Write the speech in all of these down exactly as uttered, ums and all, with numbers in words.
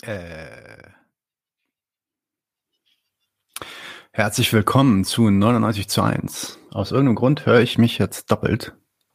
Äh, herzlich willkommen zu neunundneunzig zu eins. Aus irgendeinem Grund höre ich mich jetzt doppelt.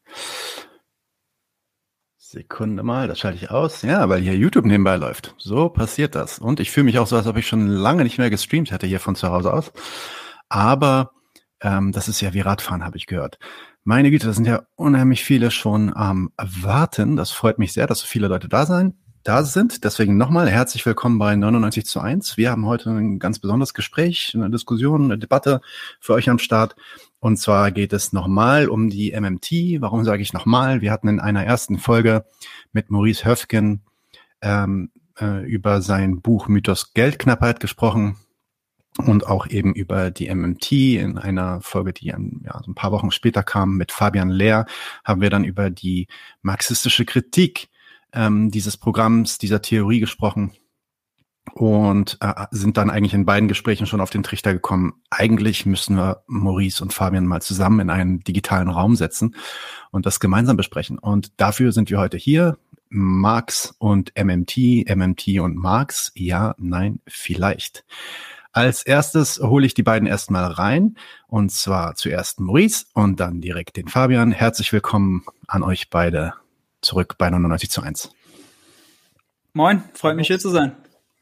Sekunde mal, das schalte ich aus. Ja, weil hier YouTube nebenbei läuft. So passiert das. Und ich fühle mich auch so, als ob ich schon lange nicht mehr gestreamt hätte hier von zu Hause aus. Aber ähm, das ist ja wie Radfahren, habe ich gehört. Meine Güte, das sind ja unheimlich viele schon am Warten. Das freut mich sehr, dass so viele Leute da sein. da sind. Deswegen nochmal herzlich willkommen bei neunundneunzig zu eins. Wir haben heute ein ganz besonderes Gespräch, eine Diskussion, eine Debatte für euch am Start. Und zwar geht es nochmal um die M M T. Warum sage ich nochmal? Wir hatten in einer ersten Folge mit Maurice Höfgen ähm, äh, über sein Buch Mythos Geldknappheit gesprochen und auch eben über die M M T. In einer Folge, die ähm, ja, so ein paar Wochen später kam mit Fabian Lehr, haben wir dann über die marxistische Kritik ähm, dieses Programms, dieser Theorie gesprochen und äh, sind dann eigentlich in beiden Gesprächen schon auf den Trichter gekommen, eigentlich müssen wir Maurice und Fabian mal zusammen in einen digitalen Raum setzen und das gemeinsam besprechen. Und dafür sind wir heute hier, Marx und M M T, M M T und Marx, ja, nein, vielleicht. Als erstes hole ich die beiden erstmal rein, und zwar zuerst Maurice und dann direkt den Fabian. Herzlich willkommen an euch beide zurück bei neunundneunzig zu eins. Moin, freut mich hier zu sein.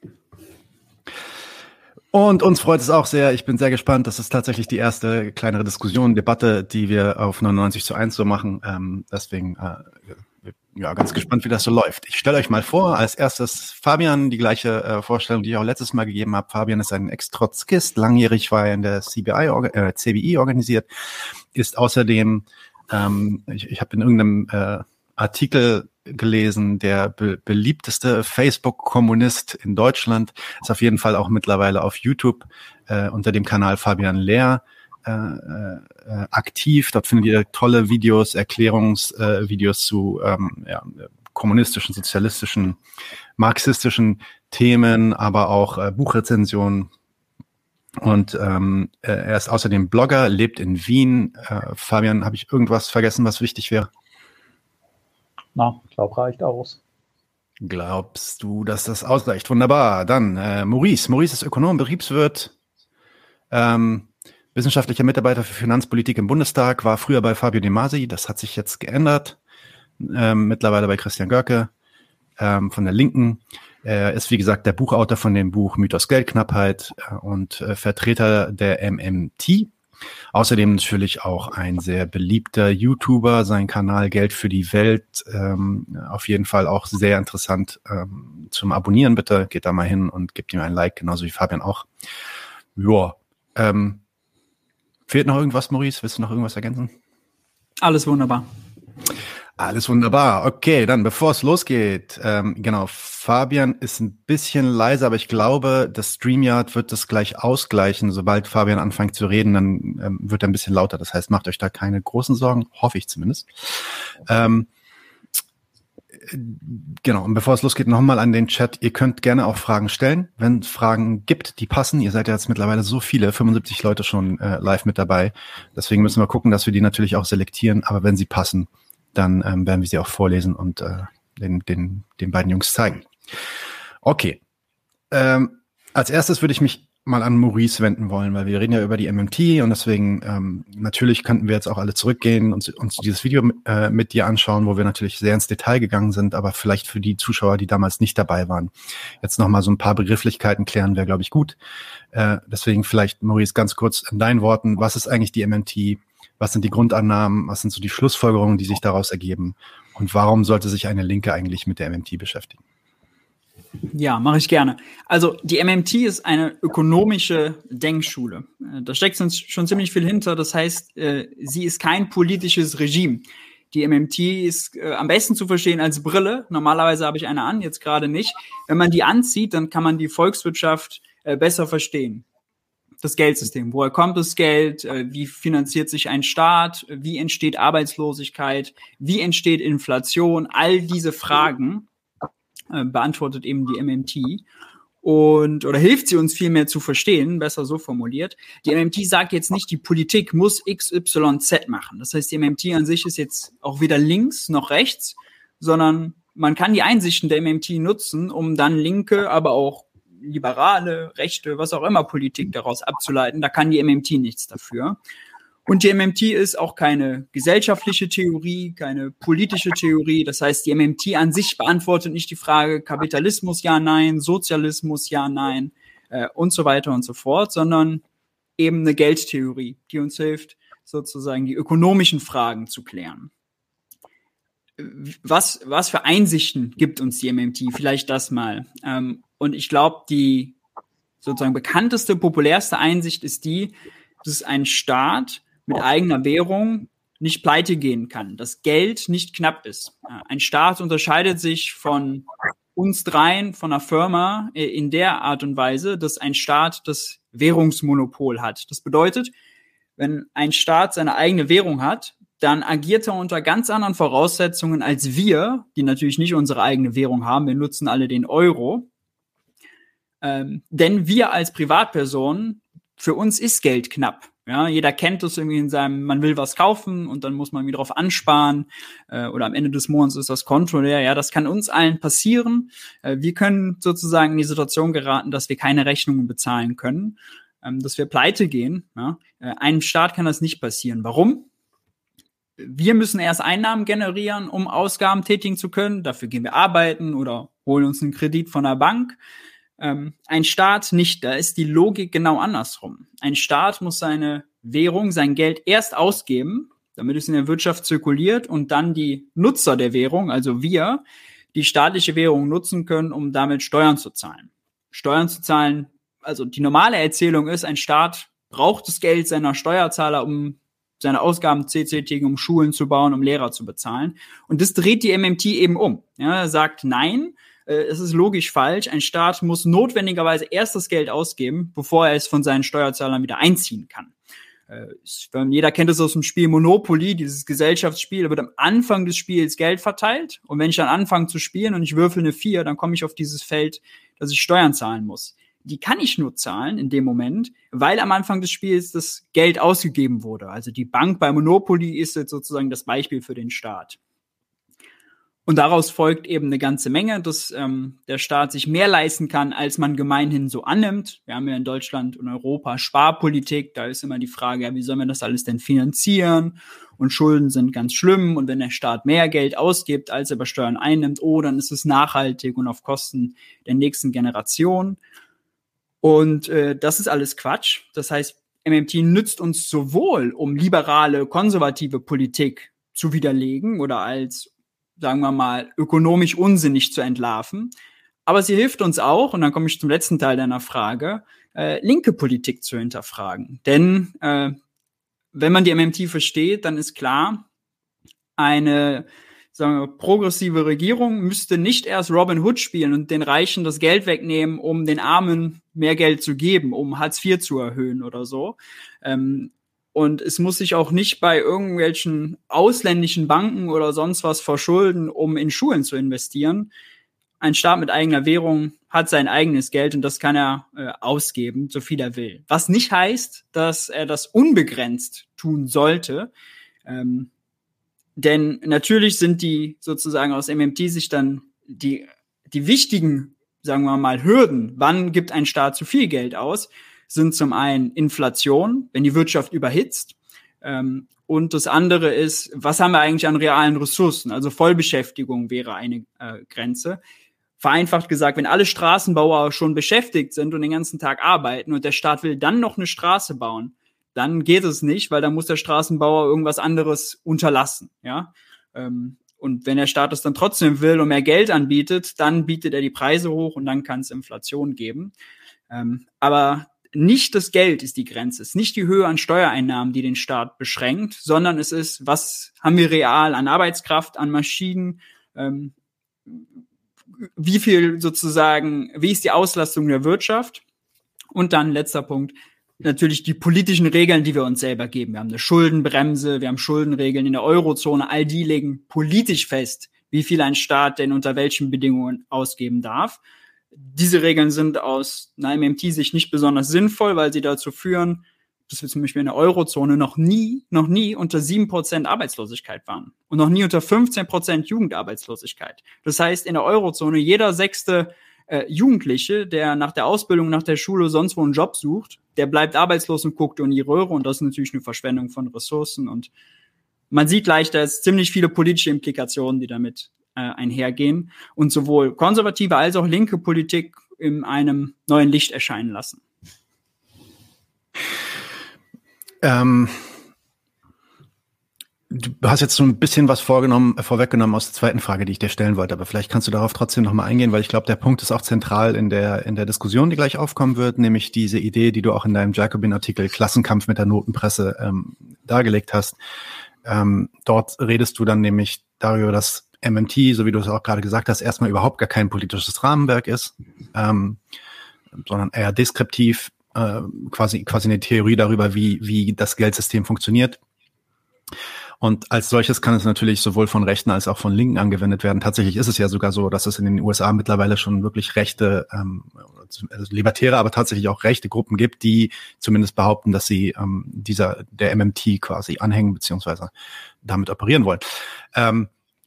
Und uns freut es auch sehr. Ich bin sehr gespannt. Das ist tatsächlich die erste kleinere Diskussion, Debatte, die wir auf neunundneunzig zu eins so machen. Ähm, deswegen äh, ja, ganz gespannt, wie das so läuft. Ich stelle euch mal vor, als erstes Fabian, die gleiche äh, Vorstellung, die ich auch letztes Mal gegeben habe. Fabian ist ein Ex-Trotzkist, langjährig war er in der C B I, äh, C B I organisiert, ist außerdem, ähm, ich, ich habe in irgendeinem äh, Artikel gelesen, der be- beliebteste Facebook-Kommunist in Deutschland, ist auf jeden Fall auch mittlerweile auf YouTube äh, unter dem Kanal Fabian Lehr äh, äh, aktiv. Dort findet ihr tolle Videos, Erklärungsvideos äh, zu ähm, ja, kommunistischen, sozialistischen, marxistischen Themen, aber auch äh, Buchrezensionen. Und ähm, er ist außerdem Blogger, lebt in Wien. Äh, Fabian, habe ich irgendwas vergessen, was wichtig wäre? Na, ich glaube, reicht aus. Glaubst du, dass das ausreicht? Wunderbar. Dann äh, Maurice. Maurice ist Ökonom, Betriebswirt, ähm, wissenschaftlicher Mitarbeiter für Finanzpolitik im Bundestag, war früher bei Fabio De Masi, das hat sich jetzt geändert, ähm, mittlerweile bei Christian Görke ähm, von der Linken. Er ist, wie gesagt, der Buchautor von dem Buch Mythos Geldknappheit äh, und äh, Vertreter der M M T. Außerdem natürlich auch ein sehr beliebter YouTuber, sein Kanal Geld für die Welt, ähm, auf jeden Fall auch sehr interessant ähm, zum Abonnieren, bitte geht da mal hin und gebt ihm ein Like, genauso wie Fabian auch. Ja, ähm, fehlt noch irgendwas, Maurice? Willst du noch irgendwas ergänzen? Alles wunderbar. Alles wunderbar. Okay, dann bevor es losgeht, ähm, genau, Fabian ist ein bisschen leiser, aber ich glaube, das StreamYard wird das gleich ausgleichen. Sobald Fabian anfängt zu reden, dann ähm, wird er ein bisschen lauter. Das heißt, macht euch da keine großen Sorgen, hoffe ich zumindest. Ähm, genau, und bevor es losgeht, nochmal an den Chat. Ihr könnt gerne auch Fragen stellen, wenn es Fragen gibt, die passen. Ihr seid ja jetzt mittlerweile so viele, fünfundsiebzig Leute schon äh, live mit dabei. Deswegen müssen wir gucken, dass wir die natürlich auch selektieren. Aber wenn sie passen, dann ähm, werden wir sie auch vorlesen und äh, den, den, den beiden Jungs zeigen. Okay. Ähm, als erstes würde ich mich mal an Maurice wenden wollen, weil wir reden ja über die M M T und deswegen ähm, natürlich könnten wir jetzt auch alle zurückgehen und uns dieses Video mit, äh, mit dir anschauen, wo wir natürlich sehr ins Detail gegangen sind, aber vielleicht für die Zuschauer, die damals nicht dabei waren, jetzt nochmal so ein paar Begrifflichkeiten klären wäre, glaube ich, gut. Äh, deswegen vielleicht, Maurice, ganz kurz in deinen Worten, was ist eigentlich die M M T? Was sind die Grundannahmen? Was sind so die Schlussfolgerungen, die sich daraus ergeben? Und warum sollte sich eine Linke eigentlich mit der M M T beschäftigen? Ja, mache ich gerne. Also die M M T ist eine ökonomische Denkschule. Da steckt schon ziemlich viel hinter. Das heißt, sie ist kein politisches Regime. Die M M T ist am besten zu verstehen als Brille. Normalerweise habe ich eine an, jetzt gerade nicht. Wenn man die anzieht, dann kann man die Volkswirtschaft besser verstehen. Das Geldsystem. Woher kommt das Geld? Wie finanziert sich ein Staat? Wie entsteht Arbeitslosigkeit? Wie entsteht Inflation? All diese Fragen äh, beantwortet eben die M M T und oder hilft sie uns viel mehr zu verstehen, besser so formuliert. Die M M T sagt jetzt nicht, die Politik muss X Y Z machen. Das heißt, die M M T an sich ist jetzt auch weder links noch rechts, sondern man kann die Einsichten der M M T nutzen, um dann linke, aber auch liberale, rechte, was auch immer Politik daraus abzuleiten. Da kann die M M T nichts dafür. Und die M M T ist auch keine gesellschaftliche Theorie, keine politische Theorie. Das heißt, die M M T an sich beantwortet nicht die Frage Kapitalismus, ja, nein, Sozialismus, ja, nein, äh, und so weiter und so fort, sondern eben eine Geldtheorie, die uns hilft, sozusagen die ökonomischen Fragen zu klären. Was, was für Einsichten gibt uns die M M T? Vielleicht das mal. Ähm, und ich glaube, die sozusagen bekannteste, populärste Einsicht ist die, dass ein Staat mit eigener Währung nicht pleite gehen kann, dass Geld nicht knapp ist. Ein Staat unterscheidet sich von uns dreien, von einer Firma, in der Art und Weise, dass ein Staat das Währungsmonopol hat. Das bedeutet, wenn ein Staat seine eigene Währung hat, dann agiert er unter ganz anderen Voraussetzungen als wir, die natürlich nicht unsere eigene Währung haben. Wir nutzen alle den Euro. Ähm, denn wir als Privatpersonen, für uns ist Geld knapp. Ja, jeder kennt das irgendwie in seinem, man will was kaufen und dann muss man wieder drauf ansparen äh, oder am Ende des Monats ist das Konto leer. Ja, das kann uns allen passieren. Äh, wir können sozusagen in die Situation geraten, dass wir keine Rechnungen bezahlen können, ähm, dass wir pleite gehen. Ja? Äh, einem Staat kann das nicht passieren. Warum? Wir müssen erst Einnahmen generieren, um Ausgaben tätigen zu können. Dafür gehen wir arbeiten oder holen uns einen Kredit von der Bank. Ähm, ein Staat nicht. Da ist die Logik genau andersrum. Ein Staat muss seine Währung, sein Geld erst ausgeben, damit es in der Wirtschaft zirkuliert und dann die Nutzer der Währung, also wir, die staatliche Währung nutzen können, um damit Steuern zu zahlen. Steuern zu zahlen, also die normale Erzählung ist, ein Staat braucht das Geld seiner Steuerzahler, um seine Ausgaben zu tätigen, um Schulen zu bauen, um Lehrer zu bezahlen. Und das dreht die M M T eben um. Ja, er sagt, nein, äh, es ist logisch falsch. Ein Staat muss notwendigerweise erst das Geld ausgeben, bevor er es von seinen Steuerzahlern wieder einziehen kann. Äh, jeder kennt es aus dem Spiel Monopoly, dieses Gesellschaftsspiel. Da wird am Anfang des Spiels Geld verteilt. Und wenn ich dann anfange zu spielen und ich würfel eine vier, dann komme ich auf dieses Feld, dass ich Steuern zahlen muss. Die kann ich nur zahlen in dem Moment, weil am Anfang des Spiels das Geld ausgegeben wurde. Also die Bank bei Monopoly ist jetzt sozusagen das Beispiel für den Staat. Und daraus folgt eben eine ganze Menge, dass ähm, der Staat sich mehr leisten kann, als man gemeinhin so annimmt. Wir haben ja in Deutschland und Europa Sparpolitik. Da ist immer die Frage, ja, wie sollen wir das alles denn finanzieren? Und Schulden sind ganz schlimm. Und wenn der Staat mehr Geld ausgibt, als er bei Steuern einnimmt, oh, dann ist es nachhaltig und auf Kosten der nächsten Generation. Und äh, das ist alles Quatsch. Das heißt, M M T nützt uns sowohl, um liberale, konservative Politik zu widerlegen oder als, sagen wir mal, ökonomisch unsinnig zu entlarven. Aber sie hilft uns auch, und dann komme ich zum letzten Teil deiner Frage, äh, linke Politik zu hinterfragen. Denn äh, wenn man die M M T versteht, dann ist klar, eine sagen wir, progressive Regierung müsste nicht erst Robin Hood spielen und den Reichen das Geld wegnehmen, um den Armen mehr Geld zu geben, um Hartz vier zu erhöhen oder so. Ähm, und es muss sich auch nicht bei irgendwelchen ausländischen Banken oder sonst was verschulden, um in Schulen zu investieren. Ein Staat mit eigener Währung hat sein eigenes Geld und das kann er äh, ausgeben, so viel er will. Was nicht heißt, dass er das unbegrenzt tun sollte. Ähm, Denn natürlich sind die sozusagen aus M M T-Sicht dann die, die wichtigen, sagen wir mal, Hürden. Wann gibt ein Staat zu viel Geld aus? Sind zum einen Inflation, wenn die Wirtschaft überhitzt. Ähm, und das andere ist, was haben wir eigentlich an realen Ressourcen? Also Vollbeschäftigung wäre eine äh, Grenze. Vereinfacht gesagt, wenn alle Straßenbauer schon beschäftigt sind und den ganzen Tag arbeiten und der Staat will dann noch eine Straße bauen, dann geht es nicht, weil dann muss der Straßenbauer irgendwas anderes unterlassen, ja. Ähm, und wenn der Staat es dann trotzdem will und mehr Geld anbietet, dann bietet er die Preise hoch und dann kann es Inflation geben. Ähm, aber nicht das Geld ist die Grenze, es ist nicht die Höhe an Steuereinnahmen, die den Staat beschränkt, sondern es ist, was haben wir real an Arbeitskraft, an Maschinen, ähm, wie viel sozusagen, wie ist die Auslastung der Wirtschaft? Und dann letzter Punkt, natürlich die politischen Regeln, die wir uns selber geben. Wir haben eine Schuldenbremse, wir haben Schuldenregeln in der Eurozone, all die legen politisch fest, wie viel ein Staat denn unter welchen Bedingungen ausgeben darf. Diese Regeln sind aus einer M M T-Sicht nicht besonders sinnvoll, weil sie dazu führen, dass wir zum Beispiel in der Eurozone noch nie, noch nie unter sieben Prozent Arbeitslosigkeit waren und noch nie unter fünfzehn Prozent Jugendarbeitslosigkeit. Das heißt, in der Eurozone jeder sechste äh, Jugendliche, der nach der Ausbildung, nach der Schule sonst wo einen Job sucht, der bleibt arbeitslos und guckt in die Röhre, und das ist natürlich eine Verschwendung von Ressourcen, und man sieht gleich, da ist ziemlich viele politische Implikationen, die damit äh, einhergehen und sowohl konservative als auch linke Politik in einem neuen Licht erscheinen lassen. Ähm, du hast jetzt so ein bisschen was vorgenommen, äh, vorweggenommen aus der zweiten Frage, die ich dir stellen wollte, aber vielleicht kannst du darauf trotzdem nochmal eingehen, weil ich glaube, der Punkt ist auch zentral in der in der Diskussion, die gleich aufkommen wird, nämlich diese Idee, die du auch in deinem Jacobin-Artikel Klassenkampf mit der Notenpresse ähm, dargelegt hast. Ähm, dort redest du dann nämlich darüber, dass M M T, so wie du es auch gerade gesagt hast, erstmal überhaupt gar kein politisches Rahmenwerk ist, ähm, sondern eher deskriptiv, äh, quasi quasi eine Theorie darüber, wie wie das Geldsystem funktioniert. Und als solches kann es natürlich sowohl von Rechten als auch von Linken angewendet werden. Tatsächlich ist es ja sogar so, dass es in den U S A mittlerweile schon wirklich rechte, ähm, also libertäre, aber tatsächlich auch rechte Gruppen gibt, die zumindest behaupten, dass sie ähm, dieser der M M T quasi anhängen beziehungsweise damit operieren wollen. Ähm,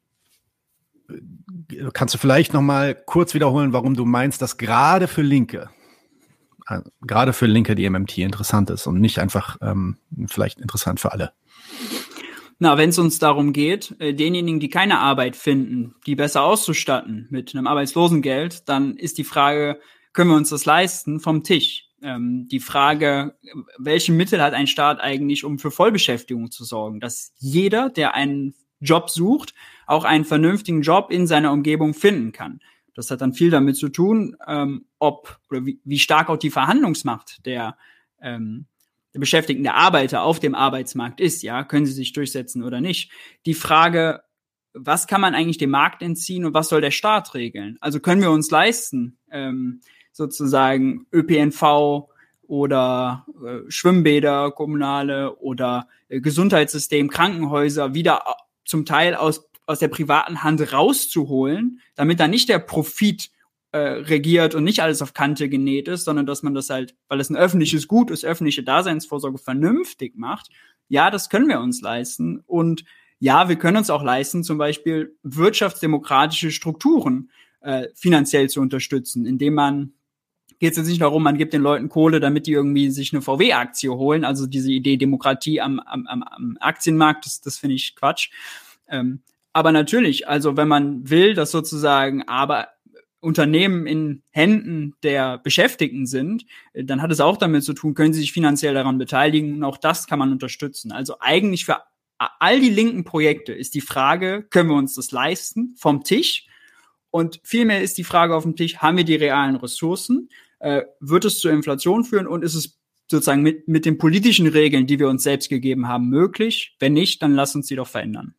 kannst du vielleicht noch mal kurz wiederholen, warum du meinst, dass gerade für Linke, also gerade für Linke die M M T interessant ist und nicht einfach ähm, vielleicht interessant für alle? Na, wenn es uns darum geht, äh, denjenigen, die keine Arbeit finden, die besser auszustatten mit einem Arbeitslosengeld, dann ist die Frage, können wir uns das leisten, vom Tisch? Ähm, die Frage, welche Mittel hat ein Staat eigentlich, um für Vollbeschäftigung zu sorgen? Dass jeder, der einen Job sucht, auch einen vernünftigen Job in seiner Umgebung finden kann. Das hat dann viel damit zu tun, ähm, ob oder wie, wie stark auch die Verhandlungsmacht der ähm, der Beschäftigten, der Arbeiter auf dem Arbeitsmarkt ist, ja, können sie sich durchsetzen oder nicht. Die Frage, was kann man eigentlich dem Markt entziehen und was soll der Staat regeln? Also können wir uns leisten, ähm, sozusagen Ö P N V oder äh, Schwimmbäder, kommunale oder äh, Gesundheitssystem, Krankenhäuser wieder zum Teil aus aus der privaten Hand rauszuholen, damit da nicht der Profit Äh, regiert und nicht alles auf Kante genäht ist, sondern dass man das halt, weil es ein öffentliches Gut ist, öffentliche Daseinsvorsorge vernünftig macht. Ja, das können wir uns leisten. Und ja, wir können uns auch leisten, zum Beispiel wirtschaftsdemokratische Strukturen äh, finanziell zu unterstützen, indem man, geht es jetzt nicht darum, man gibt den Leuten Kohle, damit die irgendwie sich eine V W-Aktie holen. Also diese Idee Demokratie am, am, am Aktienmarkt, das, das finde ich Quatsch. Ähm, aber natürlich, also wenn man will, dass sozusagen aber Unternehmen in Händen der Beschäftigten sind, dann hat es auch damit zu tun, können sie sich finanziell daran beteiligen, und auch das kann man unterstützen. Also eigentlich für all die linken Projekte ist die Frage, können wir uns das leisten, vom Tisch? Und vielmehr ist die Frage auf dem Tisch, haben wir die realen Ressourcen? Äh, wird es zur Inflation führen und ist es sozusagen mit, mit den politischen Regeln, die wir uns selbst gegeben haben, möglich? Wenn nicht, dann lass uns sie doch verändern.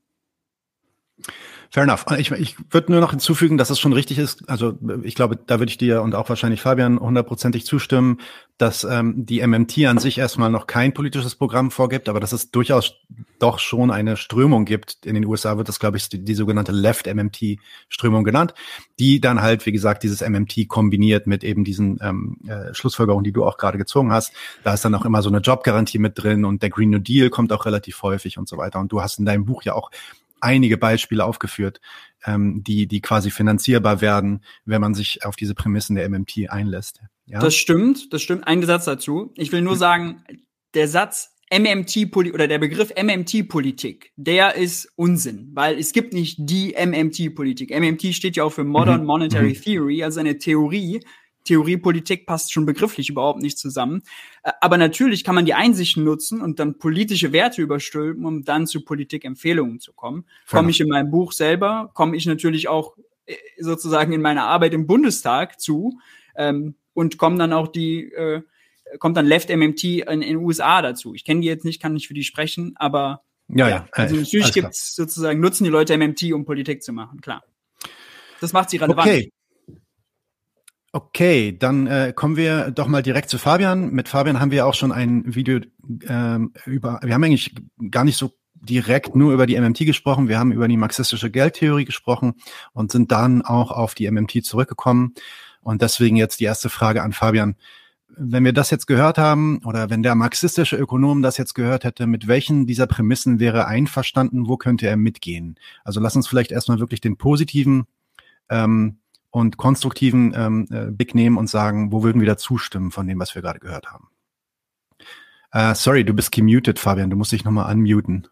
Fair enough. Ich, ich würde nur noch hinzufügen, dass es schon richtig ist. Also ich glaube, da würde ich dir und auch wahrscheinlich Fabian hundertprozentig zustimmen, dass ähm, die M M T an sich erstmal noch kein politisches Programm vorgibt, aber dass es durchaus doch schon eine Strömung gibt. In den U S A wird das, glaube ich, die, die sogenannte Left-M M T-Strömung genannt, die dann halt, wie gesagt, dieses M M T kombiniert mit eben diesen ähm, äh, Schlussfolgerungen, die du auch gerade gezogen hast. Da ist dann auch immer so eine Jobgarantie mit drin und der Green New Deal kommt auch relativ häufig und so weiter. Und du hast in deinem Buch ja auch einige Beispiele aufgeführt, ähm, die die quasi finanzierbar werden, wenn man sich auf diese Prämissen der M M T einlässt. Ja? Das stimmt, das stimmt. Ein Satz dazu. Ich will nur sagen, der Satz M M T-Politik oder der Begriff M M T-Politik, der ist Unsinn, weil es gibt nicht die M M T-Politik. M M T steht ja auch für Modern mhm. Monetary mhm. Theory, also eine Theorie. Theorie, Politik passt schon begrifflich überhaupt nicht zusammen. Aber natürlich kann man die Einsichten nutzen und dann politische Werte überstülpen, um dann zu Politikempfehlungen zu kommen. Ja. Komme ich in meinem Buch selber, komme ich natürlich auch sozusagen in meiner Arbeit im Bundestag zu ähm, und kommen dann auch die, äh, kommt dann Left M M T in den U S A dazu. Ich kenne die jetzt nicht, kann nicht für die sprechen, aber ja, ja. Also natürlich gibt es sozusagen, nutzen die Leute M M T, um Politik zu machen, klar. Das macht sie relevant. Okay. Okay, dann äh, kommen wir doch mal direkt zu Fabian. Mit Fabian haben wir auch schon ein Video ähm, über, wir haben eigentlich gar nicht so direkt nur über die M M T gesprochen, wir haben über die marxistische Geldtheorie gesprochen und sind dann auch auf die M M T zurückgekommen. Und deswegen jetzt die erste Frage an Fabian. wenn wir das jetzt gehört haben oder wenn der marxistische Ökonom das jetzt gehört hätte, mit welchen dieser Prämissen wäre er einverstanden, wo könnte er mitgehen? Also lass uns vielleicht erstmal wirklich den positiven ähm, und konstruktiven ähm, äh, Blick nehmen und sagen, wo würden wir da zustimmen von dem, was wir gerade gehört haben? Äh, sorry, du bist gemutet, Fabian, du musst dich nochmal unmuten.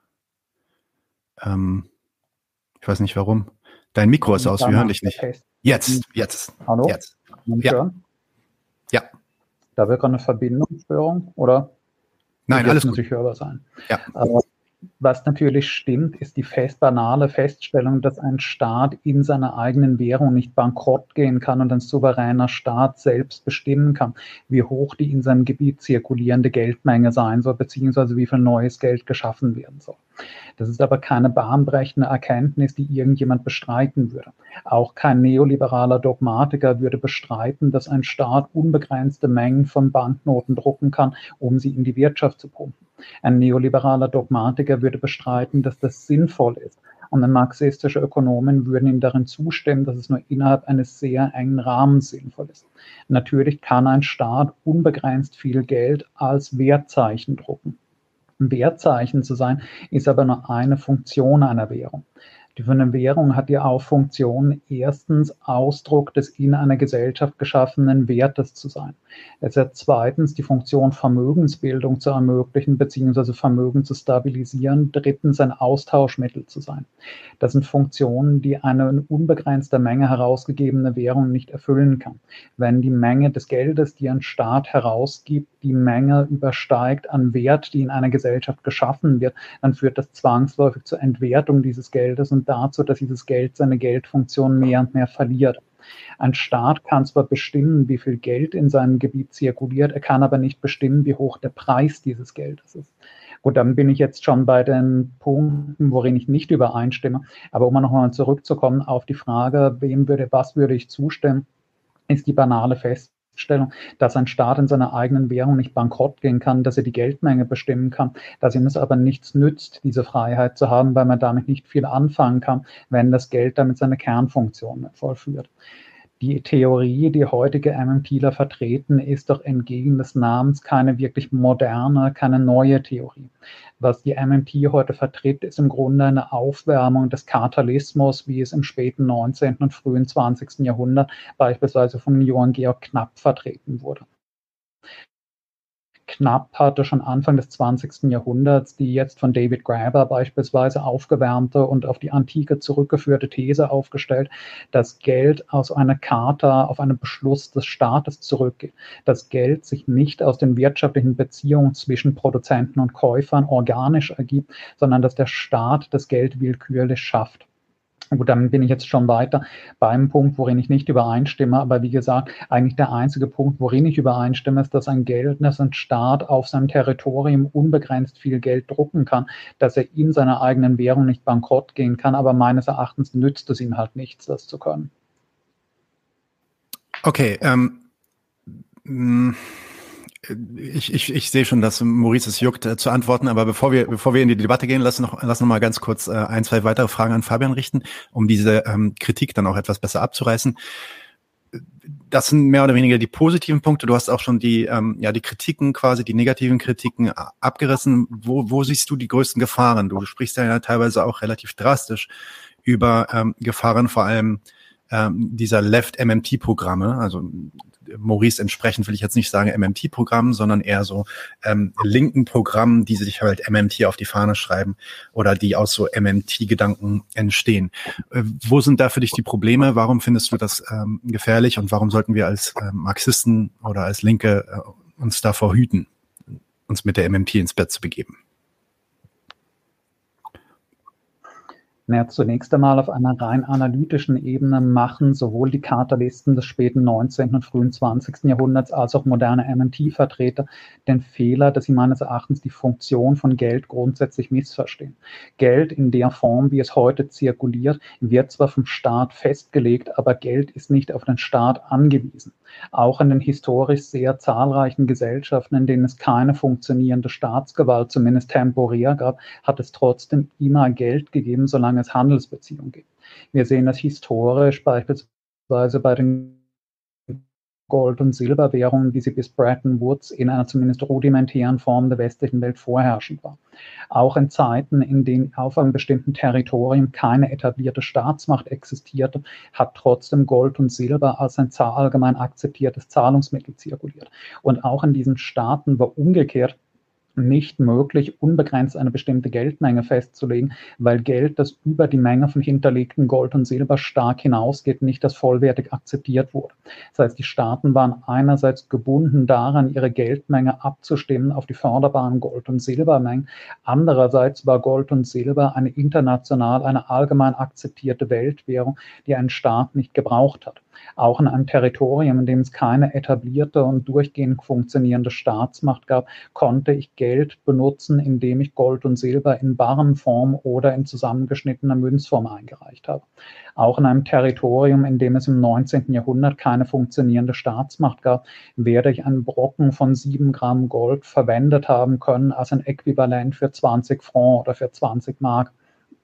Ähm, ich weiß nicht warum. Dein Mikro ist aus, wir hören dich nicht. Jetzt, jetzt. Hallo? Jetzt. Ja. Hören? Ja. Da wäre gerade eine Verbindungsstörung, oder? Nein, alles muss gut. ich hörbar sein. Ja. Aber was natürlich stimmt, ist die fest banale Feststellung, dass ein Staat in seiner eigenen Währung nicht bankrott gehen kann und ein souveräner Staat selbst bestimmen kann, wie hoch die in seinem Gebiet zirkulierende Geldmenge sein soll, beziehungsweise wie viel neues Geld geschaffen werden soll. Das ist aber keine bahnbrechende Erkenntnis, die irgendjemand bestreiten würde. Auch kein neoliberaler Dogmatiker würde bestreiten, dass ein Staat unbegrenzte Mengen von Banknoten drucken kann, um sie in die Wirtschaft zu pumpen. Ein neoliberaler Dogmatiker würde bestreiten, dass das sinnvoll ist. Und ein marxistischer Ökonomen würden ihm darin zustimmen, dass es nur innerhalb eines sehr engen Rahmens sinnvoll ist. Natürlich kann ein Staat unbegrenzt viel Geld als Wertzeichen drucken. Wertzeichen zu sein, ist aber nur eine Funktion einer Währung. Die für eine Währung hat ja auch Funktion, erstens Ausdruck des in einer Gesellschaft geschaffenen Wertes zu sein. Es hat zweitens die Funktion, Vermögensbildung zu ermöglichen bzw. Vermögen zu stabilisieren, drittens ein Austauschmittel zu sein. Das sind Funktionen, die eine in unbegrenzter Menge herausgegebene Währung nicht erfüllen kann. Wenn die Menge des Geldes, die ein Staat herausgibt, die Menge übersteigt an Wert, die in einer Gesellschaft geschaffen wird, dann führt das zwangsläufig zur Entwertung dieses Geldes und dazu, dass dieses Geld seine Geldfunktion mehr und mehr verliert. Ein Staat kann zwar bestimmen, wie viel Geld in seinem Gebiet zirkuliert, er kann aber nicht bestimmen, wie hoch der Preis dieses Geldes ist. Gut, dann bin ich jetzt schon bei den Punkten, worin ich nicht übereinstimme. Aber um nochmal zurückzukommen auf die Frage, wem würde, was würde ich zustimmen, ist die banale Feststellung, dass ein Staat in seiner eigenen Währung nicht bankrott gehen kann, dass er die Geldmenge bestimmen kann, dass ihm es aber nichts nützt, diese Freiheit zu haben, weil man damit nicht viel anfangen kann, wenn das Geld damit seine Kernfunktion vollführt. Die Theorie, die heutige MMTler vertreten, ist doch entgegen des Namens keine wirklich moderne, keine neue Theorie. Was die M M T heute vertritt, ist im Grunde eine Aufwärmung des Kapitalismus, wie es im späten neunzehnten und frühen zwanzigsten Jahrhundert beispielsweise von Johann Georg Knapp vertreten wurde. Knapp hatte schon Anfang des zwanzigsten Jahrhunderts die jetzt von David Graeber beispielsweise aufgewärmte und auf die Antike zurückgeführte These aufgestellt, dass Geld aus einer Charta auf einen Beschluss des Staates zurückgeht, dass Geld sich nicht aus den wirtschaftlichen Beziehungen zwischen Produzenten und Käufern organisch ergibt, sondern dass der Staat das Geld willkürlich schafft. Gut, dann bin ich jetzt schon weiter beim Punkt, worin ich nicht übereinstimme. Aber wie gesagt, eigentlich der einzige Punkt, worin ich übereinstimme, ist, dass ein Geld, dass ein Staat auf seinem Territorium unbegrenzt viel Geld drucken kann, dass er in seiner eigenen Währung nicht bankrott gehen kann. Aber meines Erachtens nützt es ihm halt nichts, das zu können. Okay, ähm, Ich, ich, ich sehe schon, dass Maurice es juckt, äh, zu antworten, aber bevor wir, bevor wir in die Debatte gehen, lass noch, lass noch mal ganz kurz äh, ein, zwei weitere Fragen an Fabian richten, um diese ähm, Kritik dann auch etwas besser abzureißen. Das sind mehr oder weniger die positiven Punkte. Du hast auch schon die, ähm, ja, die Kritiken quasi, die negativen Kritiken abgerissen. Wo, wo siehst du die größten Gefahren? Du sprichst ja teilweise auch relativ drastisch über ähm, Gefahren, vor allem ähm, dieser Left-M M T-Programme, also Maurice entsprechend will ich jetzt nicht sagen M M T-Programmen, sondern eher so ähm, linken Programmen, die sich halt M M T auf die Fahne schreiben oder die aus so M M T-Gedanken entstehen. Äh, wo sind da für dich die Probleme? Warum findest du das ähm, gefährlich und warum sollten wir als äh, Marxisten oder als Linke äh, uns davor hüten, uns mit der M M T ins Bett zu begeben? Ja, zunächst einmal auf einer rein analytischen Ebene machen sowohl die Kapitalisten des späten neunzehnten und frühen zwanzigsten Jahrhunderts als auch moderne M M T-Vertreter den Fehler, dass sie meines Erachtens die Funktion von Geld grundsätzlich missverstehen. Geld in der Form, wie es heute zirkuliert, wird zwar vom Staat festgelegt, aber Geld ist nicht auf den Staat angewiesen. Auch in den historisch sehr zahlreichen Gesellschaften, in denen es keine funktionierende Staatsgewalt, zumindest temporär gab, hat es trotzdem immer Geld gegeben, solange es Handelsbeziehungen gibt. Wir sehen das historisch beispielsweise bei den Gold- und Silberwährungen, wie sie bis Bretton Woods in einer zumindest rudimentären Form der westlichen Welt vorherrschend war. Auch in Zeiten, in denen auf einem bestimmten Territorium keine etablierte Staatsmacht existierte, hat trotzdem Gold und Silber als ein allgemein akzeptiertes Zahlungsmittel zirkuliert. Und auch in diesen Staaten war umgekehrt nicht möglich, unbegrenzt eine bestimmte Geldmenge festzulegen, weil Geld, das über die Menge von hinterlegtem Gold und Silber stark hinausgeht, nicht als vollwertig akzeptiert wurde. Das heißt, die Staaten waren einerseits gebunden daran, ihre Geldmenge abzustimmen auf die förderbaren Gold- und Silbermengen. Andererseits war Gold und Silber eine international, eine allgemein akzeptierte Weltwährung, die ein Staat nicht gebraucht hat. Auch in einem Territorium, in dem es keine etablierte und durchgehend funktionierende Staatsmacht gab, konnte ich Geld benutzen, indem ich Gold und Silber in Barrenform oder in zusammengeschnittener Münzform eingereicht habe. Auch in einem Territorium, in dem es im neunzehnten Jahrhundert keine funktionierende Staatsmacht gab, werde ich einen Brocken von sieben Gramm Gold verwendet haben können als ein Äquivalent für zwanzig Franc oder für zwanzig Mark.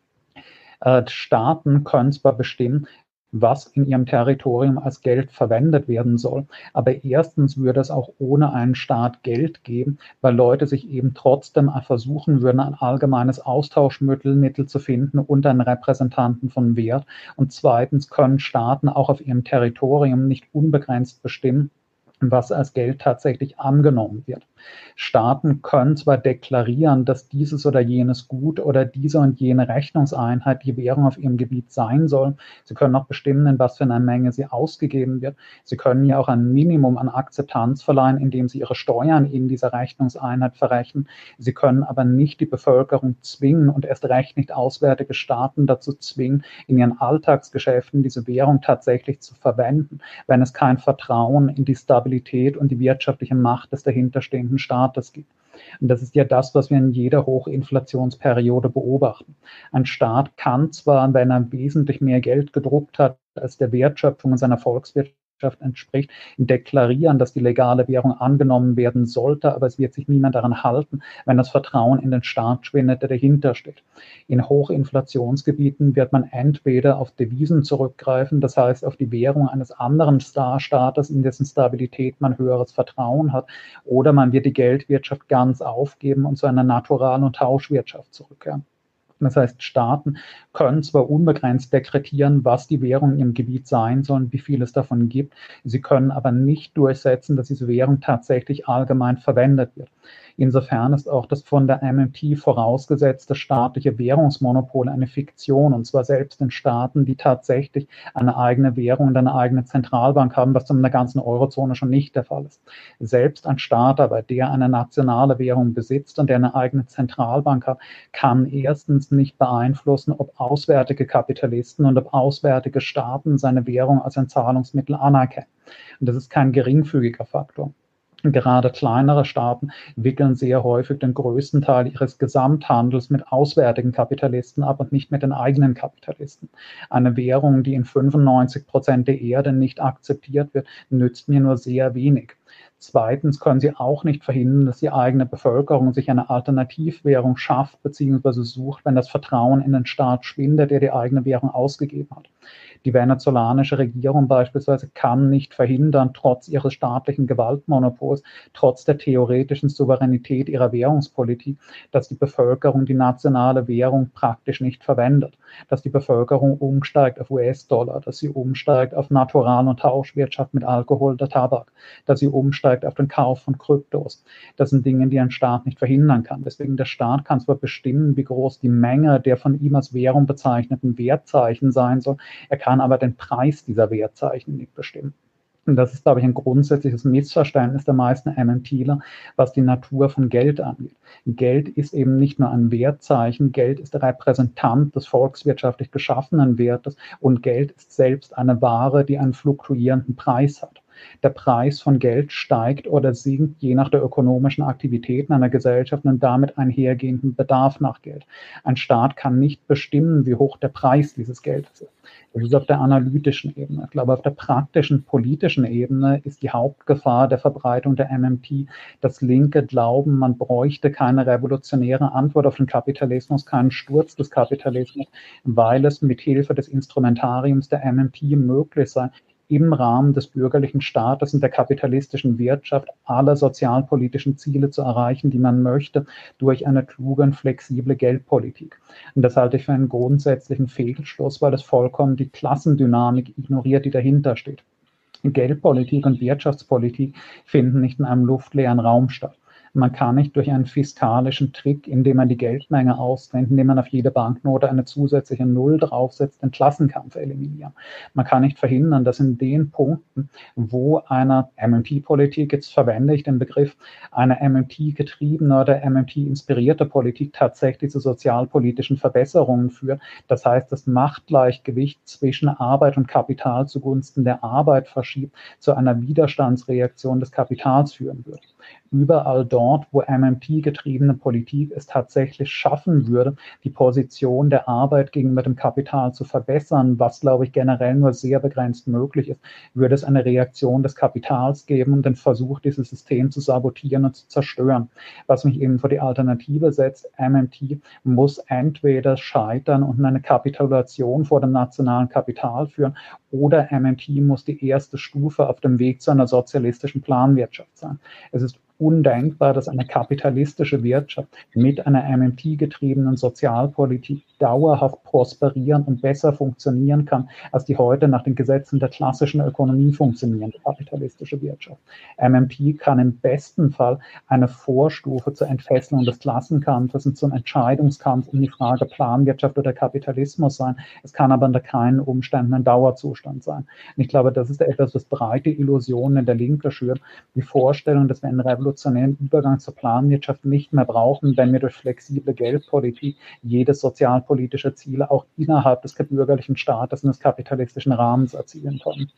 Äh, Staaten können zwar bestimmen, was in ihrem Territorium als Geld verwendet werden soll. Aber erstens würde es auch ohne einen Staat Geld geben, weil Leute sich eben trotzdem versuchen würden, ein allgemeines Austauschmittel zu finden und einen Repräsentanten von Wert. Und zweitens können Staaten auch auf ihrem Territorium nicht unbegrenzt bestimmen, was als Geld tatsächlich angenommen wird. Staaten können zwar deklarieren, dass dieses oder jenes Gut oder diese und jene Rechnungseinheit die Währung auf ihrem Gebiet sein soll. Sie können auch bestimmen, in was für einer Menge sie ausgegeben wird. Sie können ja auch ein Minimum an Akzeptanz verleihen, indem sie ihre Steuern in dieser Rechnungseinheit verrechnen. Sie können aber nicht die Bevölkerung zwingen und erst recht nicht auswärtige Staaten dazu zwingen, in ihren Alltagsgeschäften diese Währung tatsächlich zu verwenden, wenn es kein Vertrauen in die Stabilität und die wirtschaftliche Macht des dahinterstehenden Staates gibt. Und das ist ja das, was wir in jeder Hochinflationsperiode beobachten. Ein Staat kann zwar, wenn er wesentlich mehr Geld gedruckt hat, als der Wertschöpfung in seiner Volkswirtschaft entspricht, deklarieren, dass die legale Währung angenommen werden sollte, aber es wird sich niemand daran halten, wenn das Vertrauen in den Staat schwindet, der dahinter steht. In Hochinflationsgebieten wird man entweder auf Devisen zurückgreifen, das heißt auf die Währung eines anderen Staates, in dessen Stabilität man höheres Vertrauen hat, oder man wird die Geldwirtschaft ganz aufgeben und zu einer Natural- und Tauschwirtschaft zurückkehren. Das heißt, Staaten können zwar unbegrenzt dekretieren, was die Währung in ihrem Gebiet sein soll und wie viel es davon gibt, sie können aber nicht durchsetzen, dass diese Währung tatsächlich allgemein verwendet wird. Insofern ist auch das von der M M T vorausgesetzte staatliche Währungsmonopol eine Fiktion, und zwar selbst in Staaten, die tatsächlich eine eigene Währung und eine eigene Zentralbank haben, was in der ganzen Eurozone schon nicht der Fall ist. Selbst ein Staat aber, der eine nationale Währung besitzt und der eine eigene Zentralbank hat, kann erstens nicht beeinflussen, ob auswärtige Kapitalisten und ob auswärtige Staaten seine Währung als ein Zahlungsmittel anerkennen. Und das ist kein geringfügiger Faktor. Gerade kleinere Staaten wickeln sehr häufig den größten Teil ihres Gesamthandels mit auswärtigen Kapitalisten ab und nicht mit den eigenen Kapitalisten. Eine Währung, die in fünfundneunzig Prozent der Erde nicht akzeptiert wird, nützt mir nur sehr wenig. Zweitens können sie auch nicht verhindern, dass die eigene Bevölkerung sich eine Alternativwährung schafft bzw. sucht, wenn das Vertrauen in den Staat schwindet, der die eigene Währung ausgegeben hat. Die venezolanische Regierung beispielsweise kann nicht verhindern, trotz ihres staatlichen Gewaltmonopols, trotz der theoretischen Souveränität ihrer Währungspolitik, dass die Bevölkerung die nationale Währung praktisch nicht verwendet, dass die Bevölkerung umsteigt auf U S-Dollar, dass sie umsteigt auf Natural- und Tauschwirtschaft mit Alkohol oder Tabak, dass sie umsteigt auf den Kauf von Kryptos. Das sind Dinge, die ein Staat nicht verhindern kann. Deswegen der Staat kann zwar bestimmen, wie groß die Menge der von ihm als Währung bezeichneten Wertzeichen sein soll, er kann aber den Preis dieser Wertzeichen nicht bestimmen. Und das ist, glaube ich, ein grundsätzliches Missverständnis der meisten MMTler, was die Natur von Geld angeht. Geld ist eben nicht nur ein Wertzeichen, Geld ist der Repräsentant des volkswirtschaftlich geschaffenen Wertes und Geld ist selbst eine Ware, die einen fluktuierenden Preis hat. Der Preis von Geld steigt oder sinkt je nach der ökonomischen Aktivitäten einer Gesellschaft und damit einhergehenden Bedarf nach Geld. Ein Staat kann nicht bestimmen, wie hoch der Preis dieses Geldes ist. Das ist auf der analytischen Ebene. Ich glaube, auf der praktischen, politischen Ebene ist die Hauptgefahr der Verbreitung der M M T, dass Linke glauben, man bräuchte keine revolutionäre Antwort auf den Kapitalismus, keinen Sturz des Kapitalismus, weil es mit Hilfe des Instrumentariums der M M T möglich sei, im Rahmen des bürgerlichen Staates und der kapitalistischen Wirtschaft alle sozialpolitischen Ziele zu erreichen, die man möchte, durch eine kluge und flexible Geldpolitik. Und das halte ich für einen grundsätzlichen Fehlschluss, weil es vollkommen die Klassendynamik ignoriert, die dahinter steht. Geldpolitik und Wirtschaftspolitik finden nicht in einem luftleeren Raum statt. Man kann nicht durch einen fiskalischen Trick, indem man die Geldmenge ausdehnt, indem man auf jede Banknote eine zusätzliche Null draufsetzt, den Klassenkampf eliminieren. Man kann nicht verhindern, dass in den Punkten, wo eine M M T-Politik, jetzt verwende ich den Begriff, eine M M T-getriebene oder M M T-inspirierte Politik tatsächlich zu sozialpolitischen Verbesserungen führt. Das heißt, das Machtgleichgewicht zwischen Arbeit und Kapital zugunsten der Arbeit verschiebt, zu einer Widerstandsreaktion des Kapitals führen wird. Überall dort, wo M M T-getriebene Politik es tatsächlich schaffen würde, die Position der Arbeit gegenüber dem Kapital zu verbessern, was, glaube ich, generell nur sehr begrenzt möglich ist, würde es eine Reaktion des Kapitals geben und den Versuch, dieses System zu sabotieren und zu zerstören. Was mich eben vor die Alternative setzt, M M T muss entweder scheitern und eine Kapitulation vor dem nationalen Kapital führen, oder M M T muss die erste Stufe auf dem Weg zu einer sozialistischen Planwirtschaft sein. Es ist undenkbar, dass eine kapitalistische Wirtschaft mit einer M M T-getriebenen Sozialpolitik dauerhaft prosperieren und besser funktionieren kann, als die heute nach den Gesetzen der klassischen Ökonomie funktionierende kapitalistische Wirtschaft. M M T kann im besten Fall eine Vorstufe zur Entfesselung des Klassenkampfes und zum Entscheidungskampf um die Frage Planwirtschaft oder Kapitalismus sein. Es kann aber unter keinen Umständen ein Dauerzustand sein. Und ich glaube, das ist etwas, was breite Illusionen in der Linke schürt. Die Vorstellung, dass wir einen revolutionären Übergang zur Planwirtschaft nicht mehr brauchen, wenn wir durch flexible Geldpolitik jedes sozialpolitische Ziel auch innerhalb des bürgerlichen Staates und des kapitalistischen Rahmens erzielen können.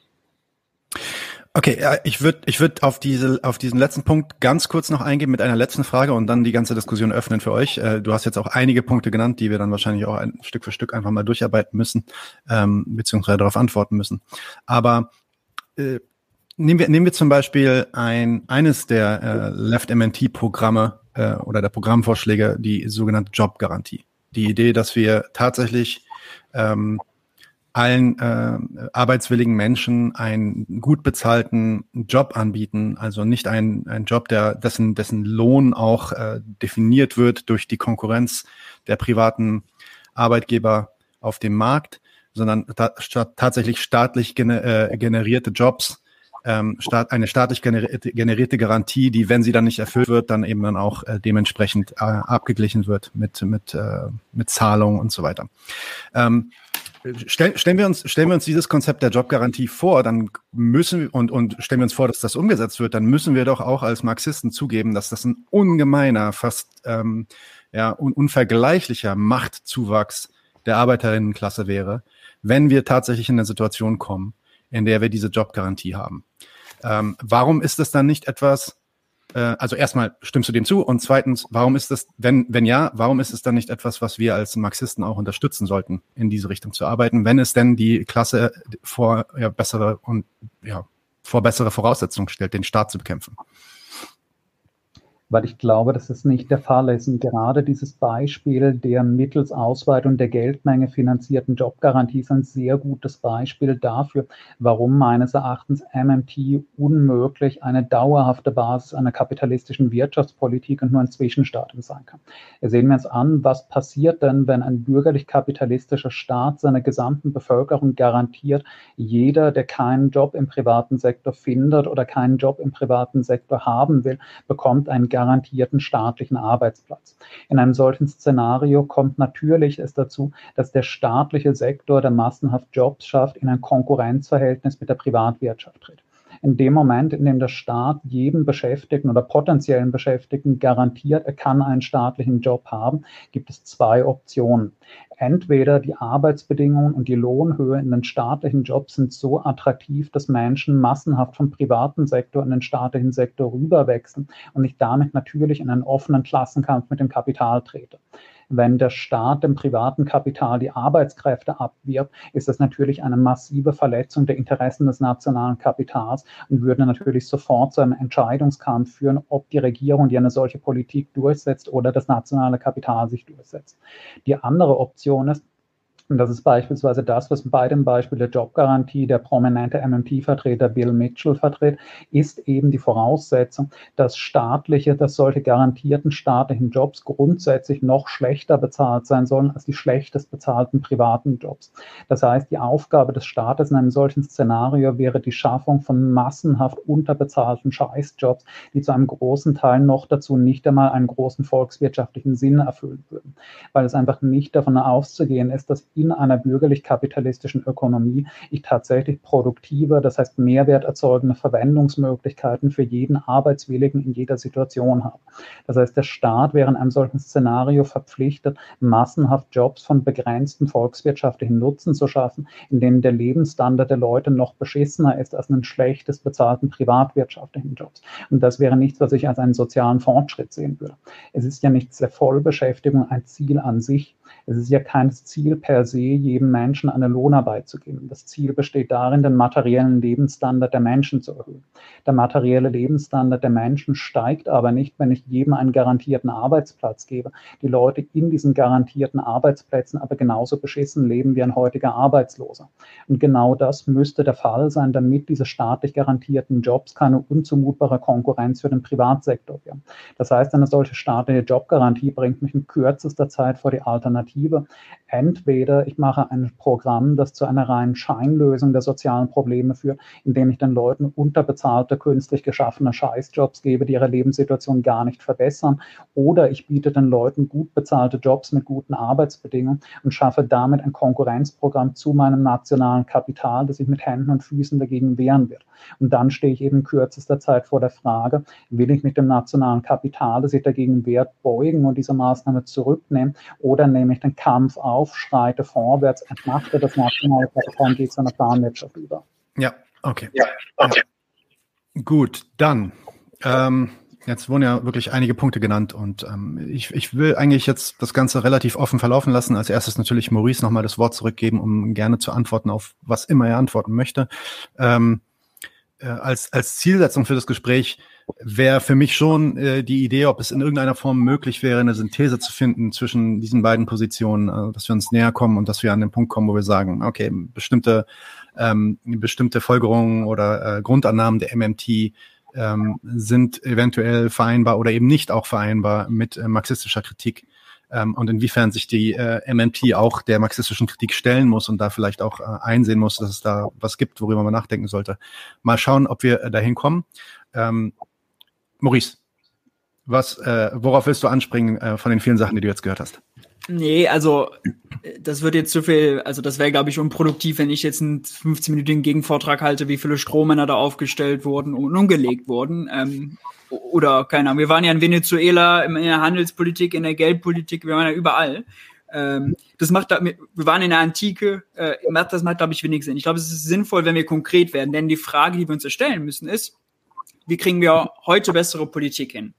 Okay, ich würde ich würde auf diese auf diesen letzten Punkt ganz kurz noch eingehen mit einer letzten Frage und dann die ganze Diskussion öffnen für euch. Du hast jetzt auch einige Punkte genannt, die wir dann wahrscheinlich auch ein Stück für Stück einfach mal durcharbeiten müssen, ähm, beziehungsweise darauf antworten müssen. Aber äh, nehmen wir nehmen wir zum Beispiel ein eines der äh, Left M M T-Programme äh, oder der Programmvorschläge, die sogenannte Jobgarantie. Die Idee, dass wir tatsächlich ähm, allen äh, arbeitswilligen Menschen einen gut bezahlten Job anbieten, also nicht ein ein Job, der dessen dessen Lohn auch äh, definiert wird durch die Konkurrenz der privaten Arbeitgeber auf dem Markt, sondern ta- statt tatsächlich staatlich gener- äh, generierte Jobs, ähm, staat, eine staatlich generierte, generierte Garantie, die, wenn sie dann nicht erfüllt wird, dann eben dann auch äh, dementsprechend äh, abgeglichen wird mit mit äh, mit Zahlungen und so weiter. Ähm, Stell, stellen wir uns, stellen wir uns dieses Konzept der Jobgarantie vor, dann müssen wir, und, und stellen wir uns vor, dass das umgesetzt wird, dann müssen wir doch auch als Marxisten zugeben, dass das ein ungemeiner, fast, ähm, ja, un, unvergleichlicher Machtzuwachs der Arbeiterinnenklasse wäre, wenn wir tatsächlich in eine Situation kommen, in der wir diese Jobgarantie haben. Ähm, warum ist das dann nicht etwas, also erstmal, stimmst du dem zu? Und zweitens, warum ist das, wenn, wenn ja, warum ist es dann nicht etwas, was wir als Marxisten auch unterstützen sollten, in diese Richtung zu arbeiten, wenn es denn die Klasse vor ja, bessere und ja, vor bessere Voraussetzungen stellt, den Staat zu bekämpfen? Weil ich glaube, dass es nicht der Fall ist. Und gerade dieses Beispiel der mittels Ausweitung der Geldmenge finanzierten Jobgarantie ist ein sehr gutes Beispiel dafür, warum meines Erachtens M M T unmöglich eine dauerhafte Basis einer kapitalistischen Wirtschaftspolitik und nur ein Zwischenstadium sein kann. Wir sehen wir uns an, was passiert denn, wenn ein bürgerlich-kapitalistischer Staat seiner gesamten Bevölkerung garantiert, jeder, der keinen Job im privaten Sektor findet oder keinen Job im privaten Sektor haben will, bekommt einen garantierten staatlichen Arbeitsplatz. In einem solchen Szenario kommt natürlich es dazu, dass der staatliche Sektor, der massenhaft Jobs schafft, in ein Konkurrenzverhältnis mit der Privatwirtschaft tritt. In dem Moment, in dem der Staat jedem Beschäftigten oder potenziellen Beschäftigten garantiert, er kann einen staatlichen Job haben, gibt es zwei Optionen. Entweder die Arbeitsbedingungen und die Lohnhöhe in den staatlichen Jobs sind so attraktiv, dass Menschen massenhaft vom privaten Sektor in den staatlichen Sektor rüberwechseln und ich damit natürlich in einen offenen Klassenkampf mit dem Kapital trete. Wenn der Staat dem privaten Kapital die Arbeitskräfte abwirbt, ist das natürlich eine massive Verletzung der Interessen des nationalen Kapitals und würde natürlich sofort zu einem Entscheidungskampf führen, ob die Regierung, die eine solche Politik durchsetzt, oder das nationale Kapital sich durchsetzt. Die andere Option ist, Und das ist beispielsweise das, was bei dem Beispiel der Jobgarantie der prominente M M T-Vertreter Bill Mitchell vertritt, ist eben die Voraussetzung, dass staatliche, dass solche garantierten staatlichen Jobs grundsätzlich noch schlechter bezahlt sein sollen als die schlechtest bezahlten privaten Jobs. Das heißt, die Aufgabe des Staates in einem solchen Szenario wäre die Schaffung von massenhaft unterbezahlten Scheißjobs, die zu einem großen Teil noch dazu nicht einmal einen großen volkswirtschaftlichen Sinn erfüllen würden, weil es einfach nicht davon auszugehen ist, dass in einer bürgerlich-kapitalistischen Ökonomie ich tatsächlich produktive, das heißt Mehrwert erzeugende Verwendungsmöglichkeiten für jeden Arbeitswilligen in jeder Situation habe. Das heißt, der Staat wäre in einem solchen Szenario verpflichtet, massenhaft Jobs von begrenztem volkswirtschaftlichen Nutzen zu schaffen, in denen der Lebensstandard der Leute noch beschissener ist als einen schlechtest bezahlten privatwirtschaftlichen Jobs. Und das wäre nichts, was ich als einen sozialen Fortschritt sehen würde. Es ist ja nichts der Vollbeschäftigung ein Ziel an sich. Es ist ja kein Ziel per se, jedem Menschen eine Lohnarbeit zu geben. Das Ziel besteht darin, den materiellen Lebensstandard der Menschen zu erhöhen. Der materielle Lebensstandard der Menschen steigt aber nicht, wenn ich jedem einen garantierten Arbeitsplatz gebe. Die Leute in diesen garantierten Arbeitsplätzen aber genauso beschissen leben wie ein heutiger Arbeitsloser. Und genau das müsste der Fall sein, damit diese staatlich garantierten Jobs keine unzumutbare Konkurrenz für den Privatsektor wären. Das heißt, eine solche staatliche Jobgarantie bringt mich in kürzester Zeit vor die Alternative. Entweder ich mache ein Programm, das zu einer reinen Scheinlösung der sozialen Probleme führt, indem ich den Leuten unterbezahlte, künstlich geschaffene Scheißjobs gebe, die ihre Lebenssituation gar nicht verbessern, oder ich biete den Leuten gut bezahlte Jobs mit guten Arbeitsbedingungen und schaffe damit ein Konkurrenzprogramm zu meinem nationalen Kapital, das sich mit Händen und Füßen dagegen wehren wird. Und dann stehe ich eben in kürzester Zeit vor der Frage, will ich mit dem nationalen Kapital, das sich dagegen wehrt, beugen und diese Maßnahme zurücknehmen, oder nehme ich den Kampf auf, schreite vorwärts, entmachte das nationale Kapital und gehe zu einer Planwirtschaft über. Ja, okay. Ja, okay. Ja. Gut, dann, ähm, jetzt wurden ja wirklich einige Punkte genannt und ähm, ich, ich will eigentlich jetzt das Ganze relativ offen verlaufen lassen. Als erstes natürlich Maurice nochmal das Wort zurückgeben, um gerne zu antworten auf was immer er antworten möchte. Ähm, äh, als, als Zielsetzung für das Gespräch wäre für mich schon äh, die Idee, ob es in irgendeiner Form möglich wäre, eine Synthese zu finden zwischen diesen beiden Positionen, also dass wir uns näher kommen und dass wir an den Punkt kommen, wo wir sagen, okay, bestimmte ähm, bestimmte Folgerungen oder äh, Grundannahmen der M M T ähm, sind eventuell vereinbar oder eben nicht auch vereinbar mit äh, marxistischer Kritik ähm, und inwiefern sich die äh, M M T auch der marxistischen Kritik stellen muss und da vielleicht auch äh, einsehen muss, dass es da was gibt, worüber man nachdenken sollte. Mal schauen, ob wir äh, dahin kommen. Ähm, Maurice, was, äh, worauf willst du anspringen äh, von den vielen Sachen, die du jetzt gehört hast? Nee, also das wird jetzt zu viel, also das wäre, glaube ich, unproduktiv, wenn ich jetzt einen fünfzehn-minütigen Gegenvortrag halte, wie viele Strohmänner da aufgestellt wurden und umgelegt wurden. Ähm, oder, keine Ahnung, wir waren ja in Venezuela, in der Handelspolitik, in der Geldpolitik, wir waren ja überall. Ähm, das macht, wir waren in der Antike, äh, das macht, glaube ich, wenig Sinn. Ich glaube, es ist sinnvoll, wenn wir konkret werden, denn die Frage, die wir uns stellen müssen, ist, wie kriegen wir heute bessere Politik hin?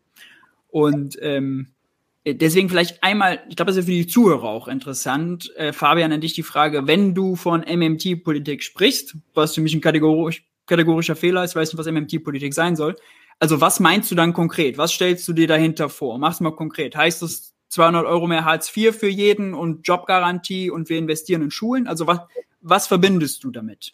Und ähm, deswegen vielleicht einmal, ich glaube, das ist für die Zuhörer auch interessant, äh, Fabian, an dich die Frage, wenn du von M M T-Politik sprichst, was für mich ein kategorisch, kategorischer Fehler ist, ich weiß nicht, was M M T-Politik sein soll, also was meinst du dann konkret? Was stellst du dir dahinter vor? Mach's mal konkret. Heißt das zweihundert Euro mehr Hartz vier für jeden und Jobgarantie und wir investieren in Schulen? Also was, was verbindest du damit?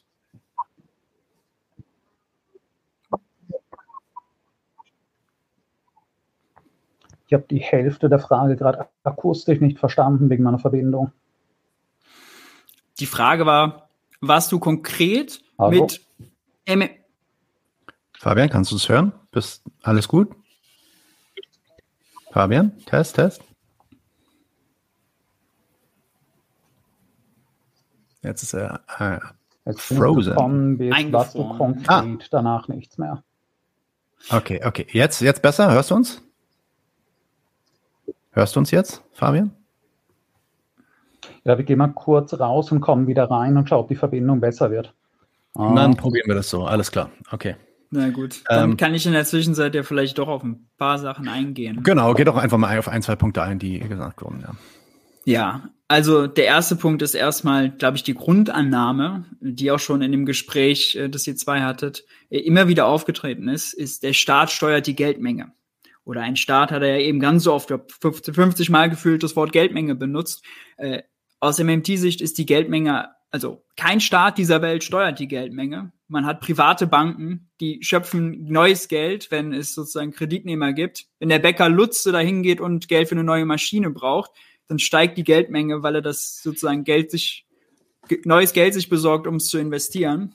Ich habe die Hälfte der Frage gerade akustisch nicht verstanden wegen meiner Verbindung. Die Frage war, warst du konkret Hallo? mit M M... Fabian, kannst du es hören? Bist alles gut? Fabian, Test, Test. Jetzt ist er äh, Jetzt frozen. Gekommen bist, was du konkret, ah. danach nichts mehr. Okay, okay. Jetzt, jetzt besser? Hörst du uns? Hörst du uns jetzt, Fabian? Ja, wir gehen mal kurz raus und kommen wieder rein und schauen, ob die Verbindung besser wird. Ah. Dann probieren wir das so. Alles klar. Okay. Na gut, dann ähm, kann ich in der Zwischenzeit ja vielleicht doch auf ein paar Sachen eingehen. Genau, geh doch einfach mal auf ein, zwei Punkte ein, die gesagt wurden. Ja, ja, also der erste Punkt ist erstmal, glaube ich, die Grundannahme, die auch schon in dem Gespräch, das ihr zwei hattet, immer wieder aufgetreten ist, ist, der Staat steuert die Geldmenge. Oder ein Staat hat er ja eben ganz so oft, fünfzig Mal gefühlt das Wort Geldmenge benutzt. Aus M M T-Sicht ist die Geldmenge, also kein Staat dieser Welt steuert die Geldmenge. Man hat private Banken, die schöpfen neues Geld, wenn es sozusagen Kreditnehmer gibt. Wenn der Bäcker Lutze dahin geht und Geld für eine neue Maschine braucht, dann steigt die Geldmenge, weil er das sozusagen Geld sich, neues Geld sich besorgt, um es zu investieren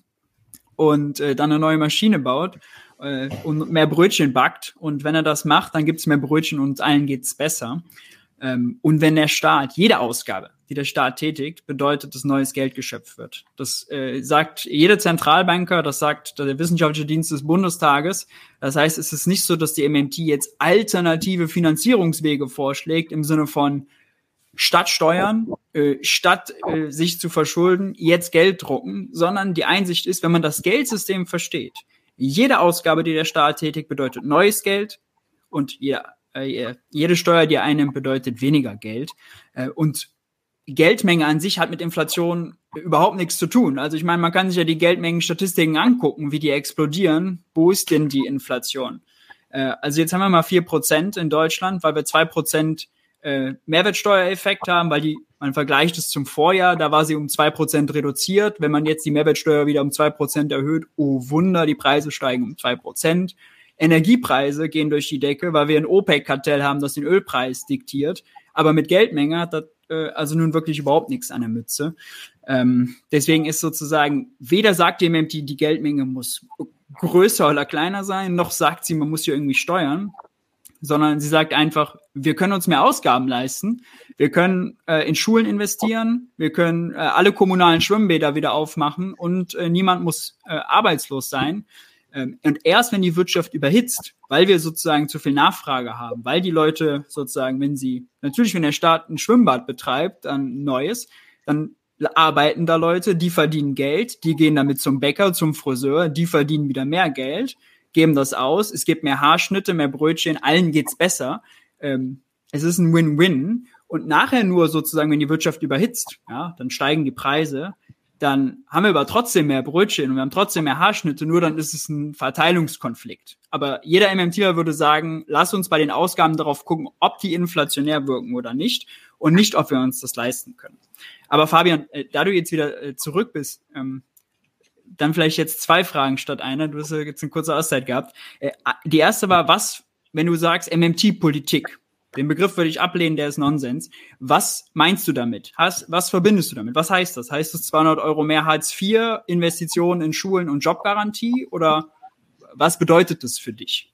und äh, dann eine neue Maschine baut äh, und mehr Brötchen backt. Und wenn er das macht, dann gibt es mehr Brötchen und allen geht's besser. Ähm, und wenn der Staat, jede Ausgabe, die der Staat tätigt, bedeutet, dass neues Geld geschöpft wird. Das äh, sagt jeder Zentralbanker, das sagt der Wissenschaftliche Dienst des Bundestages. Das heißt, es ist nicht so, dass die M M T jetzt alternative Finanzierungswege vorschlägt, im Sinne von statt Steuern, äh, statt äh, sich zu verschulden, jetzt Geld drucken, sondern die Einsicht ist, wenn man das Geldsystem versteht, jede Ausgabe, die der Staat tätigt, bedeutet neues Geld und jede, äh, jede Steuer, die er einnimmt, bedeutet weniger Geld. Äh, und Geldmenge an sich hat mit Inflation überhaupt nichts zu tun. Also ich meine, man kann sich ja die Geldmengenstatistiken angucken, wie die explodieren. Wo ist denn die Inflation? Äh, also jetzt haben wir mal vier Prozent in Deutschland, weil wir zwei Prozent äh, Mehrwertsteuereffekt haben, weil die, man vergleicht es zum Vorjahr, da war sie um zwei Prozent reduziert. Wenn man jetzt die Mehrwertsteuer wieder um zwei Prozent erhöht, oh Wunder, die Preise steigen um zwei Prozent. Energiepreise gehen durch die Decke, weil wir ein OPEC-Kartell haben, das den Ölpreis diktiert. Aber mit Geldmenge hat das äh, also nun wirklich überhaupt nichts an der Mütze. Ähm, deswegen ist sozusagen, weder sagt die M M T, die Geldmenge muss größer oder kleiner sein, noch sagt sie, man muss hier irgendwie steuern, sondern sie sagt einfach, wir können uns mehr Ausgaben leisten, wir können äh, in Schulen investieren, wir können äh, alle kommunalen Schwimmbäder wieder aufmachen und äh, niemand muss äh, arbeitslos sein. Ähm, und erst wenn die Wirtschaft überhitzt, weil wir sozusagen zu viel Nachfrage haben, weil die Leute sozusagen, wenn sie, natürlich wenn der Staat ein Schwimmbad betreibt, ein neues, dann arbeiten da Leute, die verdienen Geld, die gehen damit zum Bäcker, zum Friseur, die verdienen wieder mehr Geld, geben das aus, es gibt mehr Haarschnitte, mehr Brötchen, allen geht's besser. Ähm, es ist ein Win-Win. Und nachher nur sozusagen, wenn die Wirtschaft überhitzt, ja, dann steigen die Preise, dann haben wir aber trotzdem mehr Brötchen und wir haben trotzdem mehr Haarschnitte, nur dann ist es ein Verteilungskonflikt. Aber jeder M M Tler würde sagen, lass uns bei den Ausgaben darauf gucken, ob die inflationär wirken oder nicht und nicht, ob wir uns das leisten können. Aber Fabian, äh, da du jetzt wieder äh, zurück bist, ähm, dann vielleicht jetzt zwei Fragen statt einer. Du hast ja jetzt eine kurze Auszeit gehabt. Äh, die erste war, was, wenn du sagst M M T-Politik, den Begriff würde ich ablehnen, der ist Nonsens. Was meinst du damit? Has, was verbindest du damit? Was heißt das? Heißt es zweihundert Euro mehr Hartz vier, Investitionen in Schulen und Jobgarantie? Oder was bedeutet das für dich?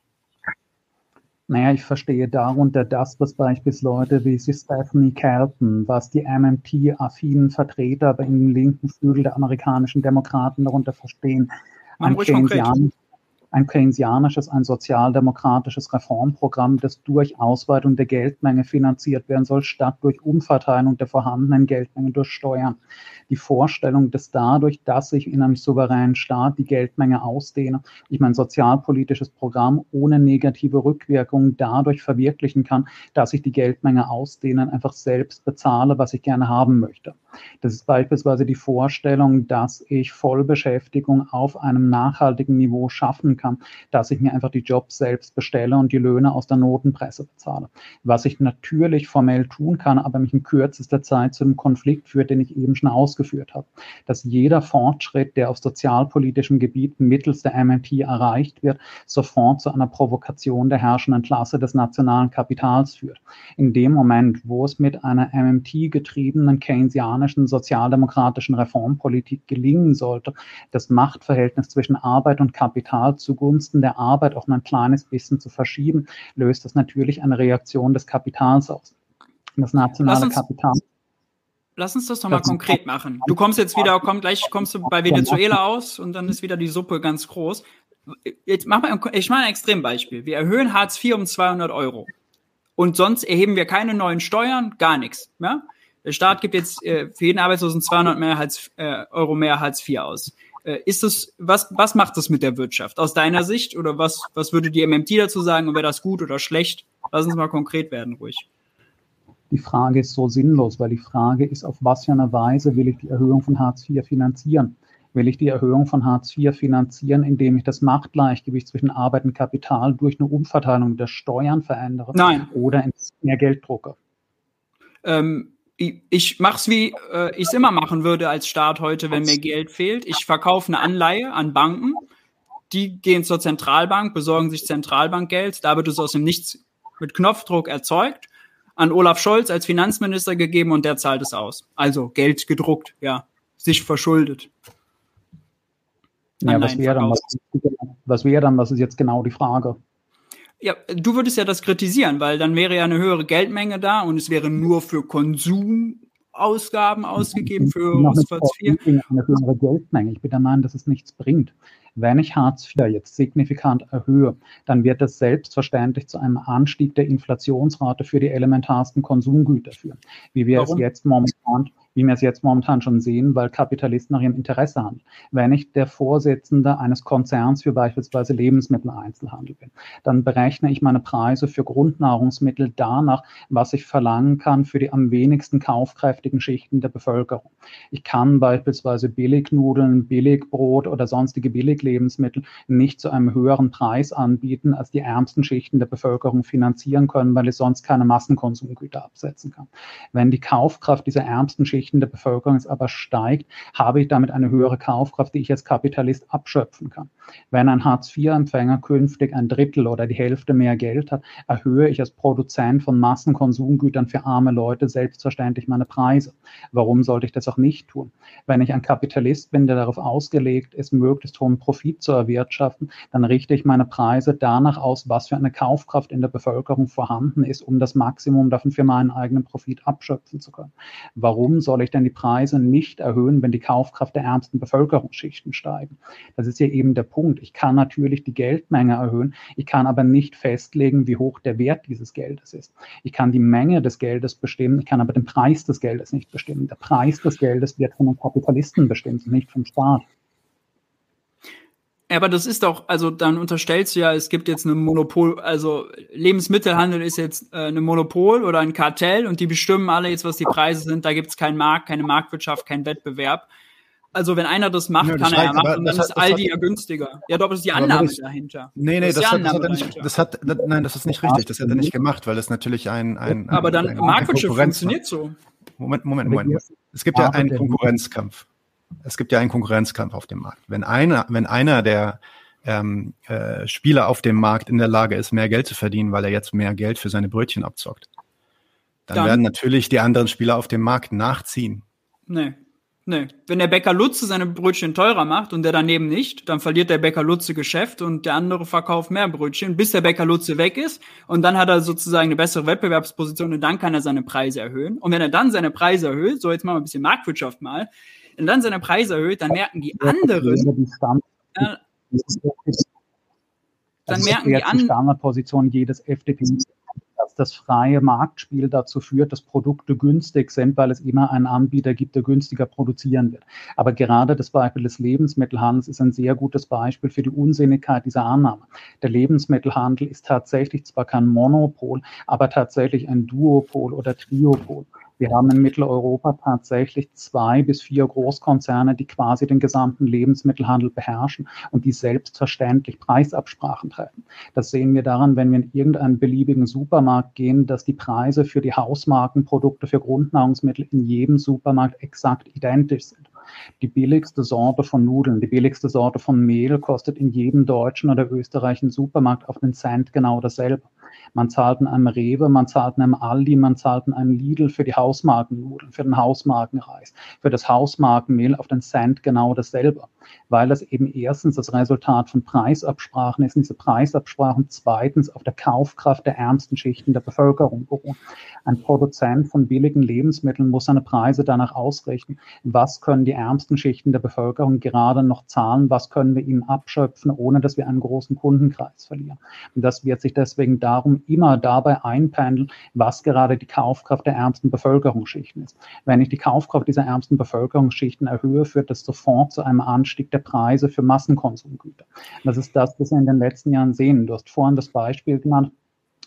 Naja, ich verstehe darunter das, was beispielsweise Leute wie Stephanie Kelton, was die M M T-affinen Vertreter im linken Flügel der amerikanischen Demokraten darunter verstehen. Man ruhig konkret. Ein keynesianisches, ein sozialdemokratisches Reformprogramm, das durch Ausweitung der Geldmenge finanziert werden soll, statt durch Umverteilung der vorhandenen Geldmenge durch Steuern. Die Vorstellung, dass dadurch, dass ich in einem souveränen Staat die Geldmenge ausdehne, ich mein sozialpolitisches Programm ohne negative Rückwirkungen dadurch verwirklichen kann, dass ich die Geldmenge ausdehne und einfach selbst bezahle, was ich gerne haben möchte. Das ist beispielsweise die Vorstellung, dass ich Vollbeschäftigung auf einem nachhaltigen Niveau schaffen kann, dass ich mir einfach die Jobs selbst bestelle und die Löhne aus der Notenpresse bezahle. Was ich natürlich formell tun kann, aber mich in kürzester Zeit zu einem Konflikt führt, den ich eben schon ausgeführt habe. Dass jeder Fortschritt, der auf sozialpolitischem Gebiet mittels der M M T erreicht wird, sofort zu einer Provokation der herrschenden Klasse des nationalen Kapitals führt. In dem Moment, wo es mit einer M M T-getriebenen keynesianischen sozialdemokratischen Reformpolitik gelingen sollte, das Machtverhältnis zwischen Arbeit und Kapital zugunsten der Arbeit auch ein kleines bisschen zu verschieben, löst das natürlich eine Reaktion des Kapitals aus. Das nationale uns, Kapital. Lass uns das doch mal konkret machen. Du kommst jetzt wieder, komm, gleich kommst du bei Venezuela aus und dann ist wieder die Suppe ganz groß. Jetzt mach mal, ich mache ein Extrembeispiel. Wir erhöhen Hartz vier um zweihundert Euro. Und sonst erheben wir keine neuen Steuern, gar nichts. Ja? Der Staat gibt jetzt äh, für jeden Arbeitslosen zweihundert mehr Hartz, äh, Euro mehr Hartz vier aus. Äh, ist das, was, was macht das mit der Wirtschaft aus deiner Sicht? Oder was, was würde die M M T dazu sagen? Und wäre das gut oder schlecht? Lass uns mal konkret werden, ruhig. Die Frage ist so sinnlos, weil die Frage ist, auf was für eine Weise will ich die Erhöhung von Hartz vier finanzieren? Will ich die Erhöhung von Hartz vier finanzieren, indem ich das Machtgleichgewicht zwischen Arbeit und Kapital durch eine Umverteilung der Steuern verändere? Nein. Oder mehr Geld drucke? Ähm, Ich, ich mache es, wie äh, ich es immer machen würde als Staat heute, wenn mir Geld fehlt. Ich verkaufe eine Anleihe an Banken, die gehen zur Zentralbank, besorgen sich Zentralbankgeld, da wird es aus dem Nichts mit Knopfdruck erzeugt, an Olaf Scholz als Finanzminister gegeben und der zahlt es aus. Also Geld gedruckt, ja, sich verschuldet. Ja, was wäre dann, was, was wäre dann, was ist jetzt genau die Frage? Ja, du würdest ja das kritisieren, weil dann wäre ja eine höhere Geldmenge da und es wäre nur für Konsumausgaben ausgegeben, für Hartz vier. Eine höhere Geldmenge. Ich bin der Meinung, dass es nichts bringt. Wenn ich Hartz vier jetzt signifikant erhöhe, dann wird das selbstverständlich zu einem Anstieg der Inflationsrate für die elementarsten Konsumgüter führen. Wie wir Warum? es jetzt momentan wie wir es jetzt momentan schon sehen, weil Kapitalisten nach ihrem Interesse handeln. Wenn ich der Vorsitzende eines Konzerns für beispielsweise Lebensmitteleinzelhandel bin, dann berechne ich meine Preise für Grundnahrungsmittel danach, was ich verlangen kann für die am wenigsten kaufkräftigen Schichten der Bevölkerung. Ich kann beispielsweise Billignudeln, Billigbrot oder sonstige Billiglebensmittel nicht zu einem höheren Preis anbieten, als die ärmsten Schichten der Bevölkerung finanzieren können, weil ich sonst keine Massenkonsumgüter absetzen kann. Wenn die Kaufkraft dieser ärmsten Schichten der Bevölkerung aber steigt, habe ich damit eine höhere Kaufkraft, die ich als Kapitalist abschöpfen kann. Wenn ein Hartz vier Empfänger künftig ein Drittel oder die Hälfte mehr Geld hat, erhöhe ich als Produzent von Massenkonsumgütern für arme Leute selbstverständlich meine Preise. Warum sollte ich das auch nicht tun? Wenn ich ein Kapitalist bin, der darauf ausgelegt ist, möglichst hohen Profit zu erwirtschaften, dann richte ich meine Preise danach aus, was für eine Kaufkraft in der Bevölkerung vorhanden ist, um das Maximum davon für meinen eigenen Profit abschöpfen zu können. Warum soll ich denn die Preise nicht erhöhen, wenn die Kaufkraft der ärmsten Bevölkerungsschichten steigen? Das ist ja eben der Punkt. Ich kann natürlich die Geldmenge erhöhen, ich kann aber nicht festlegen, wie hoch der Wert dieses Geldes ist. Ich kann die Menge des Geldes bestimmen, ich kann aber den Preis des Geldes nicht bestimmen. Der Preis des Geldes wird von den Kapitalisten bestimmt und nicht vom Staat. Ja, aber das ist doch, also dann unterstellst du ja, es gibt jetzt ein Monopol, also Lebensmittelhandel ist jetzt äh, ein Monopol oder ein Kartell und die bestimmen alle jetzt, was die Preise sind. Da gibt es keinen Markt, keine Marktwirtschaft, keinen Wettbewerb. Also wenn einer das macht, ja, das kann er ja machen und dann ist Aldi ja günstiger. Ja, doch, das ist die Annahme ich, dahinter. Nee, nee, das, das, hat, das hat er nicht, das hat, nein, das ist nicht richtig, das hat er nicht gemacht, weil das natürlich ein, ein, ein aber dann ein, Marktwirtschaft funktioniert so. Moment, Moment, Moment. Es gibt ja einen Konkurrenzkampf. Es gibt ja einen Konkurrenzkampf auf dem Markt. Wenn einer, wenn einer der ähm, äh, Spieler auf dem Markt in der Lage ist, mehr Geld zu verdienen, weil er jetzt mehr Geld für seine Brötchen abzockt, dann, dann werden natürlich die anderen Spieler auf dem Markt nachziehen. Nee. Nee. Wenn der Bäcker Lutze seine Brötchen teurer macht und der daneben nicht, dann verliert der Bäcker Lutze Geschäft und der andere verkauft mehr Brötchen, bis der Bäcker Lutze weg ist und dann hat er sozusagen eine bessere Wettbewerbsposition und dann kann er seine Preise erhöhen. Und wenn er dann seine Preise erhöht, so jetzt machen wir ein bisschen Marktwirtschaft mal, und dann seine Preise erhöht, dann merken die anderen, äh, dann merken die anderen, die Standardposition jedes F D P, dass das freie Marktspiel dazu führt, dass Produkte günstig sind, weil es immer einen Anbieter gibt, der günstiger produzieren wird. Aber gerade das Beispiel des Lebensmittelhandels ist ein sehr gutes Beispiel für die Unsinnigkeit dieser Annahme. Der Lebensmittelhandel ist tatsächlich zwar kein Monopol, aber tatsächlich ein Duopol oder Triopol. Wir haben in Mitteleuropa tatsächlich zwei bis vier Großkonzerne, die quasi den gesamten Lebensmittelhandel beherrschen und die selbstverständlich Preisabsprachen treffen. Das sehen wir daran, wenn wir in irgendeinen beliebigen Supermarkt gehen, dass die Preise für die Hausmarkenprodukte, für Grundnahrungsmittel in jedem Supermarkt exakt identisch sind. Die billigste Sorte von Nudeln, die billigste Sorte von Mehl kostet in jedem deutschen oder österreichischen Supermarkt auf den Cent genau dasselbe. Man zahlt in einem Rewe, man zahlt in einem Aldi, man zahlt in einem Lidl für die Hausmarkennudeln, für den Hausmarkenreis, für das Hausmarkenmehl auf den Cent genau dasselbe. Weil das eben erstens das Resultat von Preisabsprachen ist und diese Preisabsprachen zweitens auf der Kaufkraft der ärmsten Schichten der Bevölkerung beruhen. Ein Produzent von billigen Lebensmitteln muss seine Preise danach ausrichten. Was können die ärmsten Schichten der Bevölkerung gerade noch zahlen? Was können wir ihnen abschöpfen, ohne dass wir einen großen Kundenkreis verlieren? Und das wird sich deswegen darum immer dabei einpendeln, was gerade die Kaufkraft der ärmsten Bevölkerungsschichten ist. Wenn ich die Kaufkraft dieser ärmsten Bevölkerungsschichten erhöhe, führt das sofort zu einem Anstieg der Preise für Massenkonsumgüter. Das ist das, was wir in den letzten Jahren sehen. Du hast vorhin das Beispiel genannt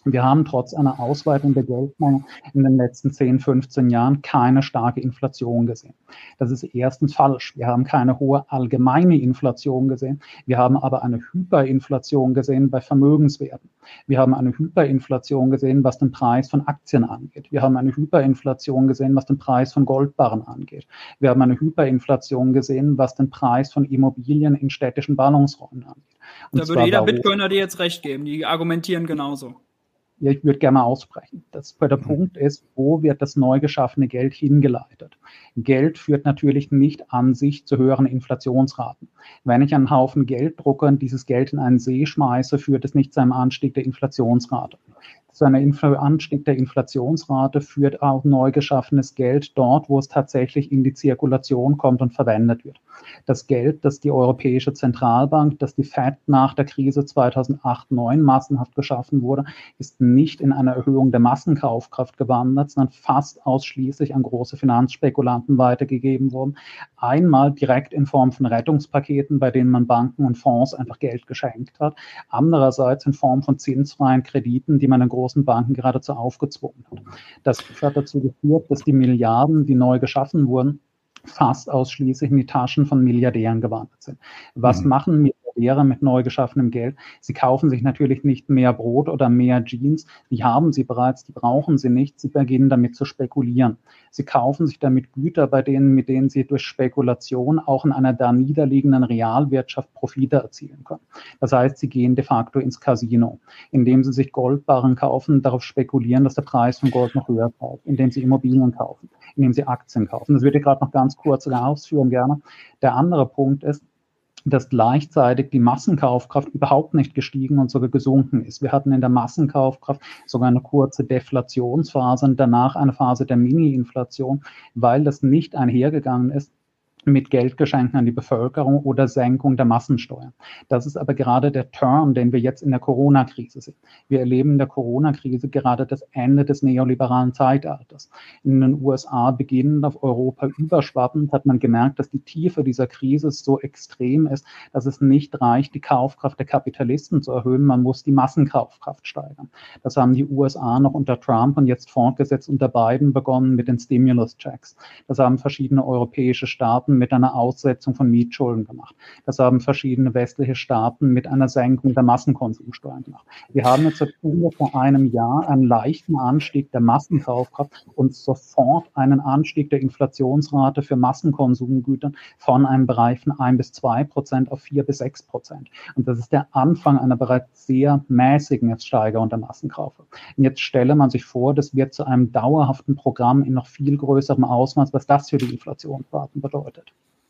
Wir haben trotz einer Ausweitung der Geldmenge in den letzten zehn, fünfzehn Jahren keine starke Inflation gesehen. Das ist erstens falsch. Wir haben keine hohe allgemeine Inflation gesehen. Wir haben aber eine Hyperinflation gesehen bei Vermögenswerten. Wir haben eine Hyperinflation gesehen, was den Preis von Aktien angeht. Wir haben eine Hyperinflation gesehen, was den Preis von Goldbarren angeht. Wir haben eine Hyperinflation gesehen, was den Preis von Immobilien in städtischen Ballungsräumen angeht. Und da würde jeder Bitcoiner dir jetzt recht geben. Die argumentieren genauso. Ja, ich würde gerne mal aussprechen. Das, der Punkt ist, wo wird das neu geschaffene Geld hingeleitet? Geld führt natürlich nicht an sich zu höheren Inflationsraten. Wenn ich einen Haufen Geld drucke und dieses Geld in einen See schmeiße, führt es nicht zu einem Anstieg der Inflationsrate. Zu einem Anstieg der Inflationsrate führt auch neu geschaffenes Geld dort, wo es tatsächlich in die Zirkulation kommt und verwendet wird. Das Geld, das die Europäische Zentralbank, das die Fed nach der Krise zweitausendacht neun massenhaft geschaffen wurde, ist nicht in eine Erhöhung der Massenkaufkraft gewandert, sondern fast ausschließlich an große Finanzspekulanten weitergegeben worden. Einmal direkt in Form von Rettungspaketen, bei denen man Banken und Fonds einfach Geld geschenkt hat. Andererseits in Form von zinsfreien Krediten, die man den großen Banken geradezu aufgezwungen hat. Das hat dazu geführt, dass die Milliarden, die neu geschaffen wurden, fast ausschließlich in die Taschen von Milliardären gewandert sind. Was mhm. machen Milliardäre mit neu geschaffenem Geld? Sie kaufen sich natürlich nicht mehr Brot oder mehr Jeans, die haben sie bereits, die brauchen sie nicht, sie beginnen damit zu spekulieren. Sie kaufen sich damit Güter, bei denen, mit denen sie durch Spekulation auch in einer da niederliegenden Realwirtschaft Profite erzielen können. Das heißt, sie gehen de facto ins Casino, indem sie sich Goldbarren kaufen, darauf spekulieren, dass der Preis von Gold noch höher steigt, indem sie Immobilien kaufen, indem sie Aktien kaufen. Das würde ich gerade noch ganz kurz ausführen gerne. Der andere Punkt ist, dass gleichzeitig die Massenkaufkraft überhaupt nicht gestiegen und sogar gesunken ist. Wir hatten in der Massenkaufkraft sogar eine kurze Deflationsphase und danach eine Phase der Mini-Inflation, weil das nicht einhergegangen ist mit Geldgeschenken an die Bevölkerung oder Senkung der Massensteuern. Das ist aber gerade der Turn, den wir jetzt in der Corona-Krise sehen. Wir erleben in der Corona-Krise gerade das Ende des neoliberalen Zeitalters. In den U S A beginnend, auf Europa überschwappend, hat man gemerkt, dass die Tiefe dieser Krise so extrem ist, dass es nicht reicht, die Kaufkraft der Kapitalisten zu erhöhen. Man muss die Massenkaufkraft steigern. Das haben die U S A noch unter Trump und jetzt fortgesetzt unter Biden begonnen mit den Stimulus-Checks. Das haben verschiedene europäische Staaten mit einer Aussetzung von Mietschulden gemacht. Das haben verschiedene westliche Staaten mit einer Senkung der Massenkonsumsteuern gemacht. Wir haben jetzt seit ungefähr einem Jahr einen leichten Anstieg der Massenkaufkraft und sofort einen Anstieg der Inflationsrate für Massenkonsumgüter von einem Bereich von ein bis zwei Prozent auf vier bis sechs Prozent. Und das ist der Anfang einer bereits sehr mäßigen Steigerung der Massenkaufkraft. Und jetzt stelle man sich vor, das wird zu einem dauerhaften Programm in noch viel größerem Ausmaß, was das für die Inflationsraten bedeutet.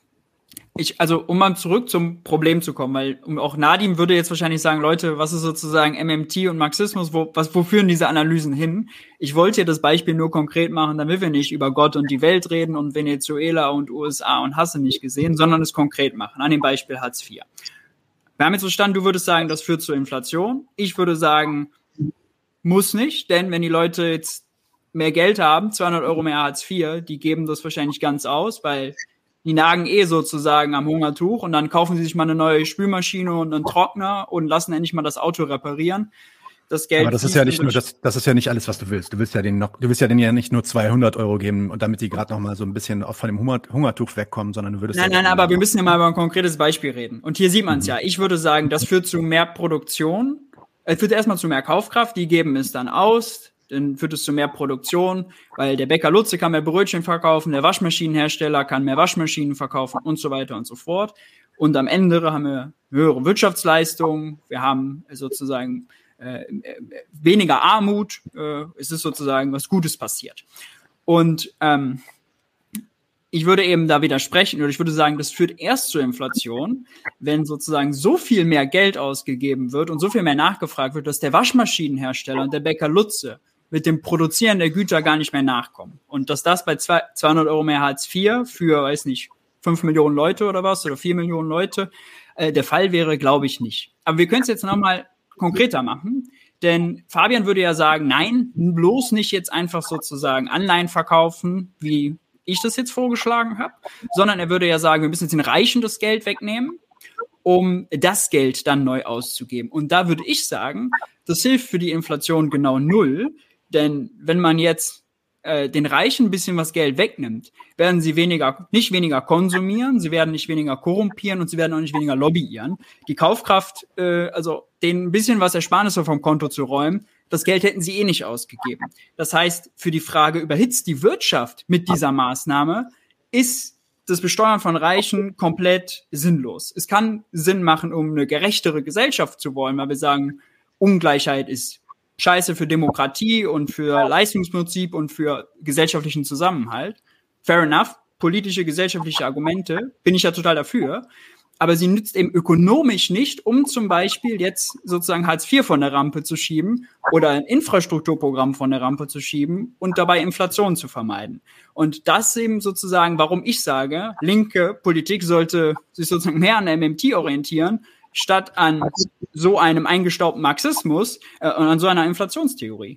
Ich, also, um mal zurück zum Problem zu kommen, weil um, auch Nadim würde jetzt wahrscheinlich sagen, Leute, was ist sozusagen M M T und Marxismus, wo, was, wo führen diese Analysen hin? Ich wollte hier das Beispiel nur konkret machen, damit wir nicht über Gott und die Welt reden und Venezuela und U S A und Hasse nicht gesehen, sondern es konkret machen, an dem Beispiel Hartz vier. Wir haben jetzt verstanden, du würdest sagen, das führt zur Inflation. Ich würde sagen, muss nicht, denn wenn die Leute jetzt mehr Geld haben, zweihundert Euro mehr Hartz vier, die geben das wahrscheinlich ganz aus, weil die nagen eh sozusagen am Hungertuch und dann kaufen sie sich mal eine neue Spülmaschine und einen Trockner und lassen endlich mal das Auto reparieren. Das Geld. Aber das ist ja nicht nur, das, das ist ja nicht alles, was du willst. Du willst ja den noch, du willst ja denen ja nicht nur zweihundert Euro geben und damit die gerade noch mal so ein bisschen auch von dem Hunger, Hungertuch wegkommen, sondern du würdest. Nein, ja nein, aber wir müssen ja mal über ein konkretes Beispiel reden. Und hier sieht man es mhm. ja. Ich würde sagen, das führt zu mehr Produktion. Es führt erstmal zu mehr Kaufkraft. Die geben es dann aus. Dann führt es zu mehr Produktion, weil der Bäcker Lutze kann mehr Brötchen verkaufen, der Waschmaschinenhersteller kann mehr Waschmaschinen verkaufen und so weiter und so fort. Und am Ende haben wir höhere Wirtschaftsleistung, wir haben sozusagen äh, weniger Armut, äh, es ist sozusagen was Gutes passiert. Und ähm, ich würde eben da widersprechen, oder ich würde sagen, das führt erst zur Inflation, wenn sozusagen so viel mehr Geld ausgegeben wird und so viel mehr nachgefragt wird, dass der Waschmaschinenhersteller und der Bäcker Lutze mit dem Produzieren der Güter gar nicht mehr nachkommen. Und dass das bei zweihundert Euro mehr Hartz vier für, weiß nicht, fünf Millionen Leute oder was, oder vier Millionen Leute, äh, der Fall wäre, glaube ich nicht. Aber wir können es jetzt nochmal konkreter machen, denn Fabian würde ja sagen, nein, bloß nicht jetzt einfach sozusagen Anleihen verkaufen, wie ich das jetzt vorgeschlagen habe, sondern er würde ja sagen, wir müssen jetzt den Reichen das Geld wegnehmen um das Geld dann neu auszugeben. Und da würde ich sagen, das hilft für die Inflation genau null, denn wenn man jetzt äh, den Reichen ein bisschen was Geld wegnimmt, werden sie weniger, nicht weniger konsumieren, sie werden nicht weniger korrumpieren und sie werden auch nicht weniger lobbyieren. Die Kaufkraft, äh, also denen ein bisschen was Ersparnisse vom Konto zu räumen, das Geld hätten sie eh nicht ausgegeben. Das heißt, für die Frage, überhitzt die Wirtschaft mit dieser Maßnahme, ist das Besteuern von Reichen komplett sinnlos. Es kann Sinn machen, um eine gerechtere Gesellschaft zu wollen, weil wir sagen, Ungleichheit ist scheiße für Demokratie und für Leistungsprinzip und für gesellschaftlichen Zusammenhalt. Fair enough, politische, gesellschaftliche Argumente, bin ich ja total dafür. Aber sie nützt eben ökonomisch nicht, um zum Beispiel jetzt sozusagen Hartz vier von der Rampe zu schieben oder ein Infrastrukturprogramm von der Rampe zu schieben und dabei Inflation zu vermeiden. Und das eben sozusagen, warum ich sage, linke Politik sollte sich sozusagen mehr an der M M T orientieren, statt an so einem eingestaubten Marxismus äh, und an so einer Inflationstheorie.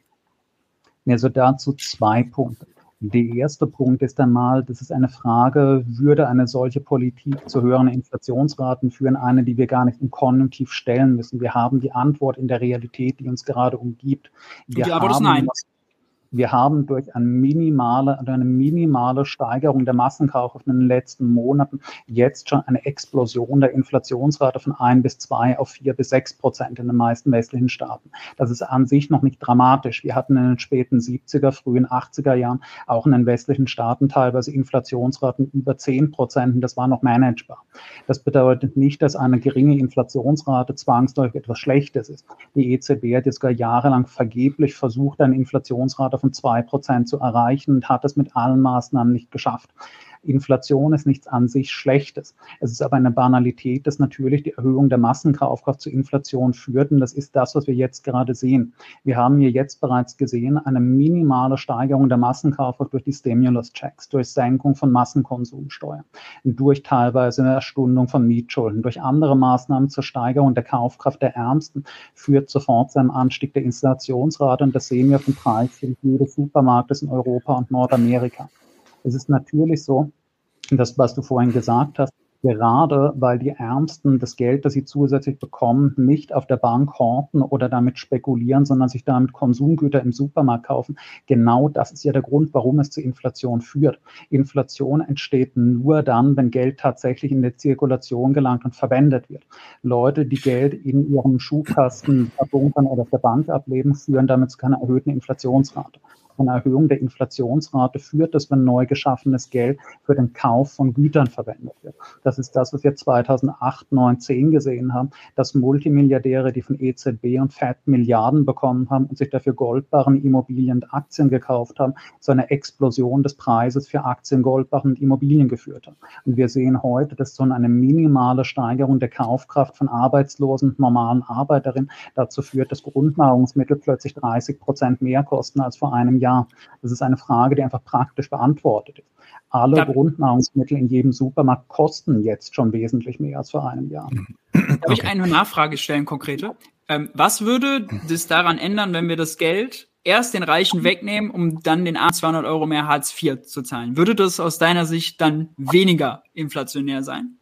Also dazu zwei Punkte. Der erste Punkt ist einmal, das ist eine Frage, würde eine solche Politik zu höheren Inflationsraten führen, eine, die wir gar nicht im Konjunktiv stellen müssen. Wir haben die Antwort in der Realität, die uns gerade umgibt. Wir die Antwort haben, ist nein. Wir haben durch eine minimale, eine minimale Steigerung der Massenkaufkraft in den letzten Monaten jetzt schon eine Explosion der Inflationsrate von ein bis zwei auf vier bis sechs Prozent in den meisten westlichen Staaten. Das ist an sich noch nicht dramatisch. Wir hatten in den späten siebziger, frühen achtziger Jahren auch in den westlichen Staaten teilweise Inflationsraten über zehn Prozent und das war noch managebar. Das bedeutet nicht, dass eine geringe Inflationsrate zwangsläufig etwas Schlechtes ist. Die E Z B hat jetzt sogar jahrelang vergeblich versucht, eine Inflationsrate von zwei Prozent zu erreichen und hat es mit allen Maßnahmen nicht geschafft. Inflation ist nichts an sich Schlechtes. Es ist aber eine Banalität, dass natürlich die Erhöhung der Massenkaufkraft zu Inflation führt. Und das ist das, was wir jetzt gerade sehen. Wir haben hier jetzt bereits gesehen, eine minimale Steigerung der Massenkaufkraft durch die Stimulus-Checks, durch Senkung von Massenkonsumsteuer, durch teilweise eine Erstundung von Mietschulden, durch andere Maßnahmen zur Steigerung der Kaufkraft der Ärmsten, führt sofort zu einem Anstieg der Inflationsrate. Und das sehen wir vom Preis jedes Supermarktes in Europa und Nordamerika. Es ist natürlich so, das, was du vorhin gesagt hast, gerade weil die Ärmsten das Geld, das sie zusätzlich bekommen, nicht auf der Bank horten oder damit spekulieren, sondern sich damit Konsumgüter im Supermarkt kaufen. Genau das ist ja der Grund, warum es zu Inflation führt. Inflation entsteht nur dann, wenn Geld tatsächlich in die Zirkulation gelangt und verwendet wird. Leute, die Geld in ihrem Schuhkasten verbunkern oder auf der Bank ableben, führen damit zu keiner erhöhten Inflationsrate. Eine Erhöhung der Inflationsrate führt, dass wenn neu geschaffenes Geld für den Kauf von Gütern verwendet wird. Das ist das, was wir zweitausendacht, neun, zehn gesehen haben, dass Multimilliardäre, die von E Z B und Fed Milliarden bekommen haben und sich dafür Goldbarren, Immobilien und Aktien gekauft haben, zu einer Explosion des Preises für Aktien, Goldbarren und Immobilien geführt hat. Und wir sehen heute, dass so eine minimale Steigerung der Kaufkraft von Arbeitslosen und normalen Arbeiterinnen dazu führt, dass Grundnahrungsmittel plötzlich dreißig Prozent mehr kosten als vor einem Jahr. Ja, das ist eine Frage, die einfach praktisch beantwortet ist. Alle ja. Grundnahrungsmittel in jedem Supermarkt kosten jetzt schon wesentlich mehr als vor einem Jahr. Darf okay. ich eine Nachfrage stellen, konkrete? Ähm, was würde das daran ändern, wenn wir das Geld erst den Reichen wegnehmen, um dann den Armen zweihundert Euro mehr Hartz vier zu zahlen? Würde das aus deiner Sicht dann weniger inflationär sein?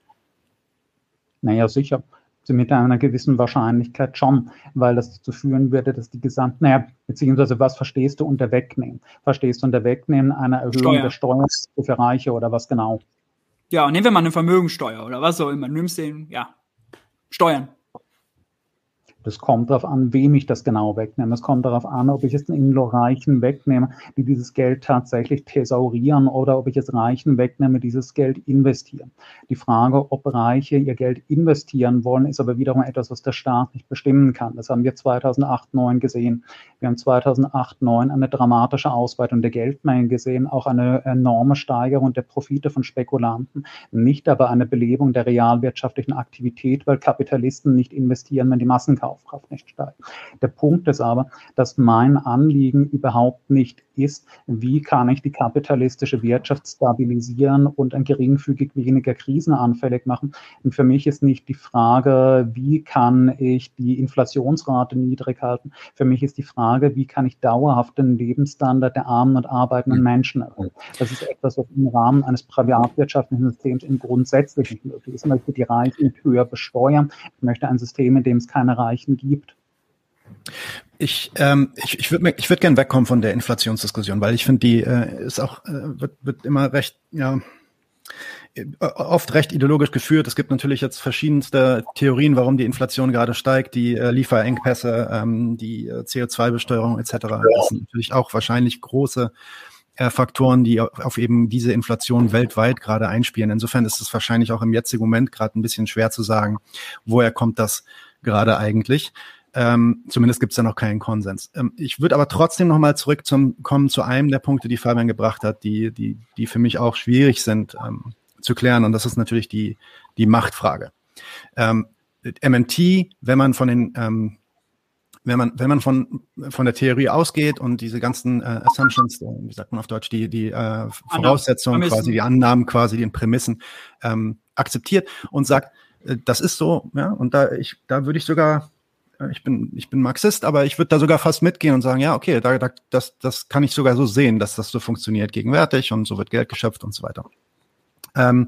Naja, sicher. Mit einer gewissen Wahrscheinlichkeit schon, weil das dazu führen würde, dass die gesamten, naja, beziehungsweise was verstehst du unter Wegnehmen? Verstehst du unter Wegnehmen eine Erhöhung Steuer. der Steuern für Reiche oder was genau? Ja, nehmen wir mal eine Vermögensteuer oder was auch immer. Du nimmst den, ja, Steuern. Das kommt darauf an, wem ich das genau wegnehme. Es kommt darauf an, ob ich es den Reichen wegnehme, die dieses Geld tatsächlich thesaurieren oder ob ich es Reichen wegnehme, dieses Geld investieren. Die Frage, ob Reiche ihr Geld investieren wollen, ist aber wiederum etwas, was der Staat nicht bestimmen kann. Das haben wir zweitausendacht, neun gesehen. Wir haben zweitausendacht, neun eine dramatische Ausweitung der Geldmenge gesehen, auch eine enorme Steigerung der Profite von Spekulanten, nicht aber eine Belebung der realwirtschaftlichen Aktivität, weil Kapitalisten nicht investieren, wenn die Massen kaufen. Kaufkraft nicht steigt. Der Punkt ist aber, dass mein Anliegen überhaupt nicht ist, wie kann ich die kapitalistische Wirtschaft stabilisieren und ein geringfügig weniger krisenanfällig machen. Und für mich ist nicht die Frage, wie kann ich die Inflationsrate niedrig halten. Für mich ist die Frage, wie kann ich dauerhaft den Lebensstandard der armen und arbeitenden Menschen erhöhen. Das ist etwas, was im Rahmen eines privatwirtschaftlichen Systems im Grundsätzlich nicht möglich ist. Ich möchte die Reichen nicht höher besteuern. Ich möchte ein System, in dem es keine Reichen gibt. Ich, ähm, ich, ich würde ich würd gerne wegkommen von der Inflationsdiskussion, weil ich finde, die äh, ist auch, äh, wird, wird immer recht, ja, oft recht ideologisch geführt. Es gibt natürlich jetzt verschiedenste Theorien, warum die Inflation gerade steigt, die äh, Lieferengpässe, ähm, die äh, C O zwei Besteuerung et cetera. Das sind natürlich auch wahrscheinlich große äh, Faktoren, die auf, auf eben diese Inflation weltweit gerade einspielen. Insofern ist es wahrscheinlich auch im jetzigen Moment gerade ein bisschen schwer zu sagen, woher kommt das gerade eigentlich. Ähm, zumindest gibt es da noch keinen Konsens. Ähm, ich würde aber trotzdem noch mal zurückkommen zu einem der Punkte, die Fabian gebracht hat, die die die für mich auch schwierig sind ähm, zu klären. Und das ist natürlich die die Machtfrage. Ähm, M M T, wenn man von den ähm, wenn man wenn man von von der Theorie ausgeht und diese ganzen äh, Assumptions, äh, wie sagt man auf Deutsch, die die äh, Voraussetzungen, quasi die Annahmen, quasi die Prämissen ähm, akzeptiert und sagt, äh, das ist so, ja. Und da ich da würde ich sogar Ich bin, ich bin Marxist, aber ich würde da sogar fast mitgehen und sagen, ja, okay, da, da, das, das kann ich sogar so sehen, dass das so funktioniert gegenwärtig und so wird Geld geschöpft und so weiter. Ähm,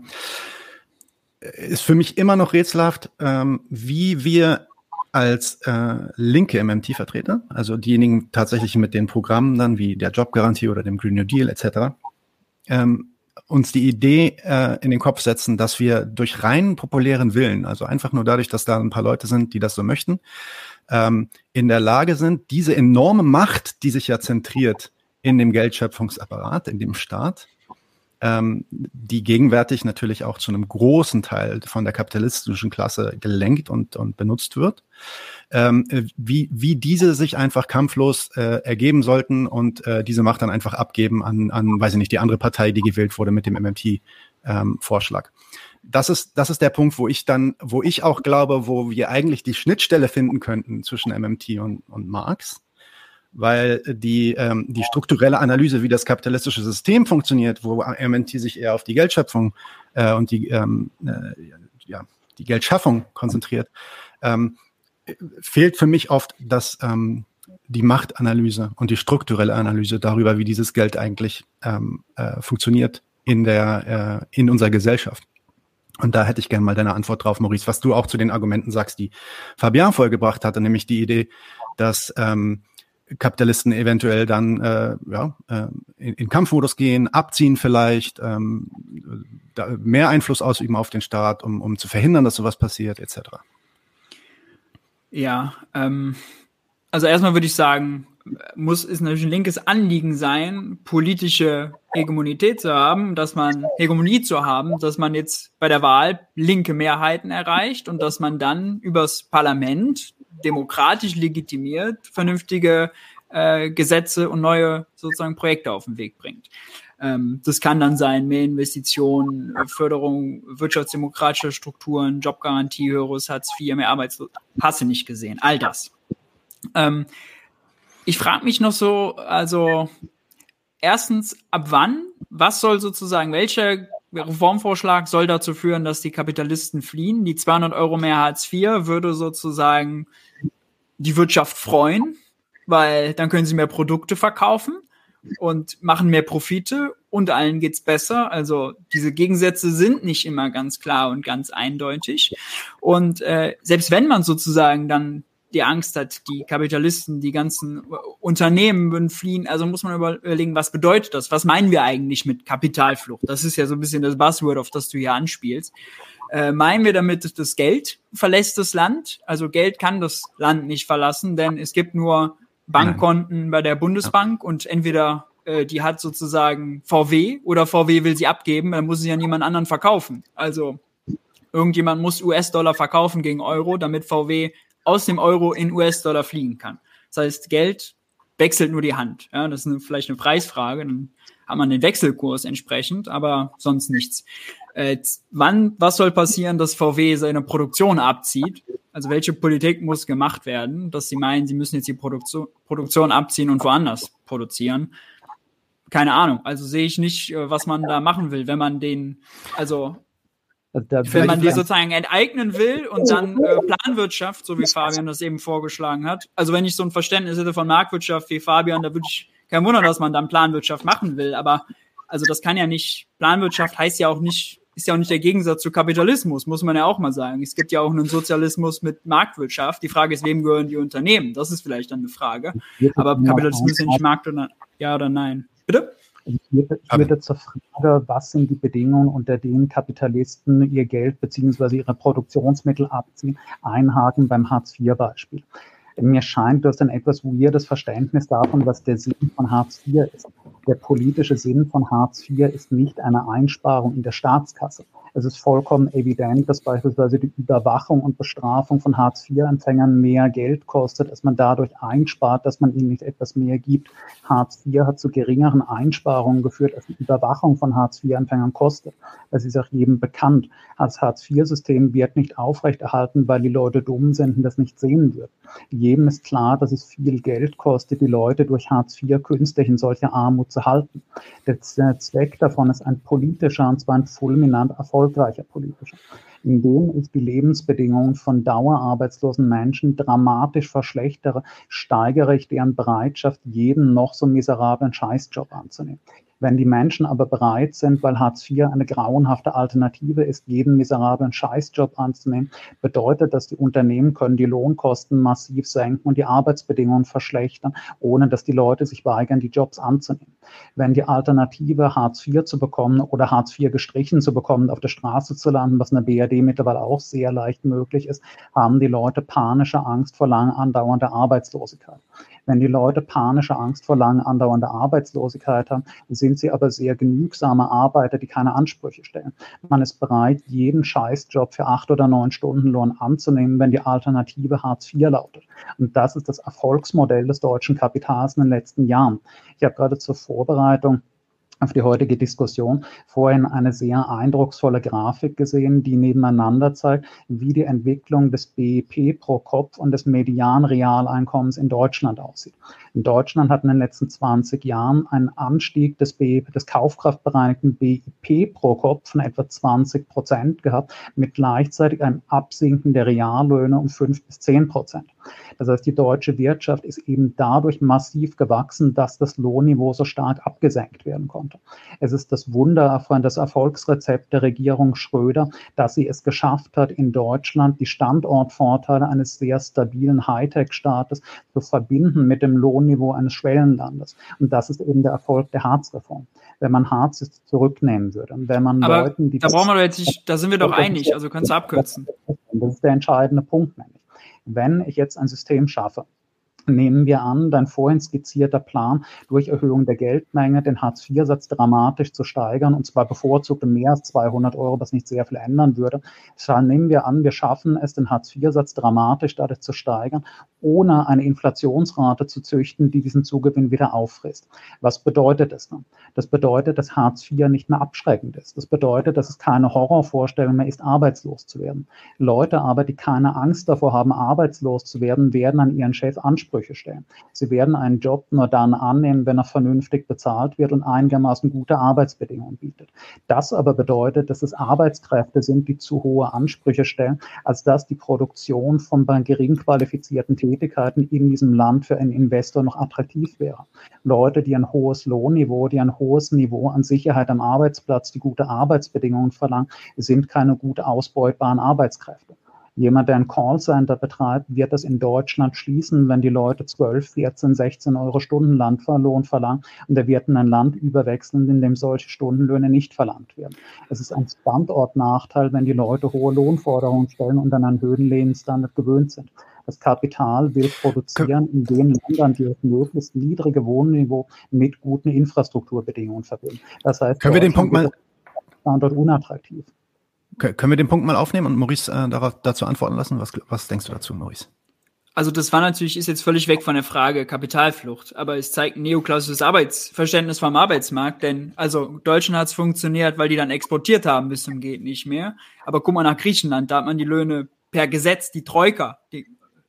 ist für mich immer noch rätselhaft, ähm, wie wir als äh, linke M M T-Vertreter, also diejenigen tatsächlich mit den Programmen dann wie der Jobgarantie oder dem Green New Deal et cetera, ähm, uns die Idee äh, in den Kopf setzen, dass wir durch reinen populären Willen, also einfach nur dadurch, dass da ein paar Leute sind, die das so möchten, ähm, in der Lage sind, diese enorme Macht, die sich ja zentriert in dem Geldschöpfungsapparat, in dem Staat, ähm, die gegenwärtig natürlich auch zu einem großen Teil von der kapitalistischen Klasse gelenkt und, und benutzt wird, ähm, wie, wie diese sich einfach kampflos äh, ergeben sollten und äh, diese Macht dann einfach abgeben an, an, weiß ich nicht, die andere Partei, die gewählt wurde mit dem M M T-Vorschlag. Ähm, das ist, das ist der Punkt, wo ich dann, wo ich auch glaube, wo wir eigentlich die Schnittstelle finden könnten zwischen M M T und, und Marx. Weil die, ähm, die strukturelle Analyse, wie das kapitalistische System funktioniert, wo M M T sich eher auf die Geldschöpfung äh, und die, ähm, äh, ja, die Geldschaffung konzentriert, ähm, fehlt für mich oft das, ähm, die Machtanalyse und die strukturelle Analyse darüber, wie dieses Geld eigentlich ähm, äh, funktioniert in der äh, in unserer Gesellschaft. Und da hätte ich gerne mal deine Antwort drauf, Maurice, was du auch zu den Argumenten sagst, die Fabian vorgebracht hatte, nämlich die Idee, dass ähm, Kapitalisten eventuell dann äh, ja, äh, in, in Kampfmodus gehen, abziehen vielleicht, ähm, da mehr Einfluss ausüben auf den Staat, um, um zu verhindern, dass sowas passiert, et cetera. Ja, ähm, also erstmal würde ich sagen, muss es natürlich ein linkes Anliegen sein, politische Hegemonität zu haben, dass man Hegemonie zu haben, dass man jetzt bei der Wahl linke Mehrheiten erreicht und dass man dann übers Parlament demokratisch legitimiert vernünftige äh, Gesetze und neue sozusagen Projekte auf den Weg bringt. Ähm, das kann dann sein, mehr Investitionen, Förderung wirtschaftsdemokratischer Strukturen, Jobgarantie, höheres Hartz vier, mehr Arbeitslos. Hast du nicht gesehen, all das. Ähm, ich frage mich noch so, also erstens, ab wann, was soll sozusagen, welcher Reformvorschlag soll dazu führen, dass die Kapitalisten fliehen? Die zweihundert Euro mehr Hartz vier würde sozusagen die Wirtschaft freuen, weil dann können sie mehr Produkte verkaufen und machen mehr Profite und allen geht's besser. Also diese Gegensätze sind nicht immer ganz klar und ganz eindeutig. Und äh, selbst wenn man sozusagen dann die Angst hat, die Kapitalisten, die ganzen Unternehmen würden fliehen, also muss man überlegen, was bedeutet das? Was meinen wir eigentlich mit Kapitalflucht? Das ist ja so ein bisschen das Buzzword, auf das du hier anspielst. Äh, meinen wir damit, das Geld verlässt das Land? Also Geld kann das Land nicht verlassen, denn es gibt nur Bankkonten Nein. bei der Bundesbank ja. und entweder äh, die hat sozusagen V W oder V W will sie abgeben, dann muss sie ja niemand anderen verkaufen. Also irgendjemand muss U S-Dollar verkaufen gegen Euro, damit V W aus dem Euro in U S-Dollar fliegen kann. Das heißt, Geld wechselt nur die Hand. Ja, das ist eine, vielleicht eine Preisfrage, dann hat man den Wechselkurs entsprechend, aber sonst nichts. Äh, wann, was soll passieren, dass V W seine Produktion abzieht? Also welche Politik muss gemacht werden, dass sie meinen, sie müssen jetzt die Produktion, Produktion abziehen und woanders produzieren? Keine Ahnung. Also sehe ich nicht, was man da machen will, wenn man den, also wenn man die sozusagen enteignen will und dann äh, Planwirtschaft, so wie Fabian das eben vorgeschlagen hat. Also wenn ich so ein Verständnis hätte von Marktwirtschaft wie Fabian, da würde ich kein Wunder, dass man dann Planwirtschaft machen will. Aber also das kann ja nicht, Planwirtschaft heißt ja auch nicht, ist ja auch nicht der Gegensatz zu Kapitalismus, muss man ja auch mal sagen. Es gibt ja auch einen Sozialismus mit Marktwirtschaft. Die Frage ist, wem gehören die Unternehmen? Das ist vielleicht dann eine Frage. Aber Kapitalismus ist ja nicht Markt oder ja oder nein. Bitte? Ich würde, ich würde zur Frage, was sind die Bedingungen, unter denen Kapitalisten ihr Geld bzw. ihre Produktionsmittel abziehen, einhaken beim Hartz vier Beispiel. Mir scheint, du hast ein etwas weirdes Verständnis davon, was der Sinn von Hartz vier ist. Der politische Sinn von Hartz vier ist nicht eine Einsparung in der Staatskasse. Es ist vollkommen evident, dass beispielsweise die Überwachung und Bestrafung von Hartz vier Empfängern mehr Geld kostet, dass man dadurch einspart, dass man ihnen nicht etwas mehr gibt. Hartz vier hat zu geringeren Einsparungen geführt, als die Überwachung von Hartz vier Empfängern kostet. Das ist auch jedem bekannt. Das Hartz vier System wird nicht aufrechterhalten, weil die Leute dumm sind und das nicht sehen würden. Jedem ist klar, dass es viel Geld kostet, die Leute durch Hartz vier künstlich in solcher Armut zu halten. Der Zweck davon ist ein politischer, und zwar ein fulminant erfolgreicher politischer, indem ich die Lebensbedingungen von dauerarbeitslosen Menschen dramatisch verschlechtere, steigere ich deren Bereitschaft, jeden noch so miserablen Scheißjob anzunehmen. Wenn die Menschen aber bereit sind, weil Hartz vier eine grauenhafte Alternative ist, jeden miserablen Scheißjob anzunehmen, bedeutet das, die Unternehmen können die Lohnkosten massiv senken und die Arbeitsbedingungen verschlechtern, ohne dass die Leute sich weigern, die Jobs anzunehmen. Wenn die Alternative, Hartz vier zu bekommen oder Hartz vier gestrichen zu bekommen, auf der Straße zu landen, was in der B R D mittlerweile auch sehr leicht möglich ist, haben die Leute panische Angst vor lang andauernder Arbeitslosigkeit. Wenn die Leute panische Angst vor lang andauernder Arbeitslosigkeit haben, sind sie aber sehr genügsame Arbeiter, die keine Ansprüche stellen. Man ist bereit, jeden Scheißjob für acht oder neun Stunden Lohn anzunehmen, wenn die Alternative Hartz vier lautet. Und das ist das Erfolgsmodell des deutschen Kapitals in den letzten Jahren. Ich habe gerade zur Vorbereitung auf die heutige Diskussion vorhin eine sehr eindrucksvolle Grafik gesehen, die nebeneinander zeigt, wie die Entwicklung des B I P pro Kopf und des Medianrealeinkommens in Deutschland aussieht. In Deutschland hat in den letzten zwanzig Jahren ein Anstieg des, B I P, des kaufkraftbereinigten B I P pro Kopf von etwa zwanzig Prozent gehabt, mit gleichzeitig einem Absinken der Reallöhne um fünf bis zehn Prozent. Das heißt, die deutsche Wirtschaft ist eben dadurch massiv gewachsen, dass das Lohnniveau so stark abgesenkt werden konnte. Es ist das Wunder, das Erfolgsrezept der Regierung Schröder, dass sie es geschafft hat, in Deutschland die Standortvorteile eines sehr stabilen Hightech-Staates zu verbinden mit dem Lohnniveau eines Schwellenlandes. Und das ist eben der Erfolg der Hartz-Reform. Wenn man Hartz jetzt zurücknehmen würde und wenn man Aber Leuten, die da brauchen wir jetzt nicht, da sind wir doch einig, also kannst du abkürzen. Das ist der entscheidende Punkt, nämlich. Wenn ich jetzt ein System schaffe, nehmen wir an, dein vorhin skizzierter Plan, durch Erhöhung der Geldmenge den Hartz vier Satz dramatisch zu steigern, und zwar bevorzugt um mehr als zweihundert Euro, was nicht sehr viel ändern würde. Dann nehmen wir an, wir schaffen es, den Hartz vier Satz dramatisch dadurch zu steigern, ohne eine Inflationsrate zu züchten, die diesen Zugewinn wieder auffrisst. Was bedeutet das dann? Das bedeutet, dass Hartz vier nicht mehr abschreckend ist. Das bedeutet, dass es keine Horrorvorstellung mehr ist, arbeitslos zu werden. Leute aber, die keine Angst davor haben, arbeitslos zu werden, werden an ihren Chef Ansprüche stellen. Sie werden einen Job nur dann annehmen, wenn er vernünftig bezahlt wird und einigermaßen gute Arbeitsbedingungen bietet. Das aber bedeutet, dass es Arbeitskräfte sind, die zu hohe Ansprüche stellen, als dass die Produktion von gering qualifizierten Tätigkeiten in diesem Land für einen Investor noch attraktiv wäre. Leute, die ein hohes Lohnniveau, die ein hohes Niveau an Sicherheit am Arbeitsplatz, die gute Arbeitsbedingungen verlangen, sind keine gut ausbeutbaren Arbeitskräfte. Jemand, der ein Callcenter betreibt, wird das in Deutschland schließen, wenn die Leute zwölf, vierzehn, sechzehn Euro Stundenlohn verlangen, und er wird in ein Land überwechseln, in dem solche Stundenlöhne nicht verlangt werden. Es ist ein Standortnachteil, wenn die Leute hohe Lohnforderungen stellen und an einen höheren Lebensstandard gewöhnt sind. Das Kapital will produzieren in den Ländern, die das möglichst niedrige Wohnniveau mit guten Infrastrukturbedingungen verbinden. Das heißt, können wir den Punkt mal Standort unattraktiv. Können wir den Punkt mal aufnehmen und Maurice äh, darauf, dazu antworten lassen? Was, was denkst du dazu, Maurice? Also das war natürlich, ist jetzt völlig weg von der Frage Kapitalflucht, aber es zeigt ein neoklassisches Arbeitsverständnis vom Arbeitsmarkt, denn also Deutschland hat es funktioniert, weil die dann exportiert haben bis zum geht nicht mehr, aber guck mal nach Griechenland, da hat man die Löhne per Gesetz, die Troika, die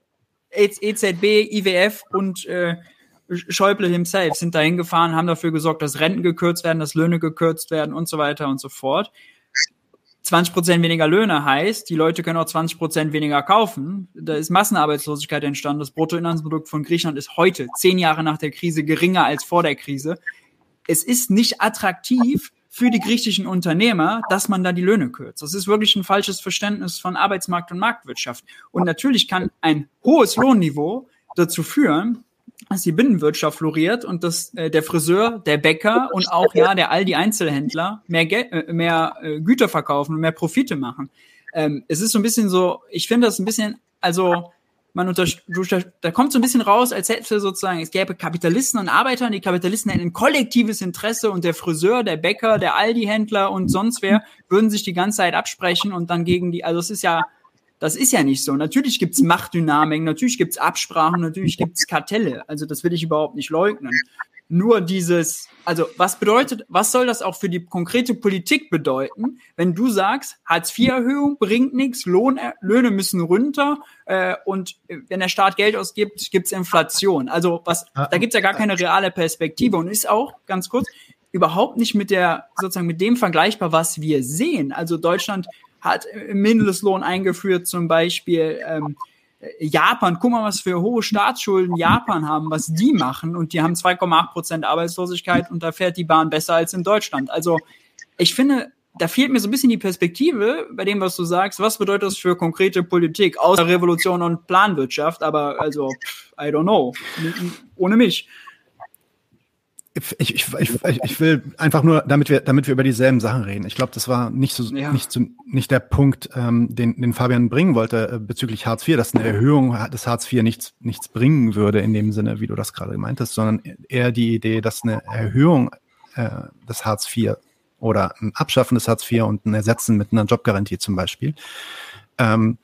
E Z B, I W F und äh, Schäuble himself sind da hingefahren, haben dafür gesorgt, dass Renten gekürzt werden, dass Löhne gekürzt werden und so weiter und so fort. zwanzig Prozent weniger Löhne heißt, die Leute können auch zwanzig Prozent weniger kaufen. Da ist Massenarbeitslosigkeit entstanden. Das Bruttoinlandsprodukt von Griechenland ist heute, zehn Jahre nach der Krise, geringer als vor der Krise. Es ist nicht attraktiv für die griechischen Unternehmer, dass man da die Löhne kürzt. Das ist wirklich ein falsches Verständnis von Arbeitsmarkt und Marktwirtschaft. Und natürlich kann ein hohes Lohnniveau dazu führen, dass die Binnenwirtschaft floriert und dass äh, der Friseur, der Bäcker und auch ja der Aldi-Einzelhändler mehr, Gel- äh, mehr äh, Güter verkaufen und mehr Profite machen. Ähm, es ist so ein bisschen so, ich finde das ein bisschen, also man unter, da kommt so ein bisschen raus, als hätte sozusagen, es gäbe Kapitalisten und Arbeiter und die Kapitalisten hätten ein kollektives Interesse und der Friseur, der Bäcker, der Aldi-Händler und sonst wer würden sich die ganze Zeit absprechen und dann gegen die, also es ist ja, das ist ja nicht so. Natürlich gibt's Machtdynamiken, natürlich gibt's Absprachen, natürlich gibt's Kartelle. Also das will ich überhaupt nicht leugnen. Nur dieses, also was bedeutet, was soll das auch für die konkrete Politik bedeuten, wenn du sagst, Hartz-vier-Erhöhung bringt nichts, Lohn, Löhne müssen runter äh, und wenn der Staat Geld ausgibt, gibt's Inflation. Also was, da gibt's ja gar keine reale Perspektive und ist auch, ganz kurz, überhaupt nicht mit der, sozusagen mit dem vergleichbar, was wir sehen. Also Deutschland hat Mindestlohn eingeführt, zum Beispiel ähm, Japan. Guck mal, was für hohe Staatsschulden Japan haben, was die machen. Und die haben zwei Komma acht Prozent Arbeitslosigkeit und da fährt die Bahn besser als in Deutschland. Also ich finde, da fehlt mir so ein bisschen die Perspektive bei dem, was du sagst. Was bedeutet das für konkrete Politik? Außer Revolution und Planwirtschaft. Aber also, I don't know. Ohne mich. Ich, ich, ich, ich will einfach nur, damit wir, damit wir über dieselben Sachen reden. Ich glaube, das war nicht so, ja. nicht so, nicht der Punkt, ähm, den, den Fabian bringen wollte äh, bezüglich Hartz vier, dass eine Erhöhung des Hartz vier nichts, nichts bringen würde in dem Sinne, wie du das gerade meintest, sondern eher die Idee, dass eine Erhöhung äh, des Hartz vier oder ein Abschaffen des Hartz vier und ein Ersetzen mit einer Jobgarantie zum Beispiel ähm,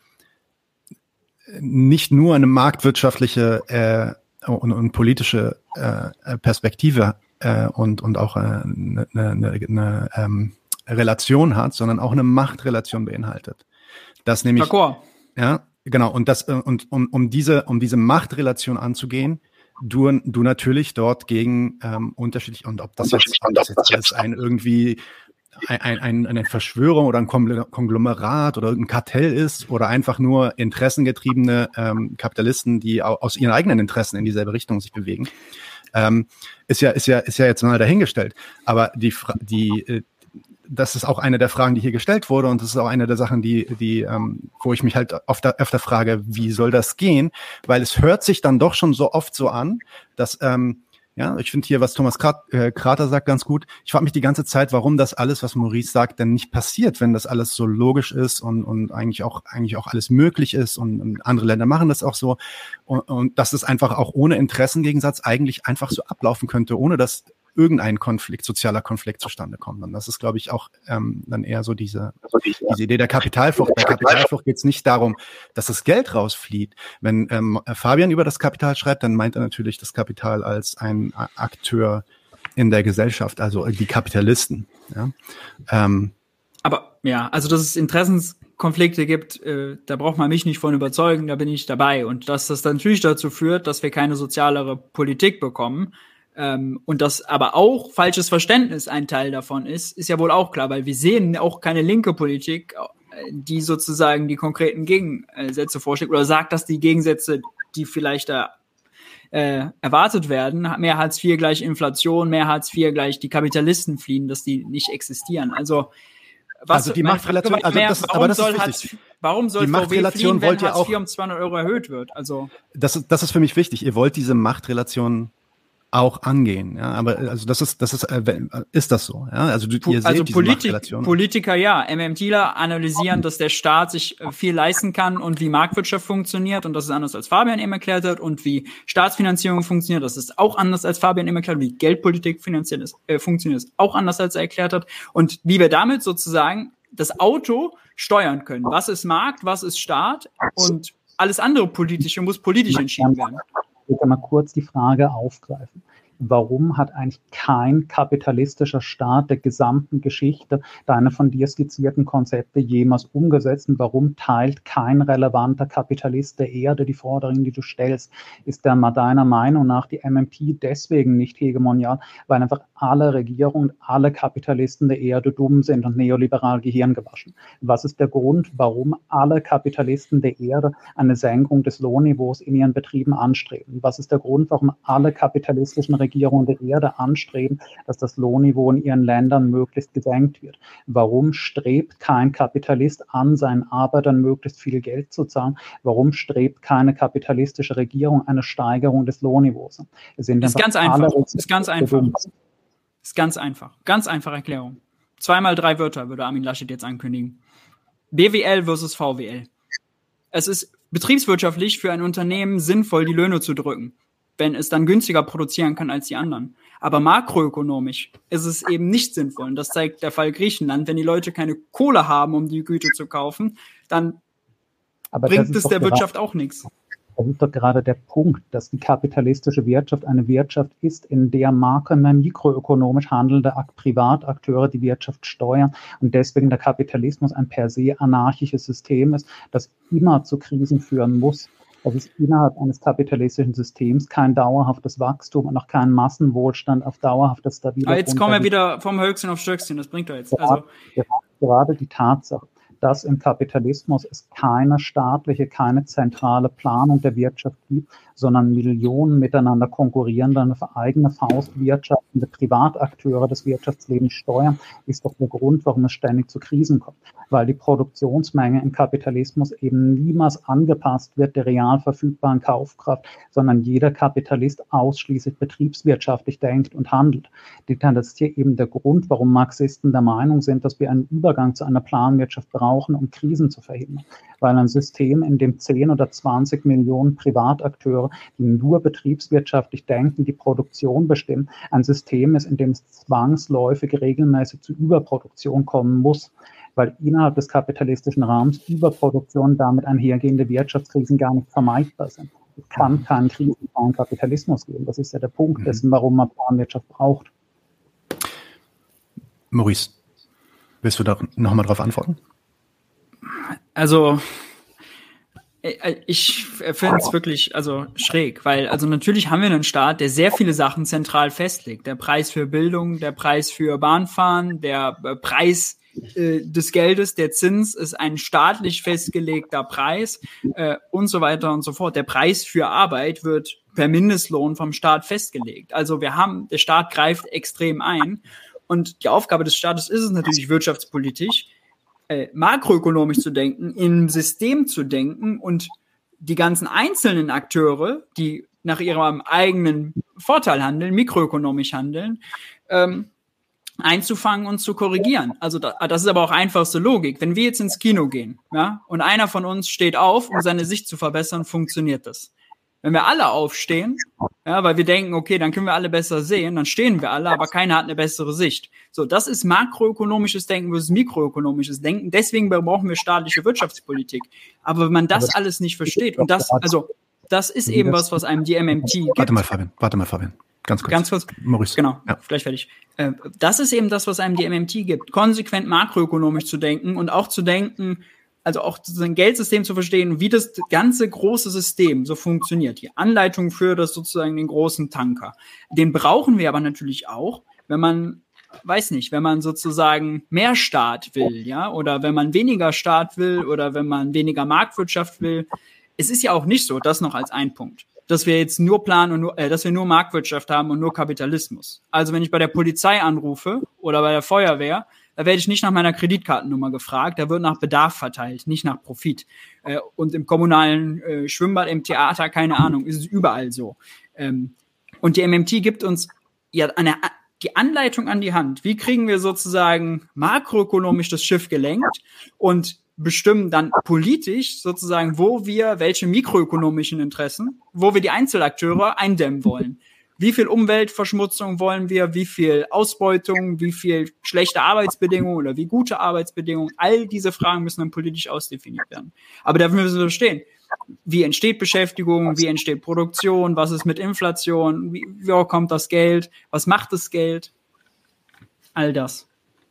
nicht nur eine marktwirtschaftliche äh, Und, und politische äh, Perspektive äh, und und auch eine äh, ne, ne, ne, ähm, Relation hat, sondern auch eine Machtrelation beinhaltet. Das nämlich D'accord. Ja, genau. Und das und um um diese um diese Machtrelation anzugehen, du du natürlich dort gegen ähm, unterschiedlich und ob das jetzt, ob das jetzt alles ein irgendwie Ein, ein, eine Verschwörung oder ein Konglomerat oder ein Kartell ist oder einfach nur interessengetriebene ähm, Kapitalisten, die aus ihren eigenen Interessen in dieselbe Richtung sich bewegen, ähm, ist ja ist ja ist ja jetzt mal dahingestellt. Aber die die äh, das ist auch eine der Fragen, die hier gestellt wurde und das ist auch eine der Sachen, die die ähm, wo ich mich halt oft öfter frage, wie soll das gehen? Weil es hört sich dann doch schon so oft so an, dass ähm, ja, ich finde hier, was Thomas Krater sagt, ganz gut. Ich frage mich die ganze Zeit, warum das alles, was Maurice sagt, denn nicht passiert, wenn das alles so logisch ist und, und eigentlich auch eigentlich auch alles möglich ist und, und andere Länder machen das auch so und, und dass es einfach auch ohne Interessengegensatz eigentlich einfach so ablaufen könnte, ohne dass irgendein Konflikt, sozialer Konflikt zustande kommt. Und das ist, glaube ich, auch ähm, dann eher so diese, diese Idee der Kapitalflucht. Bei Kapitalflucht geht es nicht darum, dass das Geld rausflieht. Wenn ähm, Fabian über das Kapital schreibt, dann meint er natürlich das Kapital als ein Akteur in der Gesellschaft, also die Kapitalisten. Ja? Ähm, Aber ja, also dass es Interessenskonflikte gibt, äh, da braucht man mich nicht von überzeugen, da bin ich dabei. Und dass das dann natürlich dazu führt, dass wir keine sozialere Politik bekommen, Ähm, und dass aber auch falsches Verständnis ein Teil davon ist, ist ja wohl auch klar, weil wir sehen auch keine linke Politik, die sozusagen die konkreten Gegensätze vorschlägt oder sagt, dass die Gegensätze, die vielleicht da äh, erwartet werden, mehr Hartz vier gleich Inflation, mehr Hartz vier gleich die Kapitalisten fliehen, dass die nicht existieren. Also was also die Machtrelation, also mehr, das, warum aber das soll ist Hartz, wichtig. Warum soll die V W Machtrelation fliehen, wenn wollt ihr Hartz auch, vier um zweihundert Euro erhöht wird? Also das, das ist für mich wichtig. Ihr wollt diese Machtrelation auch angehen, ja, aber also das ist das ist äh, ist das so, ja, also du, ihr seht also diese Politik, Machtrelation. Politiker ja, MMTler analysieren, dass der Staat sich viel leisten kann und wie Marktwirtschaft funktioniert und das ist anders als Fabian eben erklärt hat und wie Staatsfinanzierung funktioniert, das ist auch anders als Fabian eben erklärt hat, wie Geldpolitik finanziell ist, äh, funktioniert, ist auch anders als er erklärt hat und wie wir damit sozusagen das Auto steuern können. Was ist Markt, was ist Staat und alles andere Politische muss politisch entschieden werden. Ich will mal kurz die Frage aufgreifen. Warum hat eigentlich kein kapitalistischer Staat der gesamten Geschichte deine von dir skizzierten Konzepte jemals umgesetzt? Und warum teilt kein relevanter Kapitalist der Erde die Forderungen, die du stellst? Ist der mal deiner Meinung nach die M M P deswegen nicht hegemonial, weil einfach alle Regierungen, alle Kapitalisten der Erde dumm sind und neoliberal Gehirn gewaschen? Was ist der Grund, warum alle Kapitalisten der Erde eine Senkung des Lohnniveaus in ihren Betrieben anstreben? Was ist der Grund, warum alle kapitalistischen Regierungen Regierungen der Erde anstreben, dass das Lohnniveau in ihren Ländern möglichst gesenkt wird? Warum strebt kein Kapitalist an, seinen Arbeitern möglichst viel Geld zu zahlen? Warum strebt keine kapitalistische Regierung eine Steigerung des Lohnniveaus an? Es sind ist ganz einfach. Ist ganz einfach. Ist ganz einfach. Ganz einfache Erklärung. Zweimal drei Wörter würde Armin Laschet jetzt ankündigen. B W L versus V W L. Es ist betriebswirtschaftlich für ein Unternehmen sinnvoll, die Löhne zu drücken, wenn es dann günstiger produzieren kann als die anderen. Aber makroökonomisch ist es eben nicht sinnvoll. Und das zeigt der Fall Griechenland. Wenn die Leute keine Kohle haben, um die Güte zu kaufen, dann Aber bringt es der gerade, Wirtschaft auch nichts. Das ist doch gerade der Punkt, dass die kapitalistische Wirtschaft eine Wirtschaft ist, in der makro- und mikroökonomisch handelnde Privatakteure die Wirtschaft steuern und deswegen der Kapitalismus ein per se anarchisches System ist, das immer zu Krisen führen muss. dass es innerhalb eines kapitalistischen Systems kein dauerhaftes Wachstum und auch keinen Massenwohlstand auf dauerhaftes stabiles. Aber jetzt kommen wir wieder vom Höchstchen auf Stöckchen, das bringt doch jetzt. Also gerade, gerade die Tatsache, dass im Kapitalismus es keine staatliche, keine zentrale Planung der Wirtschaft gibt, sondern Millionen miteinander konkurrierende, eine für eigene Faust wirtschaftende Privatakteure des Wirtschaftslebens steuern, ist doch der Grund, warum es ständig zu Krisen kommt. Weil die Produktionsmenge im Kapitalismus eben niemals angepasst wird der real verfügbaren Kaufkraft, sondern jeder Kapitalist ausschließlich betriebswirtschaftlich denkt und handelt. Das ist hier eben der Grund, warum Marxisten der Meinung sind, dass wir einen Übergang zu einer Planwirtschaft brauchen, um Krisen zu verhindern. Weil ein System, in dem zehn oder zwanzig Millionen Privatakteure, die nur betriebswirtschaftlich denken, die Produktion bestimmen, ein System ist, in dem es zwangsläufig regelmäßig zu Überproduktion kommen muss, weil innerhalb des kapitalistischen Rahmens Überproduktion damit einhergehende Wirtschaftskrisen gar nicht vermeidbar sind. Es kann keinen krisenfreien Kapitalismus geben. Das ist ja der Punkt dessen, warum man Planwirtschaft braucht. Maurice, willst du da nochmal drauf antworten? Also, ich finde es wirklich also schräg, weil also natürlich haben wir einen Staat, der sehr viele Sachen zentral festlegt. Der Preis für Bildung, der Preis für Bahnfahren, der Preis äh, des Geldes, der Zins ist ein staatlich festgelegter Preis äh, und so weiter und so fort. Der Preis für Arbeit wird per Mindestlohn vom Staat festgelegt. Also wir haben, der Staat greift extrem ein und die Aufgabe des Staates ist es natürlich wirtschaftspolitisch, Äh, makroökonomisch zu denken, im System zu denken und die ganzen einzelnen Akteure, die nach ihrem eigenen Vorteil handeln, mikroökonomisch handeln, ähm, einzufangen und zu korrigieren. Also da, das ist aber auch einfachste Logik. Wenn wir jetzt ins Kino gehen, ja, und einer von uns steht auf, um seine Sicht zu verbessern, funktioniert das. Wenn wir alle aufstehen, ja, weil wir denken, okay, dann können wir alle besser sehen, dann stehen wir alle, aber keiner hat eine bessere Sicht. So, das ist makroökonomisches Denken versus mikroökonomisches Denken. Deswegen brauchen wir staatliche Wirtschaftspolitik. Aber wenn man das aber alles nicht versteht und das, also, das ist eben was, was einem die M M T gibt. Warte mal, Fabian, warte mal, Fabian. Ganz kurz. Ganz kurz. Maurice. Genau, ja. Gleich fertig. Das ist eben das, was einem die M M T gibt. Konsequent makroökonomisch zu denken und auch zu denken, also auch ein Geldsystem zu verstehen, wie das ganze große System so funktioniert. Die Anleitung für das sozusagen den großen Tanker. Den brauchen wir aber natürlich auch, wenn man, weiß nicht, wenn man sozusagen mehr Staat will, ja, oder wenn man weniger Staat will oder wenn man weniger Marktwirtschaft will. Es ist ja auch nicht so, das noch als ein Punkt, dass wir jetzt nur planen und nur, äh, dass wir nur Marktwirtschaft haben und nur Kapitalismus. Also wenn ich bei der Polizei anrufe oder bei der Feuerwehr, da werde ich nicht nach meiner Kreditkartennummer gefragt, da wird nach Bedarf verteilt, nicht nach Profit. Äh, und im kommunalen äh, Schwimmbad, im Theater, keine Ahnung, ist es überall so. Ähm, und die M M T gibt uns ja eine, die Anleitung an die Hand. Wie kriegen wir sozusagen makroökonomisch das Schiff gelenkt und bestimmen dann politisch sozusagen, wo wir welche mikroökonomischen Interessen, wo wir die Einzelakteure eindämmen wollen. Wie viel Umweltverschmutzung wollen wir, wie viel Ausbeutung, wie viel schlechte Arbeitsbedingungen oder wie gute Arbeitsbedingungen, all diese Fragen müssen dann politisch ausdefiniert werden. Aber dafür müssen wir verstehen, wie entsteht Beschäftigung, wie entsteht Produktion, was ist mit Inflation, wie, wie kommt das Geld, was macht das Geld, all das.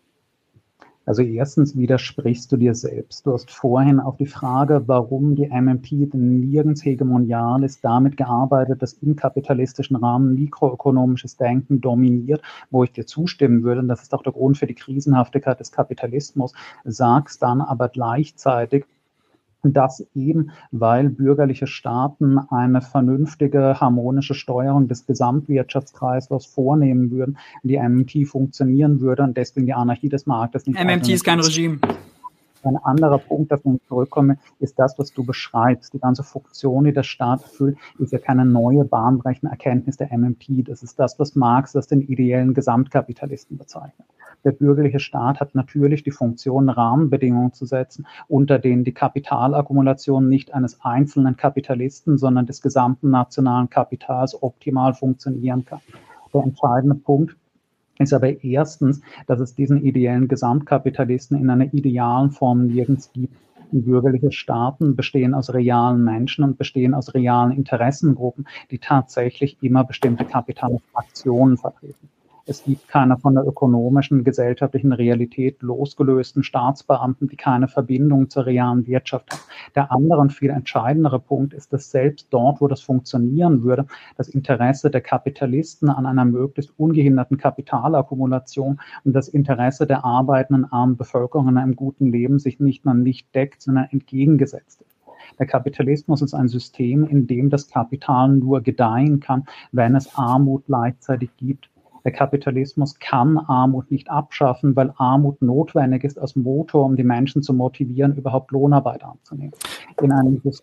Also erstens widersprichst du dir selbst. Du hast vorhin auf die Frage, warum die M M T denn nirgends hegemonial ist, damit gearbeitet, dass im kapitalistischen Rahmen mikroökonomisches Denken dominiert, wo ich dir zustimmen würde, und das ist auch der Grund für die Krisenhaftigkeit des Kapitalismus, sagst dann aber gleichzeitig, dass eben, weil bürgerliche Staaten eine vernünftige, harmonische Steuerung des Gesamtwirtschaftskreislaufs vornehmen würden, die M M T funktionieren würde und deswegen die Anarchie des Marktes nicht. M M T ist kein Regime. Ein anderer Punkt, auf den ich zurückkomme, ist das, was du beschreibst. Die ganze Funktion, die der Staat erfüllt, ist ja keine neue, bahnbrechende Erkenntnis der M M T. Das ist das, was Marx als den ideellen Gesamtkapitalisten bezeichnet. Der bürgerliche Staat hat natürlich die Funktion, Rahmenbedingungen zu setzen, unter denen die Kapitalakkumulation nicht eines einzelnen Kapitalisten, sondern des gesamten nationalen Kapitals optimal funktionieren kann. Der entscheidende Punkt ist aber erstens, dass es diesen ideellen Gesamtkapitalisten in einer idealen Form nirgends gibt. Bürgerliche Staaten bestehen aus realen Menschen und bestehen aus realen Interessengruppen, die tatsächlich immer bestimmte Kapitalfraktionen vertreten. Es gibt keine von der ökonomischen, gesellschaftlichen Realität losgelösten Staatsbeamten, die keine Verbindung zur realen Wirtschaft haben. Der andere und viel entscheidendere Punkt ist, dass selbst dort, wo das funktionieren würde, das Interesse der Kapitalisten an einer möglichst ungehinderten Kapitalakkumulation und das Interesse der arbeitenden armen Bevölkerung an einem guten Leben sich nicht nur nicht deckt, sondern entgegengesetzt ist. Der Kapitalismus ist ein System, in dem das Kapital nur gedeihen kann, wenn es Armut gleichzeitig gibt. Der Kapitalismus kann Armut nicht abschaffen, weil Armut notwendig ist als Motor, um die Menschen zu motivieren, überhaupt Lohnarbeit anzunehmen. In einem, das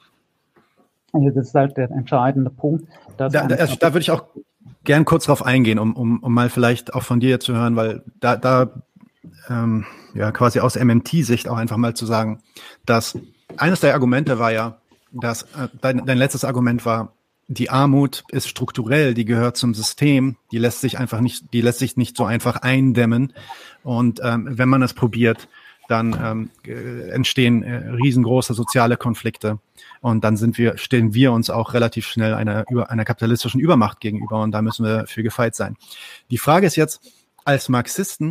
ist halt der entscheidende Punkt. Dass da, da, da würde ich auch gern kurz drauf eingehen, um, um, um mal vielleicht auch von dir zu hören, weil da, da ähm, ja quasi aus M M T-Sicht auch einfach mal zu sagen, dass eines der Argumente war ja, dass äh, dein, dein letztes Argument war, die Armut ist strukturell, die gehört zum System, die lässt sich einfach nicht, die lässt sich nicht so einfach eindämmen. Und ähm, wenn man es probiert, dann ähm, äh, entstehen äh, riesengroße soziale Konflikte. Und dann sind wir, stellen wir uns auch relativ schnell einer, über, einer kapitalistischen Übermacht gegenüber. Und da müssen wir für gefeit sein. Die Frage ist jetzt, als Marxisten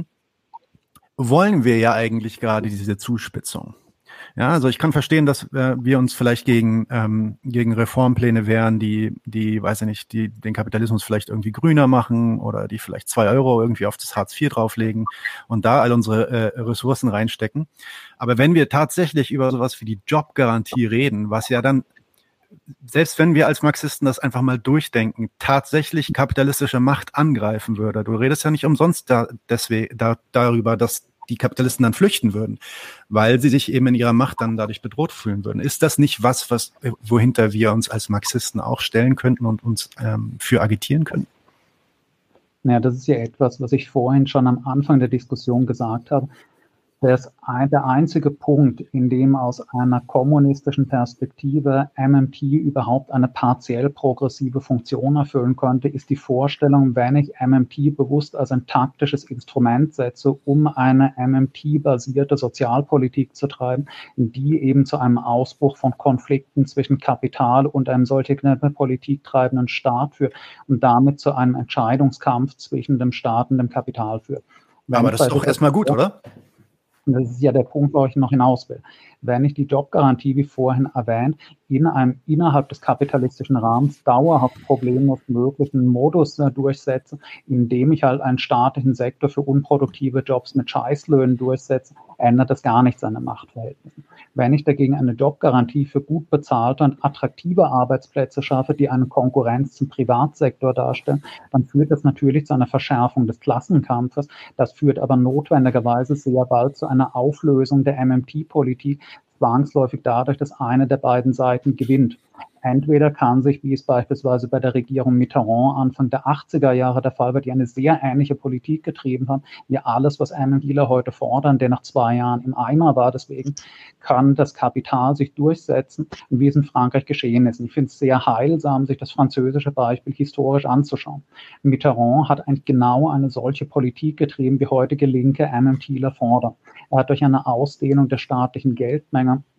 wollen wir ja eigentlich gerade diese Zuspitzung. Ja, also ich kann verstehen, dass äh, wir uns vielleicht gegen ähm, gegen Reformpläne wehren, die die, weiß ich nicht, die den Kapitalismus vielleicht irgendwie grüner machen oder die vielleicht zwei Euro irgendwie auf das Hartz vier drauflegen und da all unsere äh, Ressourcen reinstecken. Aber wenn wir tatsächlich über sowas wie die Jobgarantie reden, was ja dann, selbst wenn wir als Marxisten das einfach mal durchdenken, tatsächlich kapitalistische Macht angreifen würde. Du redest ja nicht umsonst da, deswegen, da, darüber, dass die Kapitalisten dann flüchten würden, weil sie sich eben in ihrer Macht dann dadurch bedroht fühlen würden. Ist das nicht was, was wohinter wir uns als Marxisten auch stellen könnten und uns ähm, für agitieren können? Ja, das ist ja etwas, was ich vorhin schon am Anfang der Diskussion gesagt habe. Das ein, der einzige Punkt, in dem aus einer kommunistischen Perspektive M M T überhaupt eine partiell progressive Funktion erfüllen könnte, ist die Vorstellung, wenn ich M M T bewusst als ein taktisches Instrument setze, um eine M M T-basierte Sozialpolitik zu treiben, die eben zu einem Ausbruch von Konflikten zwischen Kapital und einem solche Politik treibenden Staat führt und damit zu einem Entscheidungskampf zwischen dem Staat und dem Kapital führt. Wenn Aber das ist doch erstmal gut, oder? Das ist ja der Punkt, wo ich noch hinaus will. Wenn ich die Jobgarantie, wie vorhin erwähnt, in einem innerhalb des kapitalistischen Rahmens dauerhaft problemlos möglichen Modus äh, durchsetze, indem ich halt einen staatlichen Sektor für unproduktive Jobs mit Scheißlöhnen durchsetze, ändert das gar nichts an den Machtverhältnissen. Wenn ich dagegen eine Jobgarantie für gut bezahlte und attraktive Arbeitsplätze schaffe, die eine Konkurrenz zum Privatsektor darstellen, dann führt das natürlich zu einer Verschärfung des Klassenkampfes. Das führt aber notwendigerweise sehr bald zu einer Auflösung der M M T-Politik, zwangsläufig dadurch, dass eine der beiden Seiten gewinnt. Entweder kann sich, wie es beispielsweise bei der Regierung Mitterrand Anfang der achtziger Jahre der Fall war, die eine sehr ähnliche Politik getrieben haben, wie alles, was MMTler heute fordern, der nach zwei Jahren im Eimer war. Deswegen kann das Kapital sich durchsetzen, wie es in Frankreich geschehen ist. Und ich finde es sehr heilsam, sich das französische Beispiel historisch anzuschauen. Mitterrand hat eigentlich genau eine solche Politik getrieben, wie heutige linke MMTler fordern. Er hat durch eine Ausdehnung der staatlichen Geldmenge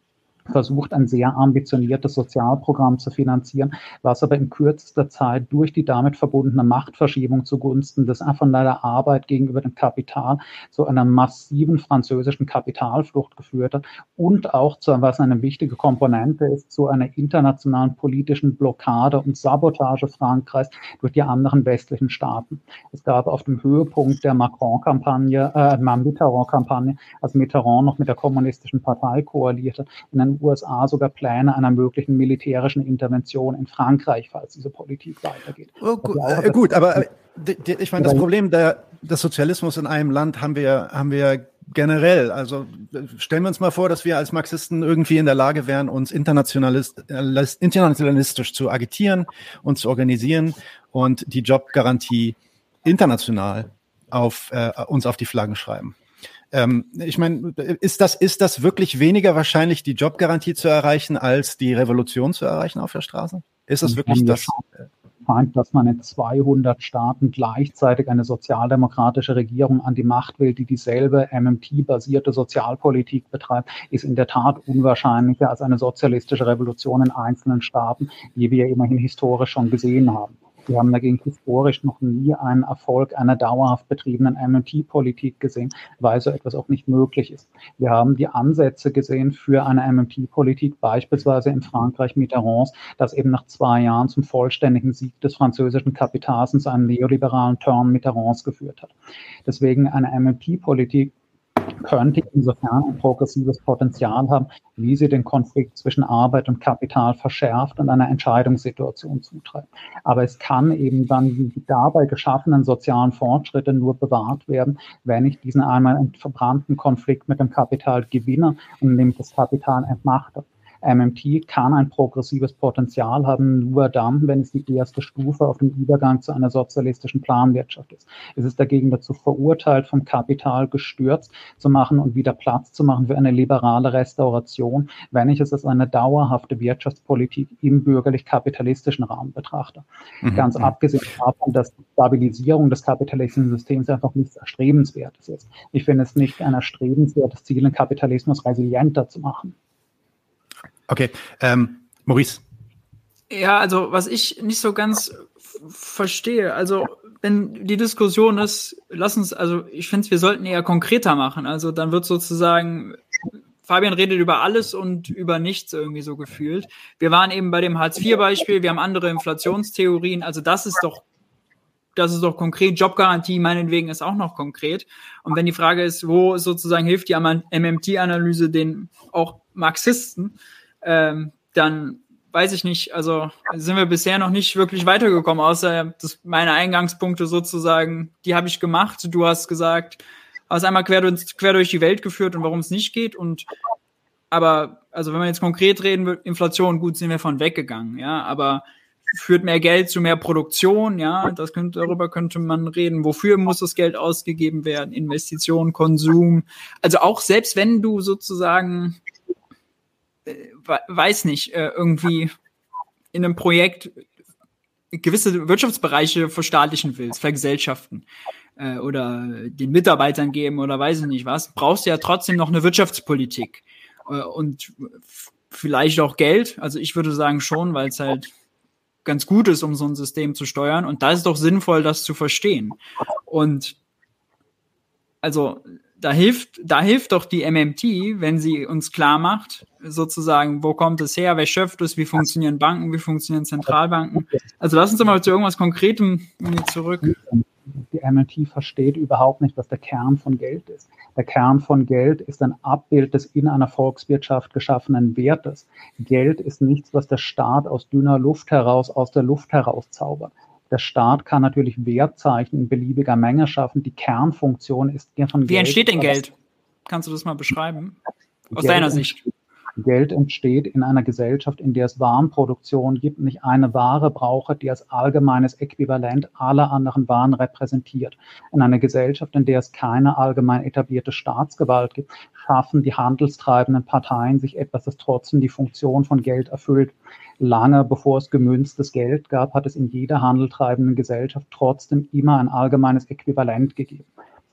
versucht, ein sehr ambitioniertes Sozialprogramm zu finanzieren, was aber in kürzester Zeit durch die damit verbundene Machtverschiebung zugunsten des von der Arbeit gegenüber dem Kapital zu einer massiven französischen Kapitalflucht geführt hat und auch zu, was eine wichtige Komponente ist, zu einer internationalen politischen Blockade und Sabotage Frankreichs durch die anderen westlichen Staaten. Es gab auf dem Höhepunkt der Macron-Kampagne, äh, Mitterrand-Kampagne, als Mitterrand noch mit der kommunistischen Partei koalierte, in den U S A sogar Pläne einer möglichen militärischen Intervention in Frankreich, falls diese Politik weitergeht. Oh, gut, äh, gut, aber äh, ich meine, das Problem der, des Sozialismus in einem Land haben wir, haben wir generell. Also stellen wir uns mal vor, dass wir als Marxisten irgendwie in der Lage wären, uns internationalist, internationalistisch zu agitieren und zu organisieren und die Jobgarantie international auf äh, uns auf die Flaggen schreiben. Ähm, ich meine, ist das, ist das wirklich weniger wahrscheinlich, die Jobgarantie zu erreichen, als die Revolution zu erreichen auf der Straße? Ist das wirklich das? Feind, dass man in zweihundert Staaten gleichzeitig eine sozialdemokratische Regierung an die Macht will, die dieselbe M M T-basierte Sozialpolitik betreibt, ist in der Tat unwahrscheinlicher als eine sozialistische Revolution in einzelnen Staaten, die wir immerhin historisch schon gesehen haben. Wir haben dagegen historisch noch nie einen Erfolg einer dauerhaft betriebenen M M T-Politik gesehen, weil so etwas auch nicht möglich ist. Wir haben die Ansätze gesehen für eine M M T-Politik, beispielsweise in Frankreich Mitterrands, das eben nach zwei Jahren zum vollständigen Sieg des französischen Kapitals und zu einem neoliberalen Turn Mitterrands geführt hat. Deswegen eine M M T-Politik könnte insofern ein progressives Potenzial haben, wie sie den Konflikt zwischen Arbeit und Kapital verschärft und einer Entscheidungssituation zutreibt. Aber es kann eben dann die dabei geschaffenen sozialen Fortschritte nur bewahrt werden, wenn ich diesen einmal verbrannten Konflikt mit dem Kapital gewinne und nämlich das Kapital entmachte. M M T kann ein progressives Potenzial haben, nur dann, wenn es die erste Stufe auf dem Übergang zu einer sozialistischen Planwirtschaft ist. Es ist dagegen dazu verurteilt, vom Kapital gestürzt zu machen und wieder Platz zu machen für eine liberale Restauration, wenn ich es als eine dauerhafte Wirtschaftspolitik im bürgerlich-kapitalistischen Rahmen betrachte. Mhm. Ganz abgesehen davon, dass die Stabilisierung des kapitalistischen Systems einfach nichts Erstrebenswertes ist. Ich finde es nicht ein erstrebenswertes Ziel, den Kapitalismus resilienter zu machen. Okay, ähm, Maurice. Ja, also was ich nicht so ganz f- verstehe, also wenn die Diskussion ist, lass uns, also ich finde, wir sollten eher konkreter machen. Also dann wird sozusagen, Fabian redet über alles und über nichts irgendwie so gefühlt. Wir waren eben bei dem Hartz vier Beispiel, wir haben andere Inflationstheorien, also das ist doch Das ist doch konkret. Jobgarantie meinetwegen ist auch noch konkret. Und wenn die Frage ist, wo sozusagen hilft die M M T-Analyse den auch Marxisten, ähm, dann weiß ich nicht, also sind wir bisher noch nicht wirklich weitergekommen, außer dass meine Eingangspunkte sozusagen, die habe ich gemacht. Du hast gesagt, hast einmal quer durch, quer durch die Welt geführt und warum es nicht geht. Und aber, also wenn wir jetzt konkret reden, Inflation, gut, sind wir von weggegangen, ja, aber führt mehr Geld zu mehr Produktion, ja, das könnte, darüber könnte man reden. Wofür muss das Geld ausgegeben werden? Investition, Konsum. Also auch selbst wenn du sozusagen, äh, weiß nicht, äh, irgendwie in einem Projekt gewisse Wirtschaftsbereiche verstaatlichen willst, vergesellschaften äh, oder den Mitarbeitern geben oder weiß ich nicht was, brauchst du ja trotzdem noch eine Wirtschaftspolitik äh, und f- vielleicht auch Geld. Also ich würde sagen schon, weil es halt ganz gut ist, um so ein System zu steuern. Und da ist es doch sinnvoll, das zu verstehen. Und also da hilft, da hilft doch die M M T, wenn sie uns klar macht, sozusagen, wo kommt es her, wer schöpft es, wie funktionieren Banken, wie funktionieren Zentralbanken. Also lass uns doch mal zu irgendwas Konkretem zurück. Die M M T versteht überhaupt nicht, was der Kern von Geld ist. Der Kern von Geld ist ein Abbild des in einer Volkswirtschaft geschaffenen Wertes. Geld ist nichts, was der Staat aus dünner Luft heraus, aus der Luft heraus zaubert. Der Staat kann natürlich Wertzeichen in beliebiger Menge schaffen. Die Kernfunktion ist der von Geld. Wie entsteht denn Geld? Kannst du das mal beschreiben? Aus Geld deiner Sicht. Geld entsteht in einer Gesellschaft, in der es Warenproduktion gibt und ich eine Ware brauche, die als allgemeines Äquivalent aller anderen Waren repräsentiert. In einer Gesellschaft, in der es keine allgemein etablierte Staatsgewalt gibt, schaffen die handelstreibenden Parteien sich etwas, das trotzdem die Funktion von Geld erfüllt. Lange bevor es gemünztes Geld gab, hat es in jeder handeltreibenden Gesellschaft trotzdem immer ein allgemeines Äquivalent gegeben.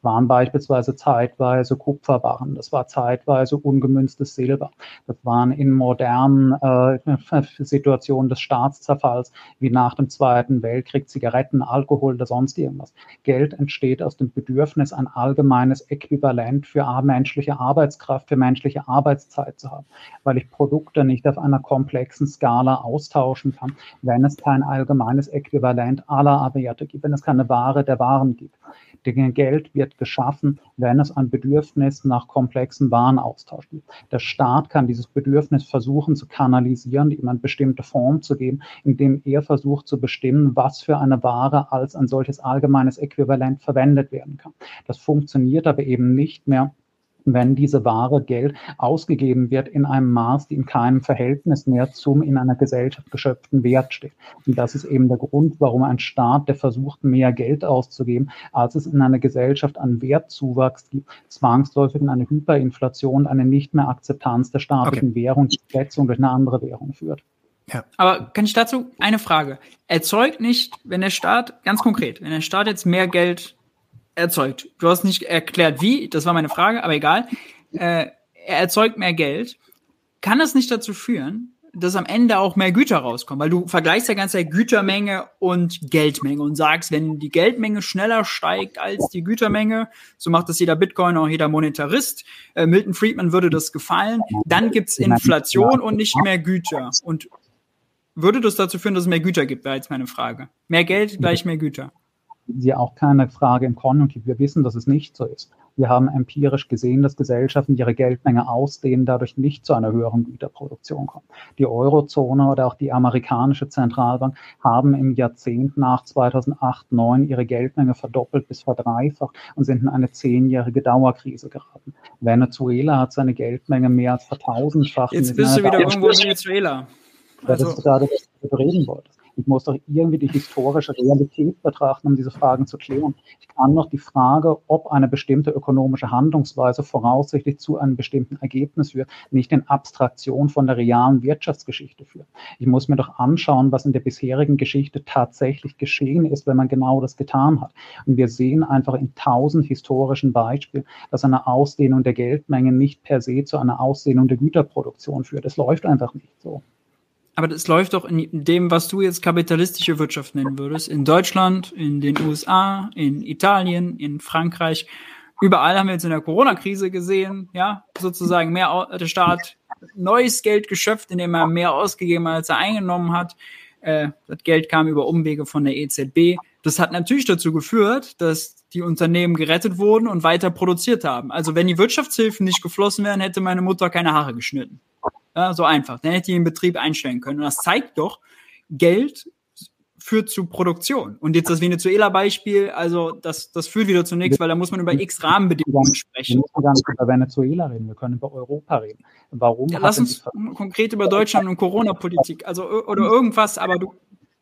waren beispielsweise zeitweise Kupferbarren, das war zeitweise ungemünztes Silber, das waren in modernen äh, Situationen des Staatszerfalls, wie nach dem Zweiten Weltkrieg, Zigaretten, Alkohol oder sonst irgendwas. Geld entsteht aus dem Bedürfnis, ein allgemeines Äquivalent für menschliche Arbeitskraft, für menschliche Arbeitszeit zu haben, weil ich Produkte nicht auf einer komplexen Skala austauschen kann, wenn es kein allgemeines Äquivalent aller Werte gibt, wenn es keine Ware der Waren gibt. Denn Geld wird geschaffen, wenn es ein Bedürfnis nach komplexen Warenaustausch gibt. Der Staat kann dieses Bedürfnis versuchen zu kanalisieren, ihm eine bestimmte Form zu geben, indem er versucht zu bestimmen, was für eine Ware als ein solches allgemeines Äquivalent verwendet werden kann. Das funktioniert aber eben nicht mehr, wenn diese Ware, Geld, ausgegeben wird in einem Maß, die in keinem Verhältnis mehr zum in einer Gesellschaft geschöpften Wert steht. Und das ist eben der Grund, warum ein Staat, der versucht, mehr Geld auszugeben, als es in einer Gesellschaft an Wertzuwachs gibt, zwangsläufig in eine Hyperinflation, eine nicht mehr Akzeptanz der staatlichen okay. Währungssetzung durch eine andere Währung führt. Ja. Aber kann ich dazu eine Frage? Erzeugt nicht, wenn der Staat, ganz konkret, wenn der Staat jetzt mehr Geld erzeugt. Du hast nicht erklärt, wie, das war meine Frage, aber egal. Äh, er erzeugt mehr Geld. Kann das nicht dazu führen, dass am Ende auch mehr Güter rauskommen? Weil du vergleichst ja ganze Zeit Gütermenge und Geldmenge und sagst, wenn die Geldmenge schneller steigt als die Gütermenge, so macht das jeder Bitcoiner, auch jeder Monetarist, äh, Milton Friedman würde das gefallen, dann gibt's Inflation und nicht mehr Güter. Und würde das dazu führen, dass es mehr Güter gibt, wäre jetzt meine Frage. Mehr Geld gleich mehr Güter. Ja, auch keine Frage im Konjunktiv. Wir wissen, dass es nicht so ist. Wir haben empirisch gesehen, dass Gesellschaften ihre Geldmenge ausdehnen, dadurch nicht zu einer höheren Güterproduktion kommen. Die Eurozone oder auch die amerikanische Zentralbank haben im Jahrzehnt nach zweitausendacht, zweitausendneun ihre Geldmenge verdoppelt bis verdreifacht und sind in eine zehnjährige Dauerkrise geraten. Venezuela hat seine Geldmenge mehr als vertausendfacht. Jetzt bist du wieder irgendwo in Venezuela. Also, das ist gerade, was du reden wolltest. Ich muss doch irgendwie die historische Realität betrachten, um diese Fragen zu klären. Ich kann noch die Frage, ob eine bestimmte ökonomische Handlungsweise voraussichtlich zu einem bestimmten Ergebnis führt, nicht in Abstraktion von der realen Wirtschaftsgeschichte führen. Ich muss mir doch anschauen, was in der bisherigen Geschichte tatsächlich geschehen ist, wenn man genau das getan hat. Und wir sehen einfach in tausend historischen Beispielen, dass eine Ausdehnung der Geldmenge nicht per se zu einer Ausdehnung der Güterproduktion führt. Es läuft einfach nicht so. Aber das läuft doch in dem, was du jetzt kapitalistische Wirtschaft nennen würdest. In Deutschland, in den U S A, in Italien, in Frankreich. Überall haben wir jetzt in der Corona-Krise gesehen, ja, sozusagen mehr, der Staat neues Geld geschöpft, indem er mehr ausgegeben hat, als er eingenommen hat. Äh, das Geld kam über Umwege von der E Z B. Das hat natürlich dazu geführt, dass die Unternehmen gerettet wurden und weiter produziert haben. Also wenn die Wirtschaftshilfen nicht geflossen wären, hätte meine Mutter keine Haare geschnitten. Ja, so einfach. Dann hätte ich den Betrieb einstellen können. Und das zeigt doch, Geld führt zu Produktion. Und jetzt das Venezuela-Beispiel, also das, das führt wieder zu nichts, weil da muss man über x Rahmenbedingungen sprechen. Wir müssen gar nicht über Venezuela reden, wir können über Europa reden. Warum? Ja, lass uns konkret über Deutschland und Corona-Politik, also oder irgendwas, aber du...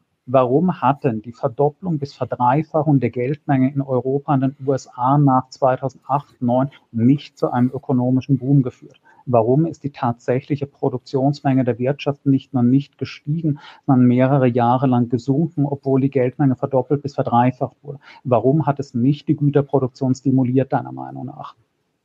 Warum hat denn die Verdopplung bis Verdreifachung der Geldmenge in Europa und den U S A nach zweitausendacht, zweitausendneun nicht zu einem ökonomischen Boom geführt? Warum ist die tatsächliche Produktionsmenge der Wirtschaft nicht nur nicht gestiegen, sondern mehrere Jahre lang gesunken, obwohl die Geldmenge verdoppelt bis verdreifacht wurde? Warum hat es nicht die Güterproduktion stimuliert, deiner Meinung nach?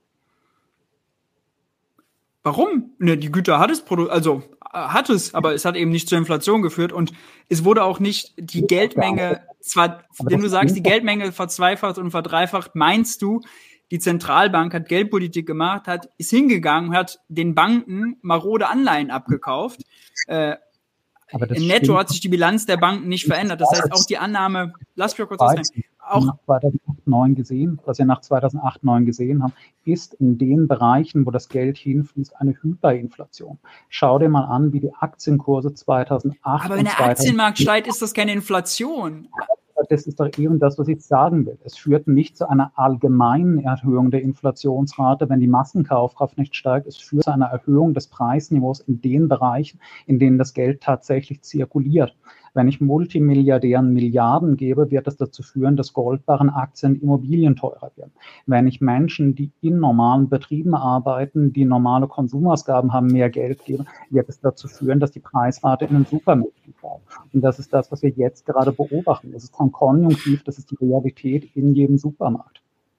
Warum? Ne, die Güter hat es, also hat es, aber es hat eben nicht zur Inflation geführt und es wurde auch nicht die Geldmenge, zwar, wenn du sagst, die Geldmenge verzweifacht und verdreifacht, meinst du, die Zentralbank hat Geldpolitik gemacht, hat, ist hingegangen, hat den Banken marode Anleihen abgekauft. Äh, Im Netto hat sich die Bilanz der Banken nicht verändert. Das heißt, auch die Annahme, lass mich kurz ausreden, auch nach zweitausendacht, zweitausendneun gesehen, was wir nach zweitausendacht, zweitausendneun gesehen haben, ist in den Bereichen, wo das Geld hinfließt, eine Hyperinflation. Schau dir mal an, wie die Aktienkurse zweitausendacht. Aber wenn der Aktienmarkt steigt, ist das keine Inflation. Das ist doch eben das, was ich sagen will. Es führt nicht zu einer allgemeinen Erhöhung der Inflationsrate, wenn die Massenkaufkraft nicht steigt. Es führt zu einer Erhöhung des Preisniveaus in den Bereichen, in denen das Geld tatsächlich zirkuliert. Wenn ich Multimilliardären Milliarden gebe, wird das dazu führen, dass Goldbarren, Aktien, Immobilien teurer werden. Wenn ich Menschen, die in normalen Betrieben arbeiten, die normale Konsumausgaben haben, mehr Geld gebe, wird es dazu führen, dass die Preisrate in den Supermärkten steigt. Und das ist das, was wir jetzt gerade beobachten. Das ist kein Konjunktiv, das ist die Realität in jedem Supermarkt.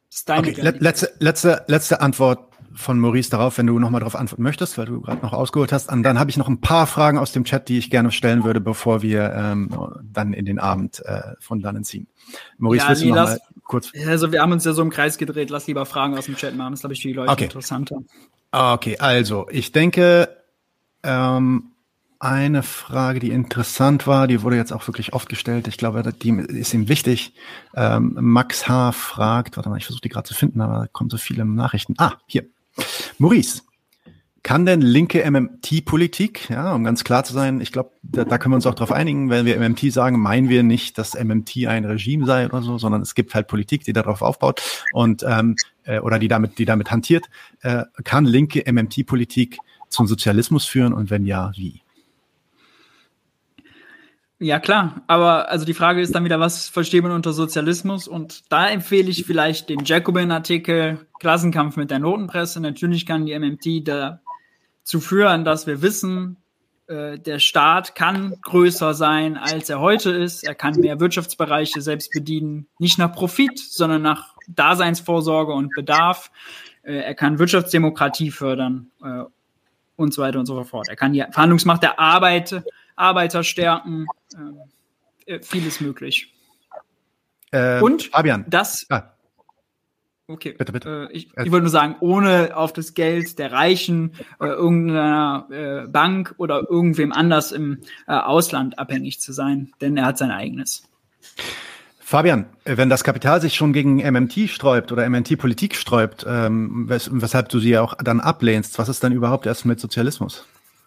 Das ist deine okay, le- letzte, letzte, letzte Antwort von Maurice darauf, wenn du nochmal darauf antworten möchtest, weil du gerade noch ausgeholt hast. Und dann habe ich noch ein paar Fragen aus dem Chat, die ich gerne stellen würde, bevor wir ähm, dann in den Abend äh, von dannen ziehen. Maurice, ja, willst nee, du noch lass, mal kurz... Also wir haben uns ja so im Kreis gedreht. Lass lieber Fragen aus dem Chat machen. Das ist, glaube ich, für die Leute okay. interessanter. Okay, also ich denke, ähm, eine Frage, die interessant war, die wurde jetzt auch wirklich oft gestellt. Ich glaube, die ist ihm wichtig. Ähm, Max H. fragt, warte mal, ich versuche die gerade zu finden, aber da kommen so viele Nachrichten. Ah, hier. Maurice, kann denn linke M M T-Politik, ja, um ganz klar zu sein, ich glaube, da, da können wir uns auch darauf einigen, wenn wir M M T sagen, meinen wir nicht, dass M M T ein Regime sei oder so, sondern es gibt halt Politik, die darauf aufbaut und ähm, äh, oder die damit, die damit hantiert. Äh, kann linke M M T-Politik zum Sozialismus führen und wenn ja, wie? Ja, klar. Aber also die Frage ist dann wieder, was versteht man unter Sozialismus? Und da empfehle ich vielleicht den Jacobin-Artikel Klassenkampf mit der Notenpresse. Natürlich kann die M M T dazu führen, dass wir wissen, äh, der Staat kann größer sein, als er heute ist. Er kann mehr Wirtschaftsbereiche selbst bedienen. Nicht nach Profit, sondern nach Daseinsvorsorge und Bedarf. Äh, er kann Wirtschaftsdemokratie fördern äh, und so weiter und so fort. Er kann die Verhandlungsmacht der Arbeit Arbeiter stärken, äh, vieles möglich. Äh, Und Fabian. das, ah. okay, bitte, bitte. Äh, ich, ich wollte nur sagen, ohne auf das Geld der Reichen, äh, irgendeiner äh, Bank oder irgendwem anders im äh, Ausland abhängig zu sein, denn er hat sein eigenes. Fabian, wenn das Kapital sich schon gegen M M T sträubt oder M M T-Politik sträubt, ähm, wes- weshalb du sie ja auch dann ablehnst, was ist dann überhaupt erst mit Sozialismus?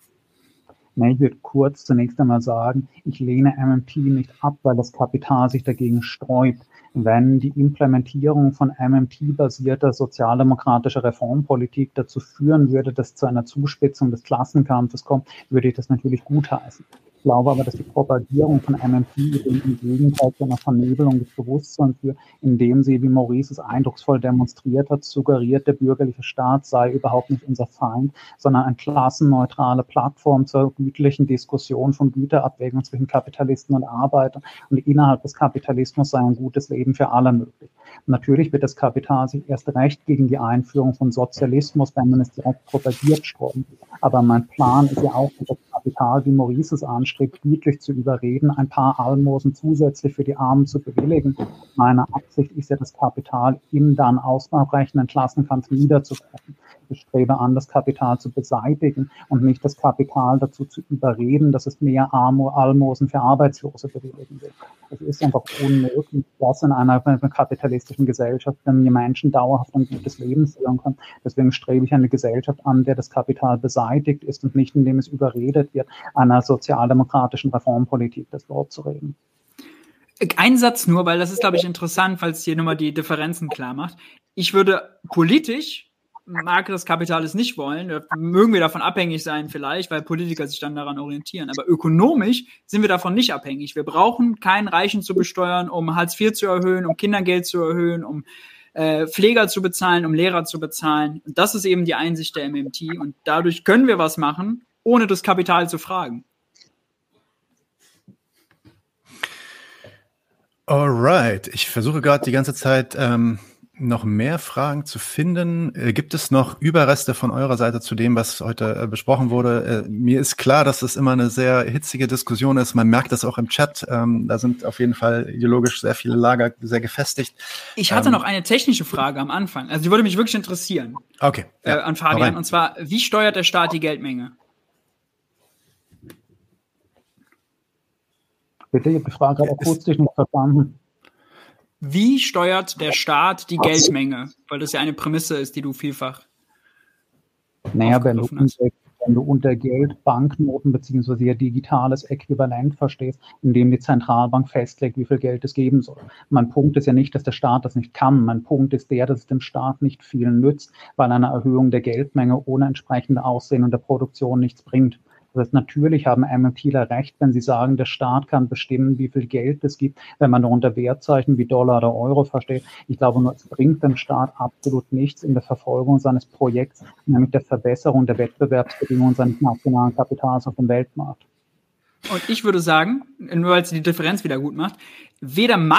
Ich würde kurz zunächst einmal sagen, ich lehne M M T nicht ab, weil das Kapital sich dagegen sträubt. Wenn die Implementierung von M M T-basierter sozialdemokratischer Reformpolitik dazu führen würde, dass zu einer Zuspitzung des Klassenkampfes kommt, würde ich das natürlich gutheißen. Ich glaube aber, dass die Propagierung von M M T im Gegenteil zu einer Vernebelung des Bewusstseins führt, indem sie, wie Maurice es eindrucksvoll demonstriert hat, suggeriert, der bürgerliche Staat sei überhaupt nicht unser Feind, sondern eine klassenneutrale Plattform zur gütlichen Diskussion von Güterabwägungen zwischen Kapitalisten und Arbeitern. Und innerhalb des Kapitalismus sei ein gutes Leben für alle möglich. Natürlich wird das Kapital sich erst recht gegen die Einführung von Sozialismus, wenn man es direkt propagiert, sträuben. Aber mein Plan ist ja auch, das Kapital, wie Maurice es anstrebt, gütlich zu überreden, ein paar Almosen zusätzlich für die Armen zu bewilligen. Meine Absicht ist ja, das Kapital im dann ausbrechenden Klassenkampf niederzubrechen. Ich strebe an, das Kapital zu beseitigen und nicht das Kapital dazu zu überreden, dass es mehr Almosen für Arbeitslose bewilligen will. Es ist einfach unmöglich, dass in einer kapitalistischen Gesellschaft dann die Menschen dauerhaft ein gutes Leben führen können. Deswegen strebe ich eine Gesellschaft an, der das Kapital beseitigt ist und nicht, indem es überredet wird, einer sozialdemokratischen Reformpolitik das Wort zu reden. Ein Satz nur, weil das ist, glaube ich, interessant, weil es hier nochmal die Differenzen klar macht. Ich würde politisch, mag das Kapital es nicht wollen, mögen wir davon abhängig sein vielleicht, weil Politiker sich dann daran orientieren, aber ökonomisch sind wir davon nicht abhängig. Wir brauchen keinen Reichen zu besteuern, um Hartz vier zu erhöhen, um Kindergeld zu erhöhen, um äh, Pfleger zu bezahlen, um Lehrer zu bezahlen. Und das ist eben die Einsicht der M M T und dadurch können wir was machen, ohne das Kapital zu fragen. Alright, ich versuche gerade die ganze Zeit ähm, noch mehr Fragen zu finden. Äh, gibt es noch Überreste von eurer Seite zu dem, was heute äh, besprochen wurde? Äh, mir ist klar, dass es immer eine sehr hitzige Diskussion ist. Man merkt das auch im Chat. Ähm, da sind auf jeden Fall ideologisch sehr viele Lager sehr gefestigt. Ich hatte ähm, noch eine technische Frage am Anfang. Also die würde mich wirklich interessieren. Okay. Ja, äh, an Fabian. Und zwar, wie steuert der Staat die Geldmenge? Bitte, ich habe die Frage akustisch nicht verstanden. Wie steuert der Staat die Geldmenge? Weil das ja eine Prämisse ist, die du vielfach Naja, wenn du, hast. unter, wenn du unter Geld Banknoten beziehungsweise ihr digitales Äquivalent verstehst, in dem die Zentralbank festlegt, wie viel Geld es geben soll. Mein Punkt ist ja nicht, dass der Staat das nicht kann. Mein Punkt ist der, dass es dem Staat nicht viel nützt, weil eine Erhöhung der Geldmenge ohne entsprechende Aussehen und der Produktion nichts bringt. Das heißt, natürlich haben MMTler recht, wenn sie sagen, der Staat kann bestimmen, wie viel Geld es gibt, wenn man darunter Wertzeichen wie Dollar oder Euro versteht. Ich glaube nur, es bringt dem Staat absolut nichts in der Verfolgung seines Projekts, nämlich der Verbesserung der Wettbewerbsbedingungen seines nationalen Kapitals auf dem Weltmarkt. Und ich würde sagen, nur weil es die Differenz wieder gut macht, weder macht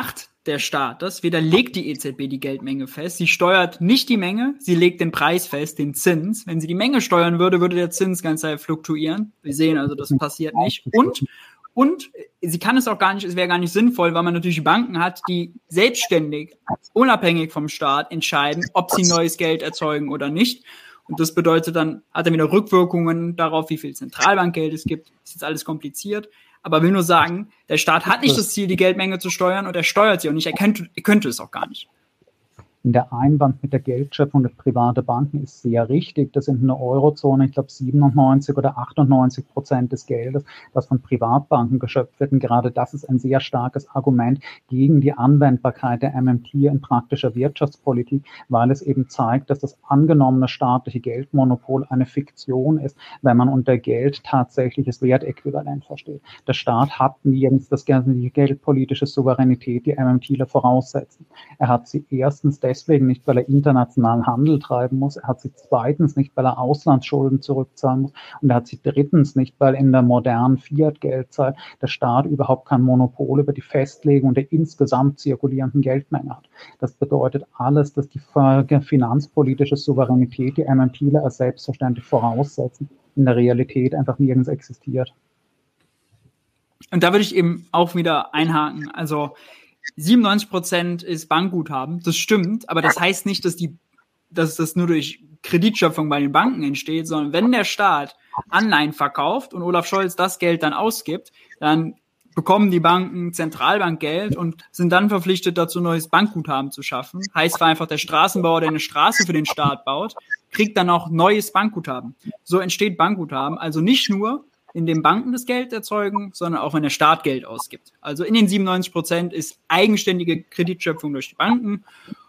der Staat das. Weder legt die E Z B die Geldmenge fest, sie steuert nicht die Menge, sie legt den Preis fest, den Zins. Wenn sie die Menge steuern würde, würde der Zins ganz Zeit fluktuieren. Wir sehen also, das passiert nicht. Und, und sie kann es auch gar nicht, es wäre gar nicht sinnvoll, weil man natürlich Banken hat, die selbstständig, unabhängig vom Staat entscheiden, ob sie neues Geld erzeugen oder nicht. Und das bedeutet dann, hat er wieder Rückwirkungen darauf, wie viel Zentralbankgeld es gibt. Das ist jetzt alles kompliziert. Aber will nur sagen, der Staat hat nicht das Ziel, die Geldmenge zu steuern und er steuert sie auch nicht. Er könnte, er könnte es auch gar nicht. Der Einwand mit der Geldschöpfung durch private Banken ist sehr richtig. Das sind in der Eurozone, ich glaube, siebenundneunzig oder achtundneunzig Prozent des Geldes, das von Privatbanken geschöpft wird. Und gerade das ist ein sehr starkes Argument gegen die Anwendbarkeit der M M T in praktischer Wirtschaftspolitik, weil es eben zeigt, dass das angenommene staatliche Geldmonopol eine Fiktion ist, wenn man unter Geld tatsächliches Wertäquivalent versteht. Der Staat hat nirgends das die geldpolitische Souveränität, die MMTler voraussetzen. Er hat sie erstens deswegen nicht, weil er internationalen Handel treiben muss. Er hat sie zweitens nicht, weil er Auslandsschulden zurückzahlen muss. Und er hat sie drittens nicht, weil in der modernen Fiat-Geldzeit der Staat überhaupt kein Monopol über die Festlegung der insgesamt zirkulierenden Geldmenge hat. Das bedeutet alles, dass die finanzpolitische Souveränität, die MMTler als selbstverständlich voraussetzen, in der Realität einfach nirgends existiert. Und da würde ich eben auch wieder einhaken. Also siebenundneunzig Prozent ist Bankguthaben, das stimmt, aber das heißt nicht, dass die, dass das nur durch Kreditschöpfung bei den Banken entsteht, sondern wenn der Staat Anleihen verkauft und Olaf Scholz das Geld dann ausgibt, dann bekommen die Banken Zentralbankgeld und sind dann verpflichtet dazu, neues Bankguthaben zu schaffen. Heißt einfach, der Straßenbauer, der eine Straße für den Staat baut, kriegt dann auch neues Bankguthaben. So entsteht Bankguthaben, also nicht nur in dem Banken das Geld erzeugen, sondern auch wenn der Staat Geld ausgibt. Also in den siebenundneunzig Prozent ist eigenständige Kreditschöpfung durch die Banken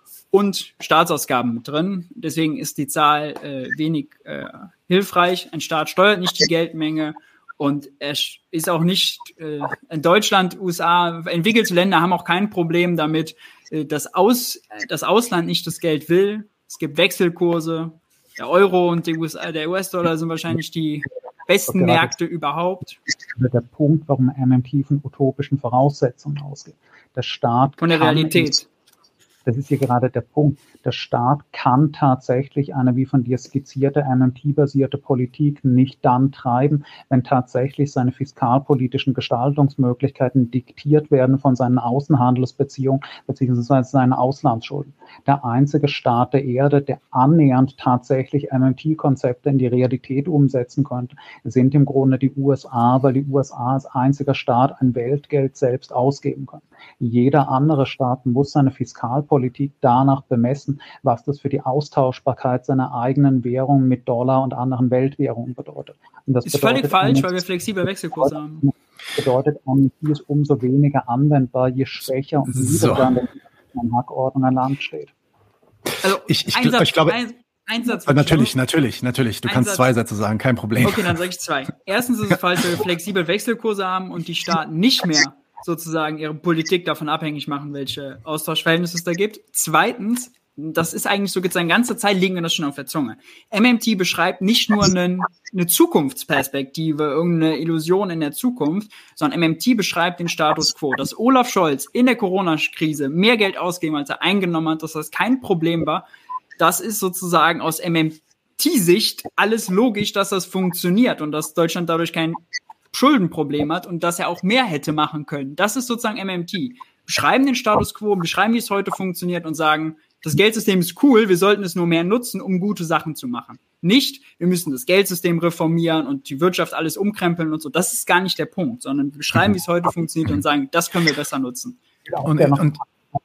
und Staatsausgaben mit drin. Deswegen ist die Zahl äh, wenig äh, hilfreich. Ein Staat steuert nicht die Geldmenge und er ist auch nicht äh, in Deutschland, U S A, entwickelte Länder haben auch kein Problem damit, äh, dass Aus, das Ausland nicht das Geld will. Es gibt Wechselkurse. Der Euro und die U S A, der U S-Dollar sind wahrscheinlich die besten okay, Märkte überhaupt. Der Punkt, warum M M T von utopischen Voraussetzungen ausgeht. Der Staat von der Realität. Das ist hier gerade der Punkt. Der Staat kann tatsächlich eine wie von dir skizzierte M M T-basierte Politik nicht dann treiben, wenn tatsächlich seine fiskalpolitischen Gestaltungsmöglichkeiten diktiert werden von seinen Außenhandelsbeziehungen bzw. seinen Auslandsschulden. Der einzige Staat der Erde, der annähernd tatsächlich M M T-Konzepte in die Realität umsetzen könnte, sind im Grunde die U S A, weil die U S A als einziger Staat ein Weltgeld selbst ausgeben kann. Jeder andere Staat muss seine Fiskalpolitik danach bemessen, was das für die Austauschbarkeit seiner eigenen Währung mit Dollar und anderen Weltwährungen bedeutet. Und das ist völlig falsch, weil wir flexible Wechselkurse haben. Das bedeutet, M M T ist umso weniger anwendbar, je schwächer und niedriger in der Hackordnung ein Land steht. Also ich, ich, Satz, ich glaube, ein, ein Satz natürlich, natürlich, natürlich. Du kannst Satz. zwei Sätze sagen, kein Problem. Okay, dann sage ich zwei. Erstens ist es falsch, weil wir flexible Wechselkurse haben und die Staaten nicht mehr sozusagen ihre Politik davon abhängig machen, welche Austauschverhältnisse es da gibt. Zweitens, das ist eigentlich so, jetzt eine ganze Zeit liegen wir das schon auf der Zunge. M M T beschreibt nicht nur eine, eine Zukunftsperspektive, irgendeine Illusion in der Zukunft, sondern M M T beschreibt den Status quo. Dass Olaf Scholz in der Corona-Krise mehr Geld ausgegeben, als er eingenommen hat, dass das kein Problem war, das ist sozusagen aus M M T-Sicht alles logisch, dass das funktioniert und dass Deutschland dadurch kein Schuldenproblem hat und dass er auch mehr hätte machen können. Das ist sozusagen M M T. Beschreiben den Status quo, beschreiben, wie es heute funktioniert und sagen, das Geldsystem ist cool, wir sollten es nur mehr nutzen, um gute Sachen zu machen. Nicht, wir müssen das Geldsystem reformieren und die Wirtschaft alles umkrempeln und so. Das ist gar nicht der Punkt, sondern wir beschreiben, wie es heute funktioniert und sagen, das können wir besser nutzen. Und, und,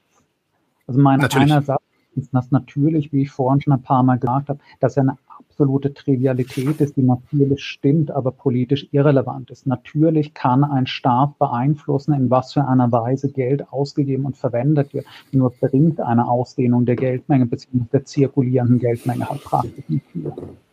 also mein einer Satz ist das natürlich, wie ich vorhin schon ein paar Mal gesagt habe, dass er eine absolute Trivialität ist, die natürlich stimmt, aber politisch irrelevant ist. Natürlich kann ein Staat beeinflussen, in was für einer Weise Geld ausgegeben und verwendet wird. Nur bringt eine Ausdehnung der Geldmenge bzw. der zirkulierenden Geldmenge halt praktisch nicht viel.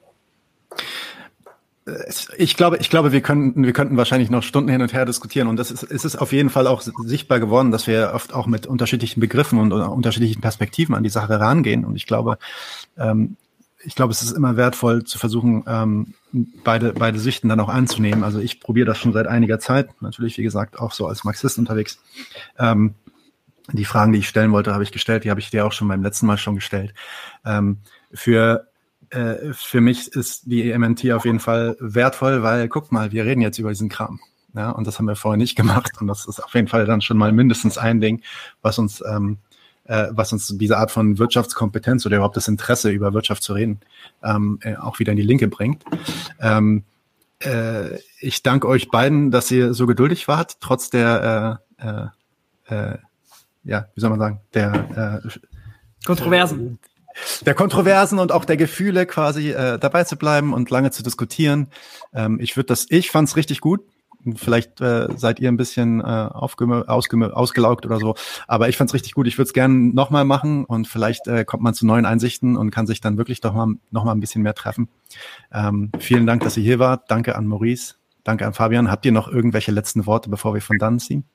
Ich glaube, ich glaube, wir könnten, wir könnten wahrscheinlich noch Stunden hin und her diskutieren. Und das ist, es ist auf jeden Fall auch sichtbar geworden, dass wir oft auch mit unterschiedlichen Begriffen und unterschiedlichen Perspektiven an die Sache rangehen. Und ich glaube, ähm, ich glaube, es ist immer wertvoll zu versuchen, ähm, beide, beide Sichten dann auch anzunehmen. Also ich probiere das schon seit einiger Zeit, natürlich, wie gesagt, auch so als Marxist unterwegs. Ähm, Die Fragen, die ich stellen wollte, habe ich gestellt. Die habe ich dir auch schon beim letzten Mal schon gestellt. Ähm, für äh, für mich ist die M M T auf jeden Fall wertvoll, weil, guck mal, wir reden jetzt über diesen Kram. Ja, und das haben wir vorher nicht gemacht. Und das ist auf jeden Fall dann schon mal mindestens ein Ding, was uns ähm, äh, was uns diese Art von Wirtschaftskompetenz oder überhaupt das Interesse, über Wirtschaft zu reden, ähm, äh, auch wieder in die Linke bringt. Ähm, äh, ich danke euch beiden, dass ihr so geduldig wart, trotz der äh, äh, äh, ja, wie soll man sagen, der äh, Kontroversen. Der Kontroversen und auch der Gefühle quasi äh, dabei zu bleiben und lange zu diskutieren. Ähm, ich würde das, ich fand's richtig gut. Vielleicht äh, seid ihr ein bisschen äh, aufgemö- ausgemö- ausgelaugt oder so, aber ich fand's richtig gut. Ich würde es gerne nochmal machen und vielleicht äh, kommt man zu neuen Einsichten und kann sich dann wirklich doch mal noch mal ein bisschen mehr treffen. Ähm, vielen Dank, dass ihr hier wart. Danke an Maurice. Danke an Fabian. Habt ihr noch irgendwelche letzten Worte, bevor wir von dann ziehen?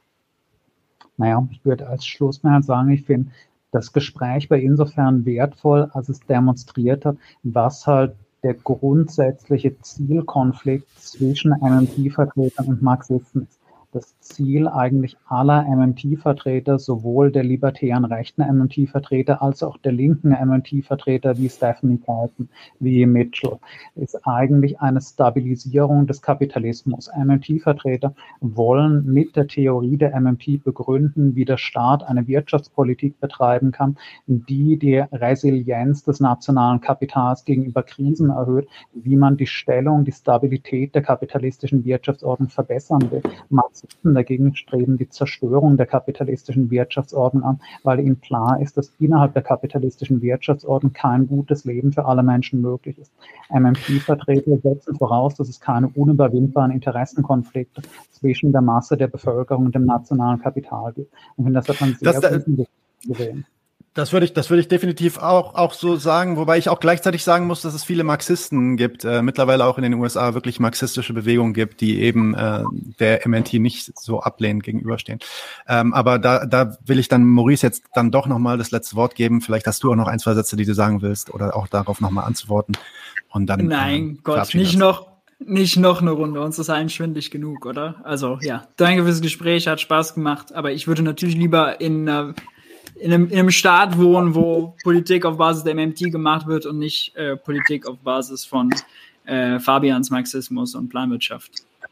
Naja, ich würde als Schluss mal sagen, ich finde, das Gespräch war insofern wertvoll, als es demonstriert hat, was halt der grundsätzliche Zielkonflikt zwischen M M T-Vertretern und Marxisten ist. Das Ziel eigentlich aller M M T-Vertreter, sowohl der libertären rechten M M T-Vertreter als auch der linken M M T-Vertreter wie Stephanie Carlton, wie Mitchell, ist eigentlich eine Stabilisierung des Kapitalismus. M M T-Vertreter wollen mit der Theorie der M M T begründen, wie der Staat eine Wirtschaftspolitik betreiben kann, die die Resilienz des nationalen Kapitals gegenüber Krisen erhöht, wie man die Stellung, die Stabilität der kapitalistischen Wirtschaftsordnung verbessern will. Marxisten dagegen streben die Zerstörung der kapitalistischen Wirtschaftsordnung an, weil ihnen klar ist, dass innerhalb der kapitalistischen Wirtschaftsordnung kein gutes Leben für alle Menschen möglich ist. M M T-Vertreter setzen voraus, dass es keine unüberwindbaren Interessenkonflikte zwischen der Masse der Bevölkerung und dem nationalen Kapital gibt. Und das hat man sehr das, gut gesehen. Das würde ich, das würde ich definitiv auch, auch so sagen, wobei ich auch gleichzeitig sagen muss, dass es viele Marxisten gibt, äh, mittlerweile auch in den U S A wirklich marxistische Bewegungen gibt, die eben äh, der M M T nicht so ablehnend gegenüberstehen. Ähm, aber da, da will ich dann Maurice jetzt dann doch nochmal das letzte Wort geben. Vielleicht hast du auch noch ein, zwei Sätze, die du sagen willst oder auch darauf nochmal antworten. Und dann, Nein, ähm, Gott, nicht noch, nicht noch eine Runde. Uns ist allen schwindelig genug, oder? Also, ja, danke fürs Gespräch, hat Spaß gemacht. Aber ich würde natürlich lieber in äh, In einem, in einem Staat wohnen, wo Politik auf Basis der M M T gemacht wird und nicht äh, Politik auf Basis von äh, Fabians Marxismus und Planwirtschaft.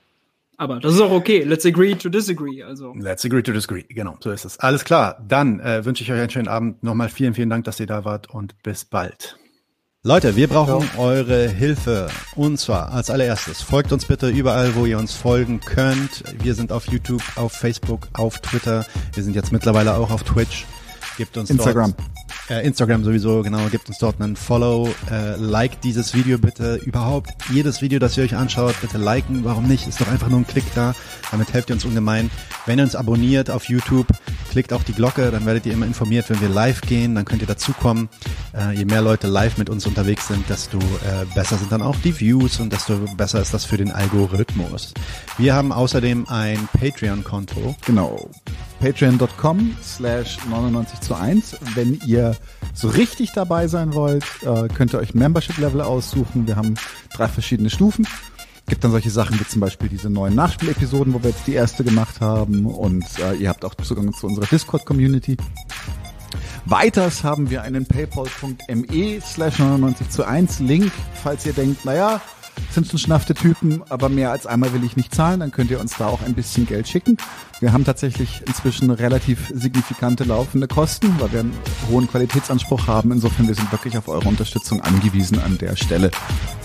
Aber das ist auch okay. Let's agree to disagree. Also. Let's agree to disagree. Genau, so ist es. Alles klar. Dann äh, wünsche ich euch einen schönen Abend. Nochmal vielen, vielen Dank, dass ihr da wart und bis bald. Leute, wir brauchen ja. eure Hilfe. Und zwar als allererstes, folgt uns bitte überall, wo ihr uns folgen könnt. Wir sind auf YouTube, auf Facebook, auf Twitter. Wir sind jetzt mittlerweile auch auf Twitch. Gebt uns Instagram. Dort, äh, Instagram sowieso, genau. Gebt uns dort einen Follow. Äh, like dieses Video bitte. Überhaupt jedes Video, das ihr euch anschaut, bitte liken. Warum nicht? Ist doch einfach nur ein Klick da. Damit helft ihr uns ungemein. Wenn ihr uns abonniert auf YouTube, klickt auch die Glocke. Dann werdet ihr immer informiert, wenn wir live gehen. Dann könnt ihr dazukommen. Äh, je mehr Leute live mit uns unterwegs sind, desto äh, besser sind dann auch die Views und desto besser ist das für den Algorithmus. Wir haben außerdem ein Patreon-Konto. Genau. Patreon.com slash neunundneunzig zu eins. Wenn ihr so richtig dabei sein wollt, äh, könnt ihr euch Membership-Level aussuchen. Wir haben drei verschiedene Stufen. Gibt dann solche Sachen wie zum Beispiel diese neuen Nachspielepisoden, wo wir jetzt die erste gemacht haben. Und äh, ihr habt auch Zugang zu unserer Discord-Community. Weiters haben wir einen paypal.me slash neunundneunzig zu eins Link. Falls ihr denkt, naja, sind schon schnaffte Typen, aber mehr als einmal will ich nicht zahlen, dann könnt ihr uns da auch ein bisschen Geld schicken. Wir haben tatsächlich inzwischen relativ signifikante laufende Kosten, weil wir einen hohen Qualitätsanspruch haben. Insofern, wir sind wirklich auf eure Unterstützung angewiesen an der Stelle.